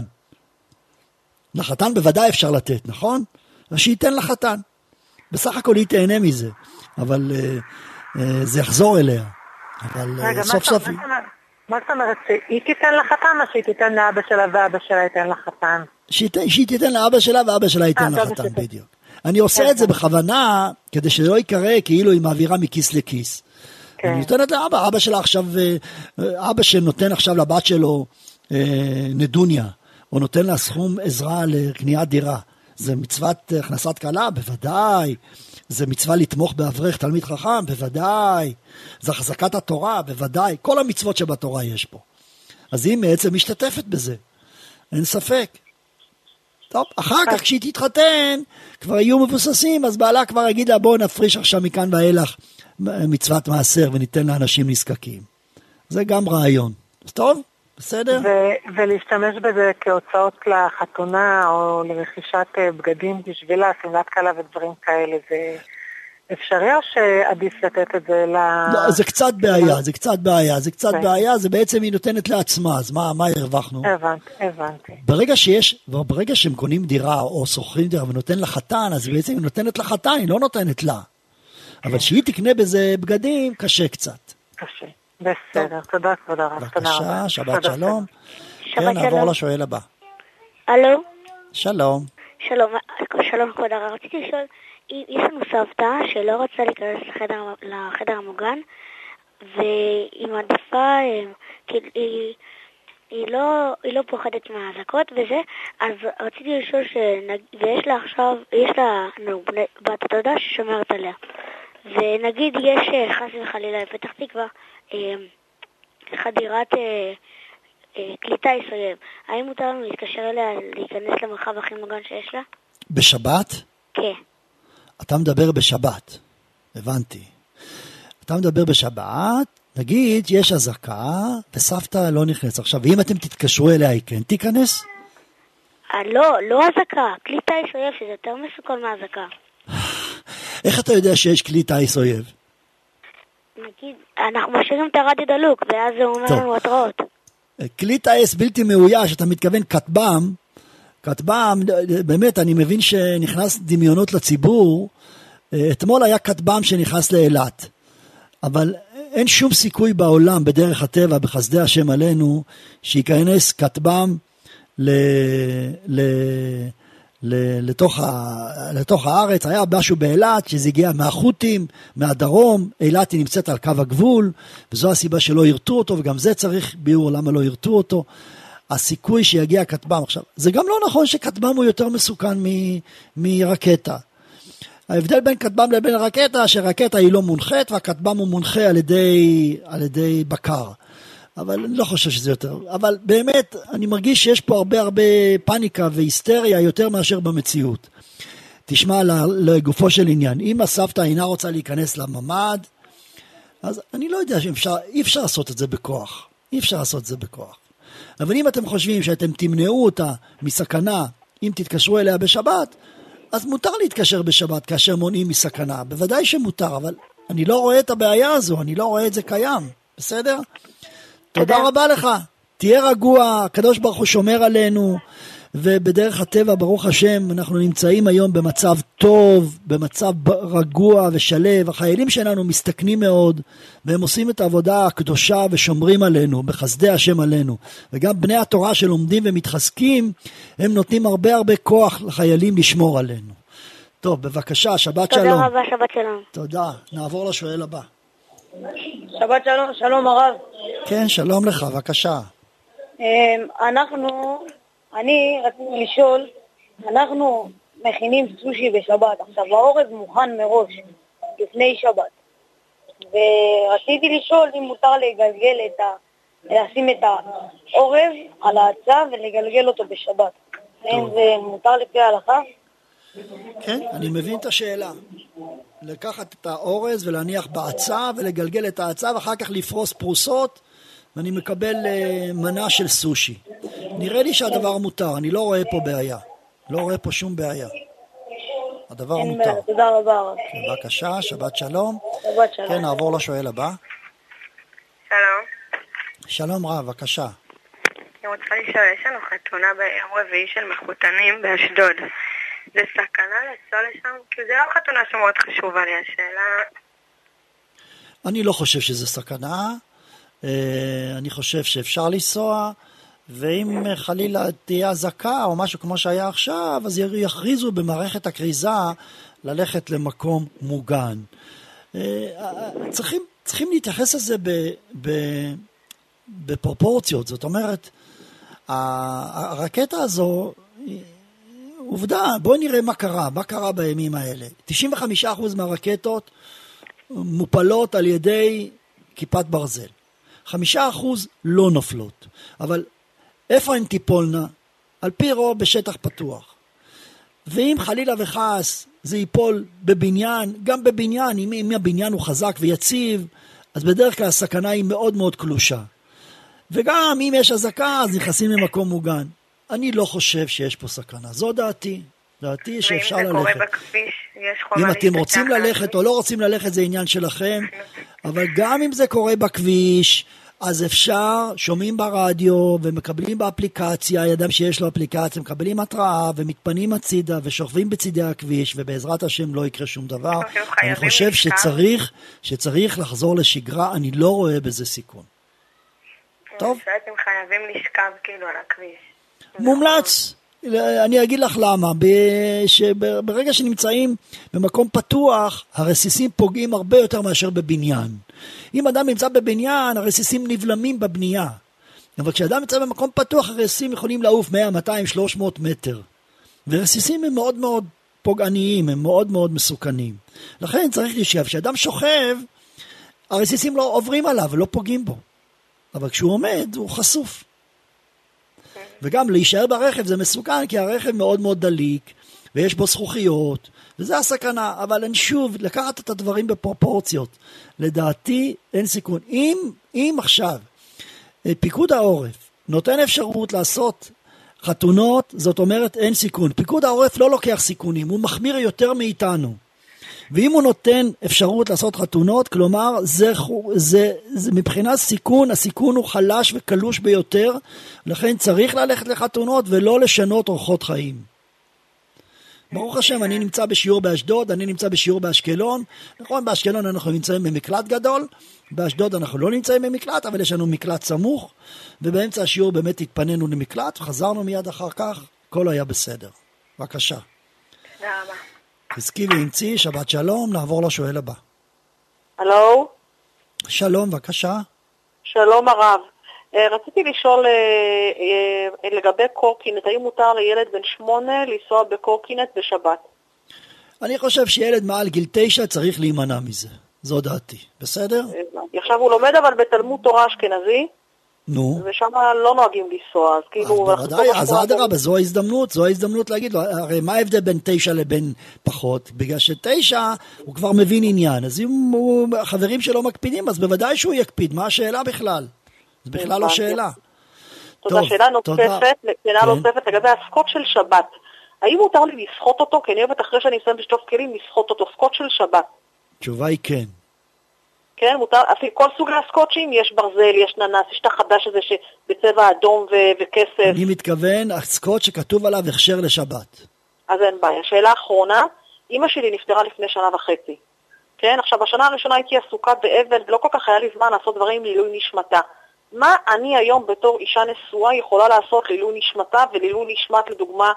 לחתן בוודאי אפשר לתת, נכון? שייתן לחתן. בסך הכל היא תהנה מזה, אבל uh, uh, זה יחזור אליה. אבל רגע, uh, סוף סוף... מה, מה זאת אומרת, שהיא תיתן לחתן או שהיא תיתן לאבא שלה ואבא שלה ייתן לחתן? שהיא, שהיא תיתן לאבא שלה ואבא שלה ייתן 아, לחתן, בדיוק. אני עושה את זה בכוונה, כדי שלא יקרה כאילו היא מעבירה מכיס לכיס. אני נותנת לאבא, אבא שלה עכשיו, אבא שנותן עכשיו לבת שלו נדוניה, או נותן לה סכום עזרה לקניית דירה. זה מצוות הכנסת כלה? בוודאי. זה מצווה לתמוך באברך תלמיד חכם? בוודאי. זה החזקת התורה? בוודאי. כל המצוות שבתורה יש פה. אז היא בעצם משתתפת בזה. אין ספק. טוב, אחר כך כשהיא תתחתן, כבר יהיו מבוססים, אז בעלה כבר יגיד לה, בואו נפריש עכשיו מכאן ואילך מצוות מעשר וניתן לאנשים נזקקים. זה גם רעיון. אז טוב, בסדר? ו- ולהשתמש בזה כהוצאות לחתונה או לרכישת בגדים בשביל השמלת כלה ודברים כאלה, זה אפשרי או שעדיף לתת את זה ל... לא, זה קצת בעיה, זה קצת בעיה, זה קצת בעיה, זה בעצם היא נותנת לעצמה, אז מה, מה הרווחנו? הבנתי, הבנתי. ברגע שיש, ברגע שהם קונים דירה או שוכרים דירה ונותן לחתן, אז בעצם היא נותנת לחתן, היא לא נותנת לה. אבל שהיא תקנה בזה בגדים, קשה קצת. קשה, בסדר, תודה, תודה רב. בבקשה, שבת שלום. כן, נעבור לשואל הבא. הלו? שלום. שלום, שלום כבוד הרב, רציתי לשאול, יש לנו סבתא שלא רוצה להיכנס לחדר, לחדר המוגן, והיא מעדיפה, היא, היא, היא, לא, היא לא פוחדת מהאזעקות וזה, אז רציתי לשאול, שנג, ויש לה עכשיו, יש לה בת דודה ששומרת עליה, ונגיד יש חס וחלילה בפתח תקווה, חדירת קליטה ישראל, האם מותר לנו להתקשר אליה להיכנס למרחב הכי מוגן שיש לה? בשבת? כן. אתה מדבר בשבת, הבנתי. אתה מדבר בשבת, נגיד יש אזעקה וסבתא לא נכנס. עכשיו, ואם אתם תתקשרו אליה, היא כן תיכנס? לא, לא אזעקה, כלי טיס אויב, שזה יותר מסוכן מהאזעקה. איך אתה יודע שיש כלי טיס אויב? נגיד, אנחנו משאירים את הרדיו דלוק, ואז זה אומר לנו התראות. כלי טייס בלתי מאויש, אתה מתכוון כטב"ם, כטב"ם, באמת, אני מבין שנכנס דמיונות לציבור, אתמול היה כטב"ם שנכנס לאילת, אבל אין שום סיכוי בעולם, בדרך הטבע, בחסדי השם עלינו, שיכנס כטב"ם ל... ל... לתוך, ה, לתוך הארץ. היה משהו באילת שזה הגיע מהחות'ים, מהדרום, אילת היא נמצאת על קו הגבול, וזו הסיבה שלא ירתו אותו, וגם זה צריך ביאור למה לא ירתו אותו. הסיכוי שיגיע כטב"ם עכשיו, זה גם לא נכון שכטב"ם הוא יותר מסוכן מ, מרקטה. ההבדל בין כטב"ם לבין רקטה, שרקטה היא לא מונחית, והכטב"ם הוא מונחה על ידי, על ידי בקר. אבל אני לא חושב שזה יותר, אבל באמת אני מרגיש שיש פה הרבה הרבה פאניקה והיסטריה יותר מאשר במציאות. תשמע לגופו של עניין, אם הסבתא אינה רוצה להיכנס לממד, אז אני לא יודע שאפשר, אי אפשר לעשות את זה בכוח, אי אפשר לעשות את זה בכוח. אבל אם אתם חושבים שאתם תמנעו אותה מסכנה, אם תתקשרו אליה בשבת, אז מותר להתקשר בשבת כאשר מונעים מסכנה, בוודאי שמותר, אבל אני לא רואה את הבעיה הזו, אני לא רואה את זה קיים, בסדר? תודה רבה לך, תהיה רגוע, הקדוש ברוך הוא שומר עלינו, ובדרך הטבע ברוך השם אנחנו נמצאים היום במצב טוב, במצב רגוע ושלב. החיילים שלנו מסתכנים מאוד, והם עושים את העבודה הקדושה ושומרים עלינו, בחסדי השם עלינו, וגם בני התורה שלומדים ומתחזקים, הם נותנים הרבה הרבה כוח לחיילים לשמור עלינו. טוב, בבקשה, שבת תודה שלום. תודה רבה, שבת שלום. תודה, נעבור לשואל הבא. שבת שלום, שלום הרב. כן, שלום לך, בבקשה. אנחנו, אני רציתי לשאול, אנחנו מכינים סושי בשבת, עכשיו העורב מוכן מראש, לפני שבת, ורציתי לשאול אם מותר לגלגל את ה... לשים את העורב על ההצעה ולגלגל אותו בשבת. האם זה מותר לפי ההלכה? כן, אני מבין את השאלה. לקחת את האורז ולהניח בעצה ולגלגל את העצה ואחר כך לפרוס פרוסות, ואני מקבל uh, מנה של סושי. נראה לי שהדבר מותר, אני לא רואה פה בעיה. לא רואה פה שום בעיה. הדבר מותר. תודה רבה. בבקשה, שבת שלום. שבת שלום. כן, נעבור לשואל הבא. שלום. שלום רב, בבקשה. אני רוצה לשאול, יש לנו חתונה ביום רביעי של מחותנים באשדוד. זה סכנה לנסוע לשם? כי זה לא חתונה שמאוד חשובה לי, השאלה... אני לא חושב שזה סכנה, אני חושב שאפשר לנסוע, ואם חלילה תהיה הזקה או משהו כמו שהיה עכשיו, אז יכריזו במערכת הכריזה ללכת למקום מוגן. צריכים, צריכים להתייחס לזה ב, ב, בפרופורציות, זאת אומרת, הרקטה הזו... עובדה, בואי נראה מה קרה, מה קרה בימים האלה. תשעים וחמישה אחוז מהרקטות מופלות על ידי כיפת ברזל. חמישה אחוז לא נופלות. אבל איפה הן תיפולנה? על פי רוב בשטח פתוח. ואם חלילה וחס זה ייפול בבניין, גם בבניין, אם, אם הבניין הוא חזק ויציב, אז בדרך כלל הסכנה היא מאוד מאוד קלושה. וגם אם יש הזקה, אז נכנסים למקום מוגן. אני לא חושב שיש פה סכנה. זו דעתי. דעתי שאפשר ללכת. ואם זה קורה בכביש, יש חובה אם אתם רוצים ללכת או לא רוצים ללכת, זה עניין שלכם. אבל גם אם זה קורה בכביש, אז אפשר, שומעים ברדיו ומקבלים באפליקציה, ידם שיש לו אפליקציה, מקבלים התראה ומתפנים הצידה ושוכבים בצידי הכביש, ובעזרת השם לא יקרה שום דבר. אני חושב שצריך, שצריך לחזור לשגרה, אני לא רואה בזה סיכון. טוב? אתם חייבים לשכב כאילו על הכביש. מומלץ, אני אגיד לך למה, ברגע שנמצאים במקום פתוח, הרסיסים פוגעים הרבה יותר מאשר בבניין. אם אדם נמצא בבניין, הרסיסים נבלמים בבנייה. אבל כשאדם נמצא במקום פתוח, הרסיסים יכולים לעוף מאה, מאתיים, שלוש מאות מטר. ורסיסים הם מאוד מאוד פוגעניים, הם מאוד מאוד מסוכנים. לכן צריך לשכב, כשאדם שוכב, הרסיסים לא עוברים עליו ולא פוגעים בו. אבל כשהוא עומד, הוא חשוף. וגם להישאר ברכב זה מסוכן, כי הרכב מאוד מאוד דליק, ויש בו זכוכיות, וזה הסכנה. אבל אני שוב, לקחת את הדברים בפרופורציות. לדעתי אין סיכון. אם, אם עכשיו פיקוד העורף נותן אפשרות לעשות חתונות, זאת אומרת אין סיכון. פיקוד העורף לא לוקח סיכונים, הוא מחמיר יותר מאיתנו. ואם הוא נותן אפשרות לעשות חתונות, כלומר, זה, זה, זה מבחינת סיכון, הסיכון הוא חלש וקלוש ביותר, לכן צריך ללכת לחתונות ולא לשנות אורחות חיים. ברוך השם, אני נמצא בשיעור באשדוד, אני נמצא בשיעור באשקלון, נכון, באשקלון אנחנו נמצאים במקלט גדול, באשדוד אנחנו לא נמצאים במקלט, אבל יש לנו מקלט סמוך, ובאמצע השיעור באמת התפנינו למקלט, וחזרנו מיד אחר כך, הכל היה בסדר. בבקשה. תודה רבה. חזקי ואמצי, שבת שלום, נעבור לשואל הבא. הלו? שלום, בבקשה. שלום הרב. רציתי לשאול לגבי קורקינט, האם מותר לילד בן שמונה לנסוע בקורקינט בשבת? אני חושב שילד מעל גיל תשע צריך להימנע מזה. זו דעתי. בסדר? עכשיו הוא לומד אבל בתלמוד תורה אשכנזי. נו. ושם לא נוהגים לנסוע, אז כאילו... בוודאי, אז אדרבה, זו ההזדמנות, זו ההזדמנות להגיד לו, הרי מה ההבדל בין תשע לבין פחות? בגלל שתשע הוא כבר מבין עניין, אז אם החברים שלו מקפידים, אז בוודאי שהוא יקפיד, מה השאלה בכלל? זה בכלל לא שאלה. תודה, שאלה נוספת, שאלה נוספת לגבי הסקוט של שבת. האם מותר לי לסחוט אותו? כי אני אוהבת אחרי שאני אסיים לשטוף כלים, לסחוט אותו, סקוט של שבת. תשובה היא כן. כן, מותר, אפילו כל סוגי הסקוטשים, יש ברזל, יש ננס, יש את החדש הזה שבצבע אדום ו- וכסף. אני מתכוון, הסקוט שכתוב עליו הכשר לשבת. אז אין בעיה. שאלה האחרונה, אמא שלי נפטרה לפני שנה וחצי. כן, עכשיו בשנה הראשונה הייתי עסוקה באבל, ולא כל כך היה לי זמן לעשות דברים לעילוי נשמתה. מה אני היום בתור אישה נשואה יכולה לעשות לעילוי נשמתה ולעילוי נשמת לדוגמה,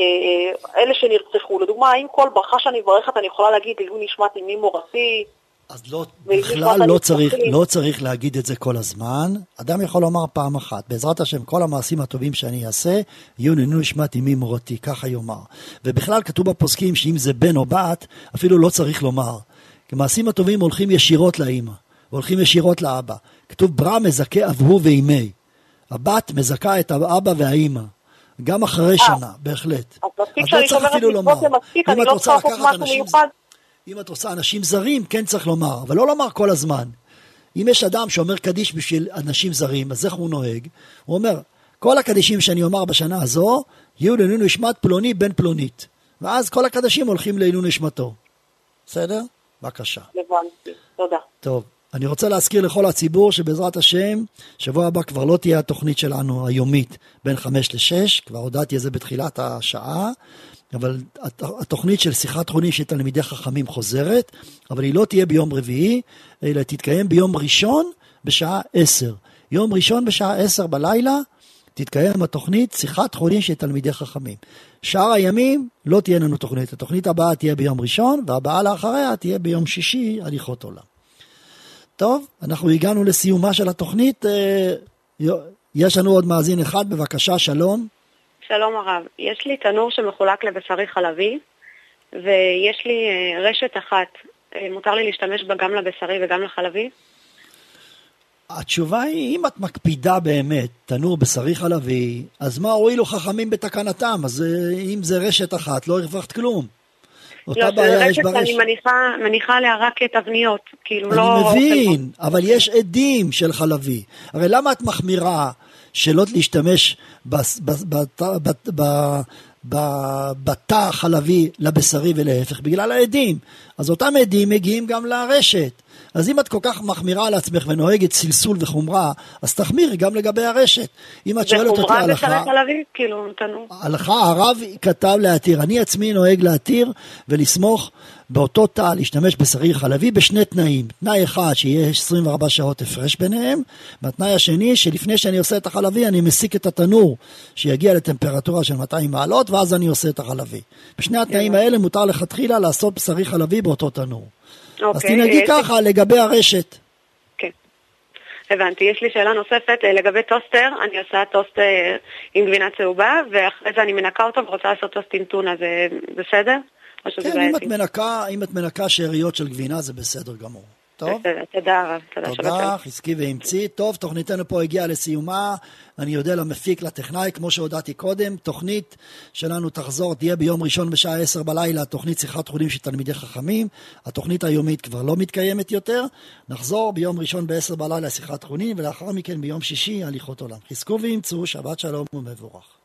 אלה שנרצחו? לדוגמה, האם כל ברכה שאני מברכת אני יכולה להגיד לעילוי נשמת אמי מורתי? אז לא, בכלל לא צריך, לא צריך להגיד את זה כל הזמן. אדם יכול לומר פעם אחת, בעזרת השם, כל המעשים הטובים שאני אעשה, יהיו לעילוי נשמת אמי מורתי, ככה יאמר. ובכלל כתוב בפוסקים שאם זה בן או בת, אפילו לא צריך לומר. כי מעשים הטובים הולכים ישירות לאמא, הולכים ישירות לאבא. כתוב ברא מזכה אבהו ואימי. הבת מזכה את האבא והאמא. גם אחרי שנה, בהחלט. אז לא צריך אפילו לומר. אני לא צריכה לקחת משהו מיוחד. אם את רוצה אנשים זרים, כן צריך לומר, אבל לא לומר כל הזמן. אם יש אדם שאומר קדיש בשביל אנשים זרים, אז איך הוא נוהג? הוא אומר, כל הקדישים שאני אומר בשנה הזו, יהיו לעילוי נשמת פלוני בן פלונית. ואז כל הקדישים הולכים לעילוי נשמתו. בסדר? בבקשה. הבנתי, תודה. טוב, אני רוצה להזכיר לכל הציבור שבעזרת השם, שבוע הבא כבר לא תהיה התוכנית שלנו היומית בין חמש לשש, כבר הודעתי את זה בתחילת השעה, אבל התוכנית של שיחת אחרונים של תלמידי חכמים חוזרת, אבל היא לא תהיה ביום רביעי, אלא תתקיים ביום ראשון בשעה עשר. יום ראשון בשעה עשר בלילה, תתקיים התוכנית שיחת אחרונים של תלמידי חכמים. שאר הימים לא תהיה לנו תוכנית. התוכנית הבאה תהיה ביום ראשון, והבאה לאחריה תהיה ביום שישי, הליכות עולם. טוב, אנחנו הגענו לסיומה של התוכנית. יש לנו עוד מאזין אחד, בבקשה, שלום. שלום הרב, יש לי תנור שמחולק לבשרי חלבי, ויש לי רשת אחת. מותר לי להשתמש בה גם לבשרי וגם לחלבי? התשובה היא, אם את מקפידה באמת תנור בשרי חלבי, אז מה הועילו חכמים בתקנתם? אז אם זה רשת אחת, לא הרווחת כלום. לא, זה רשת שאני מניחה, מניחה עליה רק תבניות, כאילו לא... אני מבין, אבל יש עדים של חלבי. הרי למה את מחמירה שלא להשתמש בתא החלבי לבשרי ולהפך? בגלל העדים. אז אותם עדים מגיעים גם לרשת. אז אם את כל כך מחמירה על עצמך ונוהגת סלסול וחומרה, אז תחמירי גם לגבי הרשת. אם את שואלת אותי הלכה... זה חומרה בשרי חלבי? כאילו, תנו. הלכה, הרב כתב להתיר. אני עצמי נוהג להתיר ולסמוך באותו תא להשתמש בשרי חלבי בשני תנאים. תנאי אחד, שיהיה עשרים וארבע שעות הפרש ביניהם, והתנאי השני, שלפני שאני עושה את החלבי, אני מסיק את התנור, שיגיע לטמפרטורה של מאתיים מעלות, ואז אני עושה את החלבי. בשני התנאים האלה מותר לכתחילה לעשות בשרי חלבי באותו תנור. אז תנהגי ככה לגבי הרשת. כן, הבנתי. יש לי שאלה נוספת לגבי טוסטר. אני עושה טוסט עם גבינה צהובה, ואחרי זה אני מנקה אותו ורוצה לעשות טוסט עם טונה. זה בסדר? כן, אם את מנקה, אם את מנקה שאריות של גבינה, זה בסדר גמור. טוב? תודה רב. תודה, חזקי ואמצי. טוב, תוכניתנו פה הגיעה לסיומה. אני יודע למפיק, לטכנאי, כמו שהודעתי קודם, תוכנית שלנו תחזור, תהיה ביום ראשון בשעה עשר בלילה, תוכנית שיחת אחרונים של תלמידי חכמים. התוכנית היומית כבר לא מתקיימת יותר. נחזור ביום ראשון בעשר בלילה שיחת אחרונים, ולאחר מכן ביום שישי הליכות עולם. חזקו ואמצו, שבת שלום ומבורך.